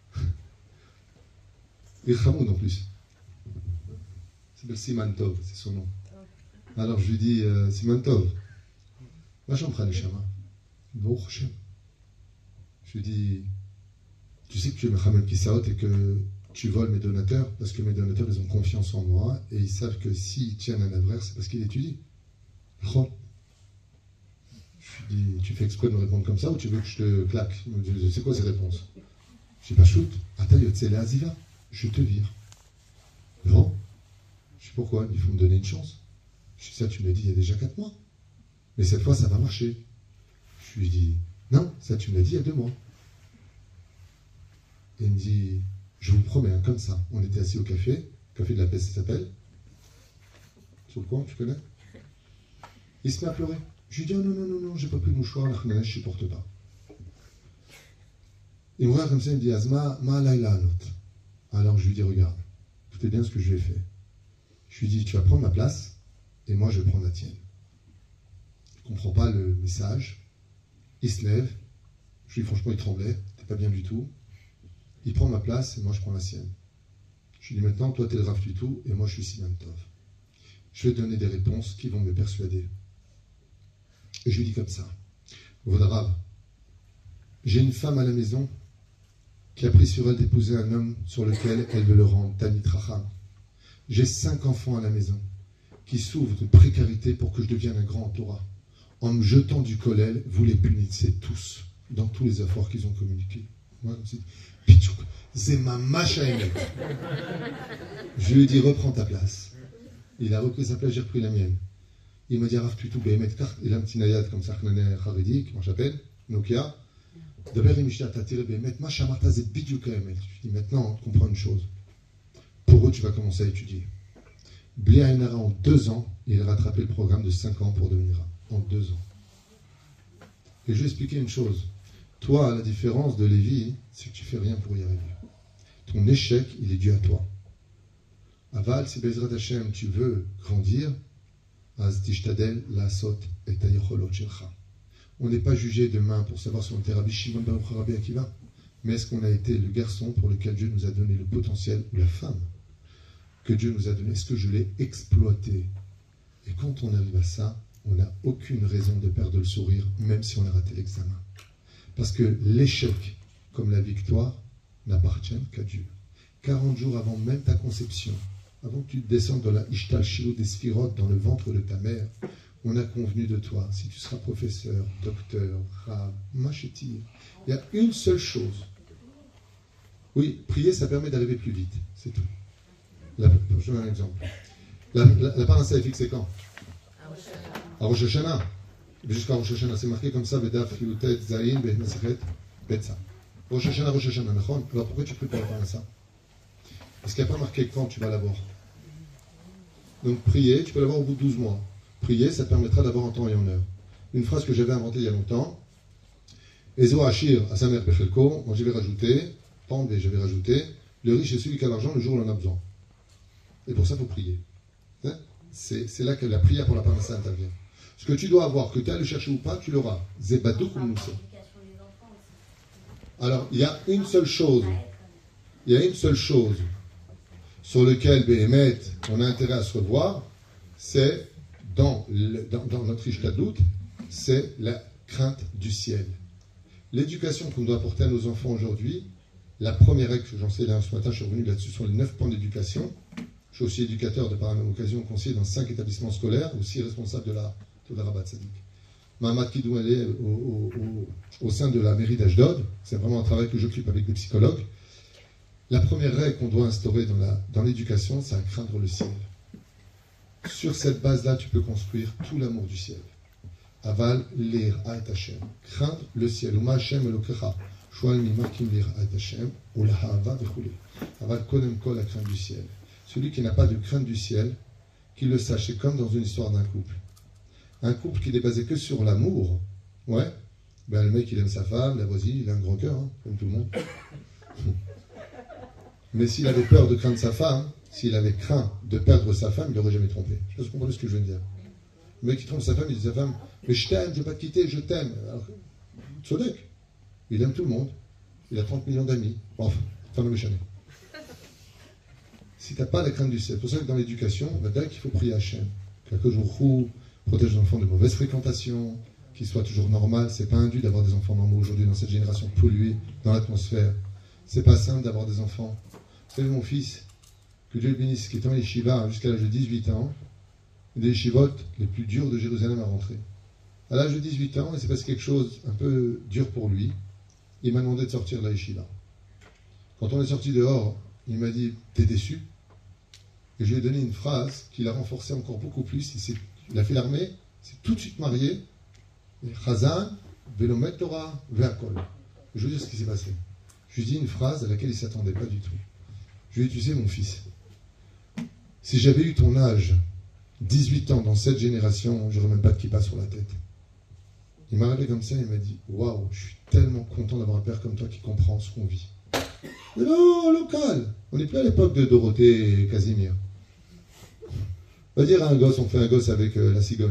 Il est Hamoud en plus. Il s'appelle Siman Tov, c'est son nom. Alors je lui dis, Siman Tov, ma chambre à l'Eshama. Je lui dis, tu sais que tu es Mohamed Kissaot et que tu voles mes donateurs parce que mes donateurs, ils ont confiance en moi et ils savent que s'ils tiennent un avraire, c'est parce qu'il étudie. Je lui dis, tu fais exprès de me répondre comme ça ou tu veux que je te claque? Il me dit, c'est quoi ces réponses? Je dis, pas shoot, Atayotse le Aziva, je te vire. Non. Je dis, pourquoi? Il faut me donner une chance. Je dis, ça tu me l'as dit il y a déjà 4 mois. Mais cette fois, ça va marcher. Je lui dis, non, ça tu me l'as dit il y a 2 mois. Et il me dit, je vous promets, hein, comme ça. On était assis au café de la paix, ça s'appelle. Sur le coin, tu connais? Il se met à pleurer. Je lui dis, oh, non, j'ai pas pris de mouchoir, la je supporte pas. Il me regarde comme ça, il me dit, Azma, ma laïla anot. Alors je lui dis, regarde, écoutez bien ce que je lui ai fait. Je lui dis, tu vas prendre ma place, et moi je vais prendre la tienne. Je ne comprends pas le message. Il se lève. Je lui dis, franchement, il tremblait. T'es pas bien du tout. Il prend ma place, et moi je prends la sienne. Je lui dis, maintenant, toi t'es le Rav Tutu, et moi je suis Siman Tov. Je vais te donner des réponses qui vont me persuader. Et je lui dis comme ça, Vaudarav, j'ai une femme à la maison qui a pris sur elle d'épouser un homme sur lequel elle veut le rendre Tanit Racham. J'ai 5 enfants à la maison qui souffrent de précarité pour que je devienne un grand en Torah. En me jetant du kollel, vous les punissez tous, dans tous les efforts qu'ils ont communiqués. Moi, c'est ma macha émet. Je lui ai dit, reprends ta place. Il a repris sa place, j'ai repris la mienne. Il m'a dit, Rav Tutu, Behemet, il a un petit nayad comme ça, Haredi, comment j'appelle, Nokia. D'abord, il m'a dit, Tatire, Behemet, ma chamarta, c'est bidou kaemet. Je dis, maintenant, comprends une chose. Pour eux, tu vas commencer à étudier. Bli Ainara, en 2 ans, il a rattrapé le programme de 5 ans pour devenir Rav. En 2 ans. Et je vais expliquer une chose. Toi, la différence de Lévi, c'est que tu fais rien pour y arriver. Ton échec, il est dû à toi. Aval, si Bezrat Hashem, tu veux grandir, Az tishtadel lasot et ayocholot shelcha. On n'est pas jugé demain pour savoir si on était Rabbi Shimon ben Rabbi Akiva, mais est-ce qu'on a été le garçon pour lequel Dieu nous a donné le potentiel, ou la femme que Dieu nous a donné? Est-ce que je l'ai exploité? Et quand on arrive à ça, on n'a aucune raison de perdre le sourire, même si on a raté l'examen. Parce que l'échec, comme la victoire, n'appartiennent qu'à Dieu. 40 jours avant même ta conception, avant que tu descendes dans la Ishtal Shilou des Sphirot, dans le ventre de ta mère, on a convenu de toi, si tu seras professeur, docteur, rab, machetir, il y a une seule chose. Oui, prier, ça permet d'arriver plus vite, c'est tout. Je vous donne un exemple. La parnassa est fixée quand? À Rosh Hashanah. Jusqu'à Rosh Hashanah, c'est marqué comme ça, Vedaf, Yutet, Zayin, Be'maseret, Betsa. Rosh Hashanah, Nachon. Alors pourquoi tu pries pour la parnassa? Parce qu'il n'y a pas marqué quand tu vas l'avoir. Donc prier, tu peux l'avoir au bout de 12 mois. Prier, ça te permettra d'avoir en temps et en heure. Une phrase que j'avais inventée il y a longtemps. Ezo Hachir à sa mère Bechelko, moi j'avais rajouté, le riche est celui qui a l'argent le jour où on en a besoin. Et pour ça, il faut prier. C'est là que la prière pour la parnassa intervient. Ce que tu dois avoir, que tu as le chercher ou pas, tu l'auras. Zebadou comme nous sommes. Alors, il y a une seule chose. Il y a une seule chose sur laquelle, Béhémet, on a intérêt à se revoir, c'est dans notre Ishtadout, c'est la crainte du ciel. L'éducation qu'on doit apporter à nos enfants aujourd'hui, la première règle, j'en sais ce matin, je suis revenu là-dessus, sur les 9 points d'éducation. Je suis aussi éducateur de par la même occasion, conseiller dans 5 établissements scolaires, aussi responsable de la Rabat Sadik. Mahamad Kidou, elle est au sein de la mairie d'Ashdod. C'est vraiment un travail que j'occupe avec des psychologues. La première règle qu'on doit instaurer dans l'éducation, c'est à craindre le ciel. Sur cette base-là, tu peux construire tout l'amour du ciel. Aval lir et Hashem. Craindre le ciel. Uma Hashem elokecha. Shoal mimakim lir et Hashem. Ou la ha'ava vechule. Aval konem kol la crainte du ciel. Celui qui n'a pas de crainte du ciel, qu'il le sache, c'est comme dans une histoire d'un couple. Un couple qui n'est basé que sur l'amour, ouais, ben le mec il aime sa femme, la voisine, il a un gros cœur, hein, comme tout le monde. Mais s'il avait peur de craindre sa femme, s'il avait craint de perdre sa femme, il n'aurait jamais trompé. Je sais pas si vous comprenez ce que je viens de dire. Le mec qui trompe sa femme, il dit à sa femme, mais je t'aime, je ne vais pas te quitter, je t'aime. Alors, Tzodek, il aime tout le monde, il a 30 millions d'amis, enfin, femme méchante. Si tu n'as pas la crainte du ciel, c'est pour ça que dans l'éducation, on va dire qu'il faut prier à Hachem. Que je vous protège les enfants de mauvaise fréquentation, qu'ils soient toujours normal. C'est pas indu d'avoir des enfants normaux aujourd'hui dans cette génération polluée dans l'atmosphère. C'est pas simple d'avoir des enfants. Vous savez, mon fils, que Dieu le bénisse, qui est en yeshiva jusqu'à l'âge de 18 ans, des yeshivotes les plus durs de Jérusalem à rentrer. À l'âge de 18 ans, il s'est passé quelque chose un peu dur pour lui. Il m'a demandé de sortir de la yeshiva. Quand on est sorti dehors, il m'a dit « T'es déçu ?» Et je lui ai donné une phrase qui l'a renforcé encore beaucoup plus. Il a fait l'armée, s'est tout de suite marié. Chazan, Velomet Torah, Veakol. Je veux dire ce qui s'est passé. Je lui ai dit une phrase à laquelle il ne s'attendait pas du tout. Je lui ai dit, tu sais, mon fils, si j'avais eu ton âge, 18 ans dans cette génération, j'aurais même pas de kippa sur la tête. Il m'a regardé comme ça et il m'a dit, waouh, je suis tellement content d'avoir un père comme toi qui comprend ce qu'on vit. Mais non, local. On n'est plus à l'époque de Dorothée et Casimir. On va dire à un gosse, on fait un gosse avec la cigogne.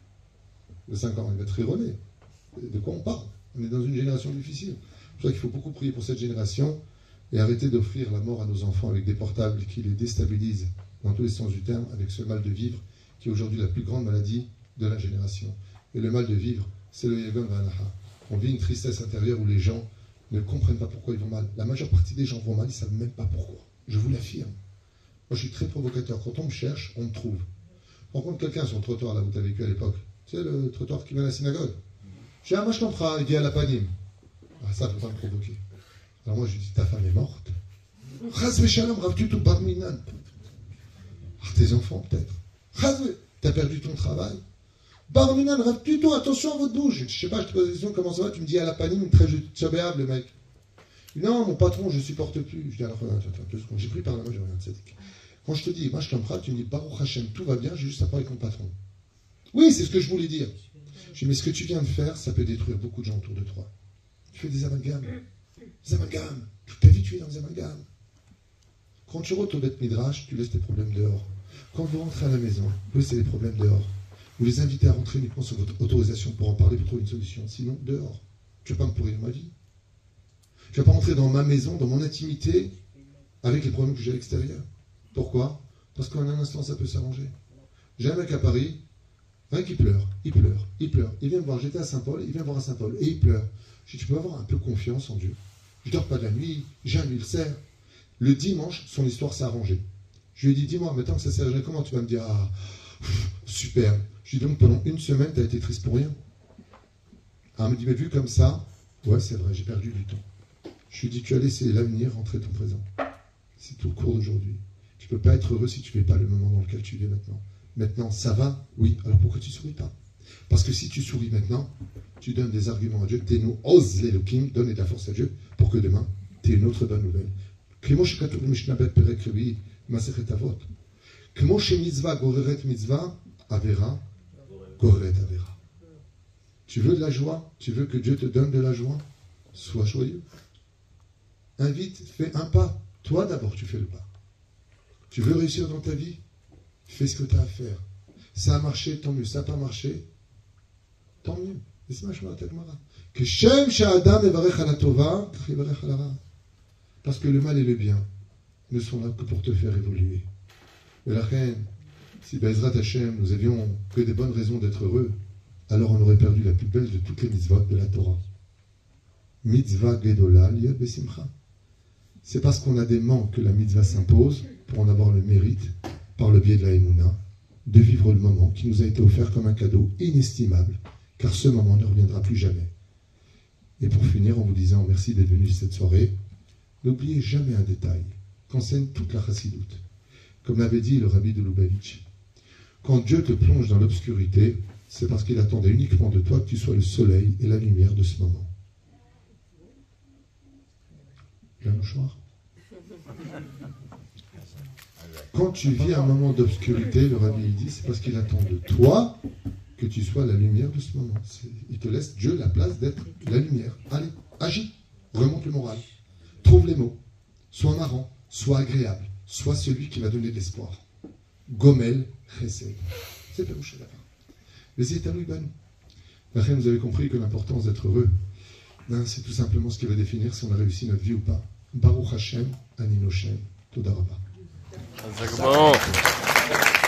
De 5 ans, il va être erroné. De quoi on parle? On est dans une génération difficile. Je crois qu'il faut beaucoup prier pour cette génération et arrêter d'offrir la mort à nos enfants avec des portables qui les déstabilisent dans tous les sens du terme, avec ce mal de vivre qui est aujourd'hui la plus grande maladie de la génération. Et le mal de vivre, c'est le Yegon Vanaha. On vit une tristesse intérieure où les gens ne comprennent pas pourquoi ils vont mal. La majeure partie des gens vont mal, ils ne savent même pas pourquoi. Je vous l'affirme. Moi, je suis très provocateur. Quand on me cherche, on me trouve. On rencontre quelqu'un sur le trottoir, là où tu as vécu à l'époque. Tu sais, le trottoir qui mène à la synagogue. Je dis, ah, moi, je comprends, il dit à la panim. Ah, ça, il ne faut pas me provoquer. Alors moi, je lui dis, ta femme est morte. Chazve shalom, rav tutu bar minan. Ah, tes enfants, peut-être. Chazve, t'as perdu ton travail. Bar minan, rav tutu, attention à votre bouche. Je sais pas, je te pose la question, comment ça va? Tu me dis à la panim, très tchabéable, le mec. Non, mon patron, je ne supporte plus. Je dis, alors, attends, j'ai pris par la main, j'ai rien de ça. Quand je te dis, moi je t'emprunte, tu me dis, Baruch Hashem, tout va bien, j'ai juste à parler avec mon patron. Oui, c'est ce que je voulais dire. Je dis, mais ce que tu viens de faire, ça peut détruire beaucoup de gens autour de toi. Tu fais des amalgames. Des amalgames. Toute ta vie, tu es dans des amalgames. Quand tu rentres au Beth Midrash, tu laisses tes problèmes dehors. Quand vous rentrez à la maison, vous laissez les problèmes dehors. Vous les invitez à rentrer uniquement sur votre autorisation pour en parler, pour trouver une solution. Sinon, dehors. Tu ne vas pas me pourrir ma vie. Je ne vais pas rentrer dans ma maison, dans mon intimité, avec les problèmes que j'ai à l'extérieur. Pourquoi? Parce qu'en un instant, ça peut s'arranger. J'ai un mec à Paris, un qui pleure, il pleure, il pleure. Il vient me voir, j'étais à Saint-Paul, il vient me voir à Saint-Paul, et il pleure. Je dis, tu peux avoir un peu confiance en Dieu. Je ne dors pas de la nuit, j'ai un ulcère. Le dimanche, son histoire s'est arrangée. Je lui ai dit, dis-moi, maintenant que ça s'est arrangé, comment tu vas me dire, ah, super. Je lui ai dit, donc pendant une semaine, tu as été triste pour rien. Ah, elle me dit, mais vu comme ça, ouais, c'est vrai, j'ai perdu du temps. Je lui ai dit, tu as laissé l'avenir rentrer ton présent. C'est tout le cours d'aujourd'hui. Tu ne peux pas être heureux si tu ne vis pas le moment dans lequel tu vis maintenant. Maintenant, ça va? Oui. Alors pourquoi tu ne souris pas? Parce que si tu souris maintenant, tu donnes des arguments à Dieu. T'es-nous, ose l'Elohim, donner de la force à Dieu pour que demain, tu aies une autre bonne nouvelle. Kemo shekatuv b'mishnah bet perek revi'i masechet avot. Kemo shemitzvah goreret mitzvah avera goreret avera. Tu veux de la joie? Tu veux que Dieu te donne de la joie? Sois joyeux. Invite, fais un pas. Toi d'abord, tu fais le pas. Tu veux réussir dans ta vie? Fais ce que tu as à faire. Ça a marché, tant mieux. Ça n'a pas marché, Tant mieux. Que Shem Sha'adam evarech ala tova, kach evarech ala ra. Parce que le mal et le bien ne sont là que pour te faire évoluer. Et la reine, si Be'ezrat Hashem, nous avions que des bonnes raisons d'être heureux, alors on aurait perdu la plus belle de toutes les mitzvot de la Torah. Mitzvah gedola liot besimcha. C'est parce qu'on a des manques que la mitzvah s'impose pour en avoir le mérite, par le biais de la Emouna, de vivre le moment qui nous a été offert comme un cadeau inestimable, car ce moment ne reviendra plus jamais. Et pour finir, en vous disant merci d'être venu cette soirée, n'oubliez jamais un détail qu'enseigne toute la chassidoute. Comme l'avait dit le rabbi de Lubavitch, quand Dieu te plonge dans l'obscurité, c'est parce qu'il attendait uniquement de toi que tu sois le soleil et la lumière de ce moment. Un mouchoir. Quand tu vis un moment d'obscurité, le rabbi dit, c'est parce qu'il attend de toi que tu sois la lumière de ce moment. Il te laisse, Dieu, la place d'être la lumière. Allez, agis, remonte le moral, trouve les mots, sois marrant, sois agréable, sois celui qui va donner de l'espoir. Gomel, chesed. C'est Pérouche à la fin. Mais c'est à lui, Ben. Vous avez compris que l'importance d'être heureux, c'est tout simplement ce qui va définir si on a réussi notre vie ou pas. Baruch Hashem, Ani Noshem, Toda Rabba.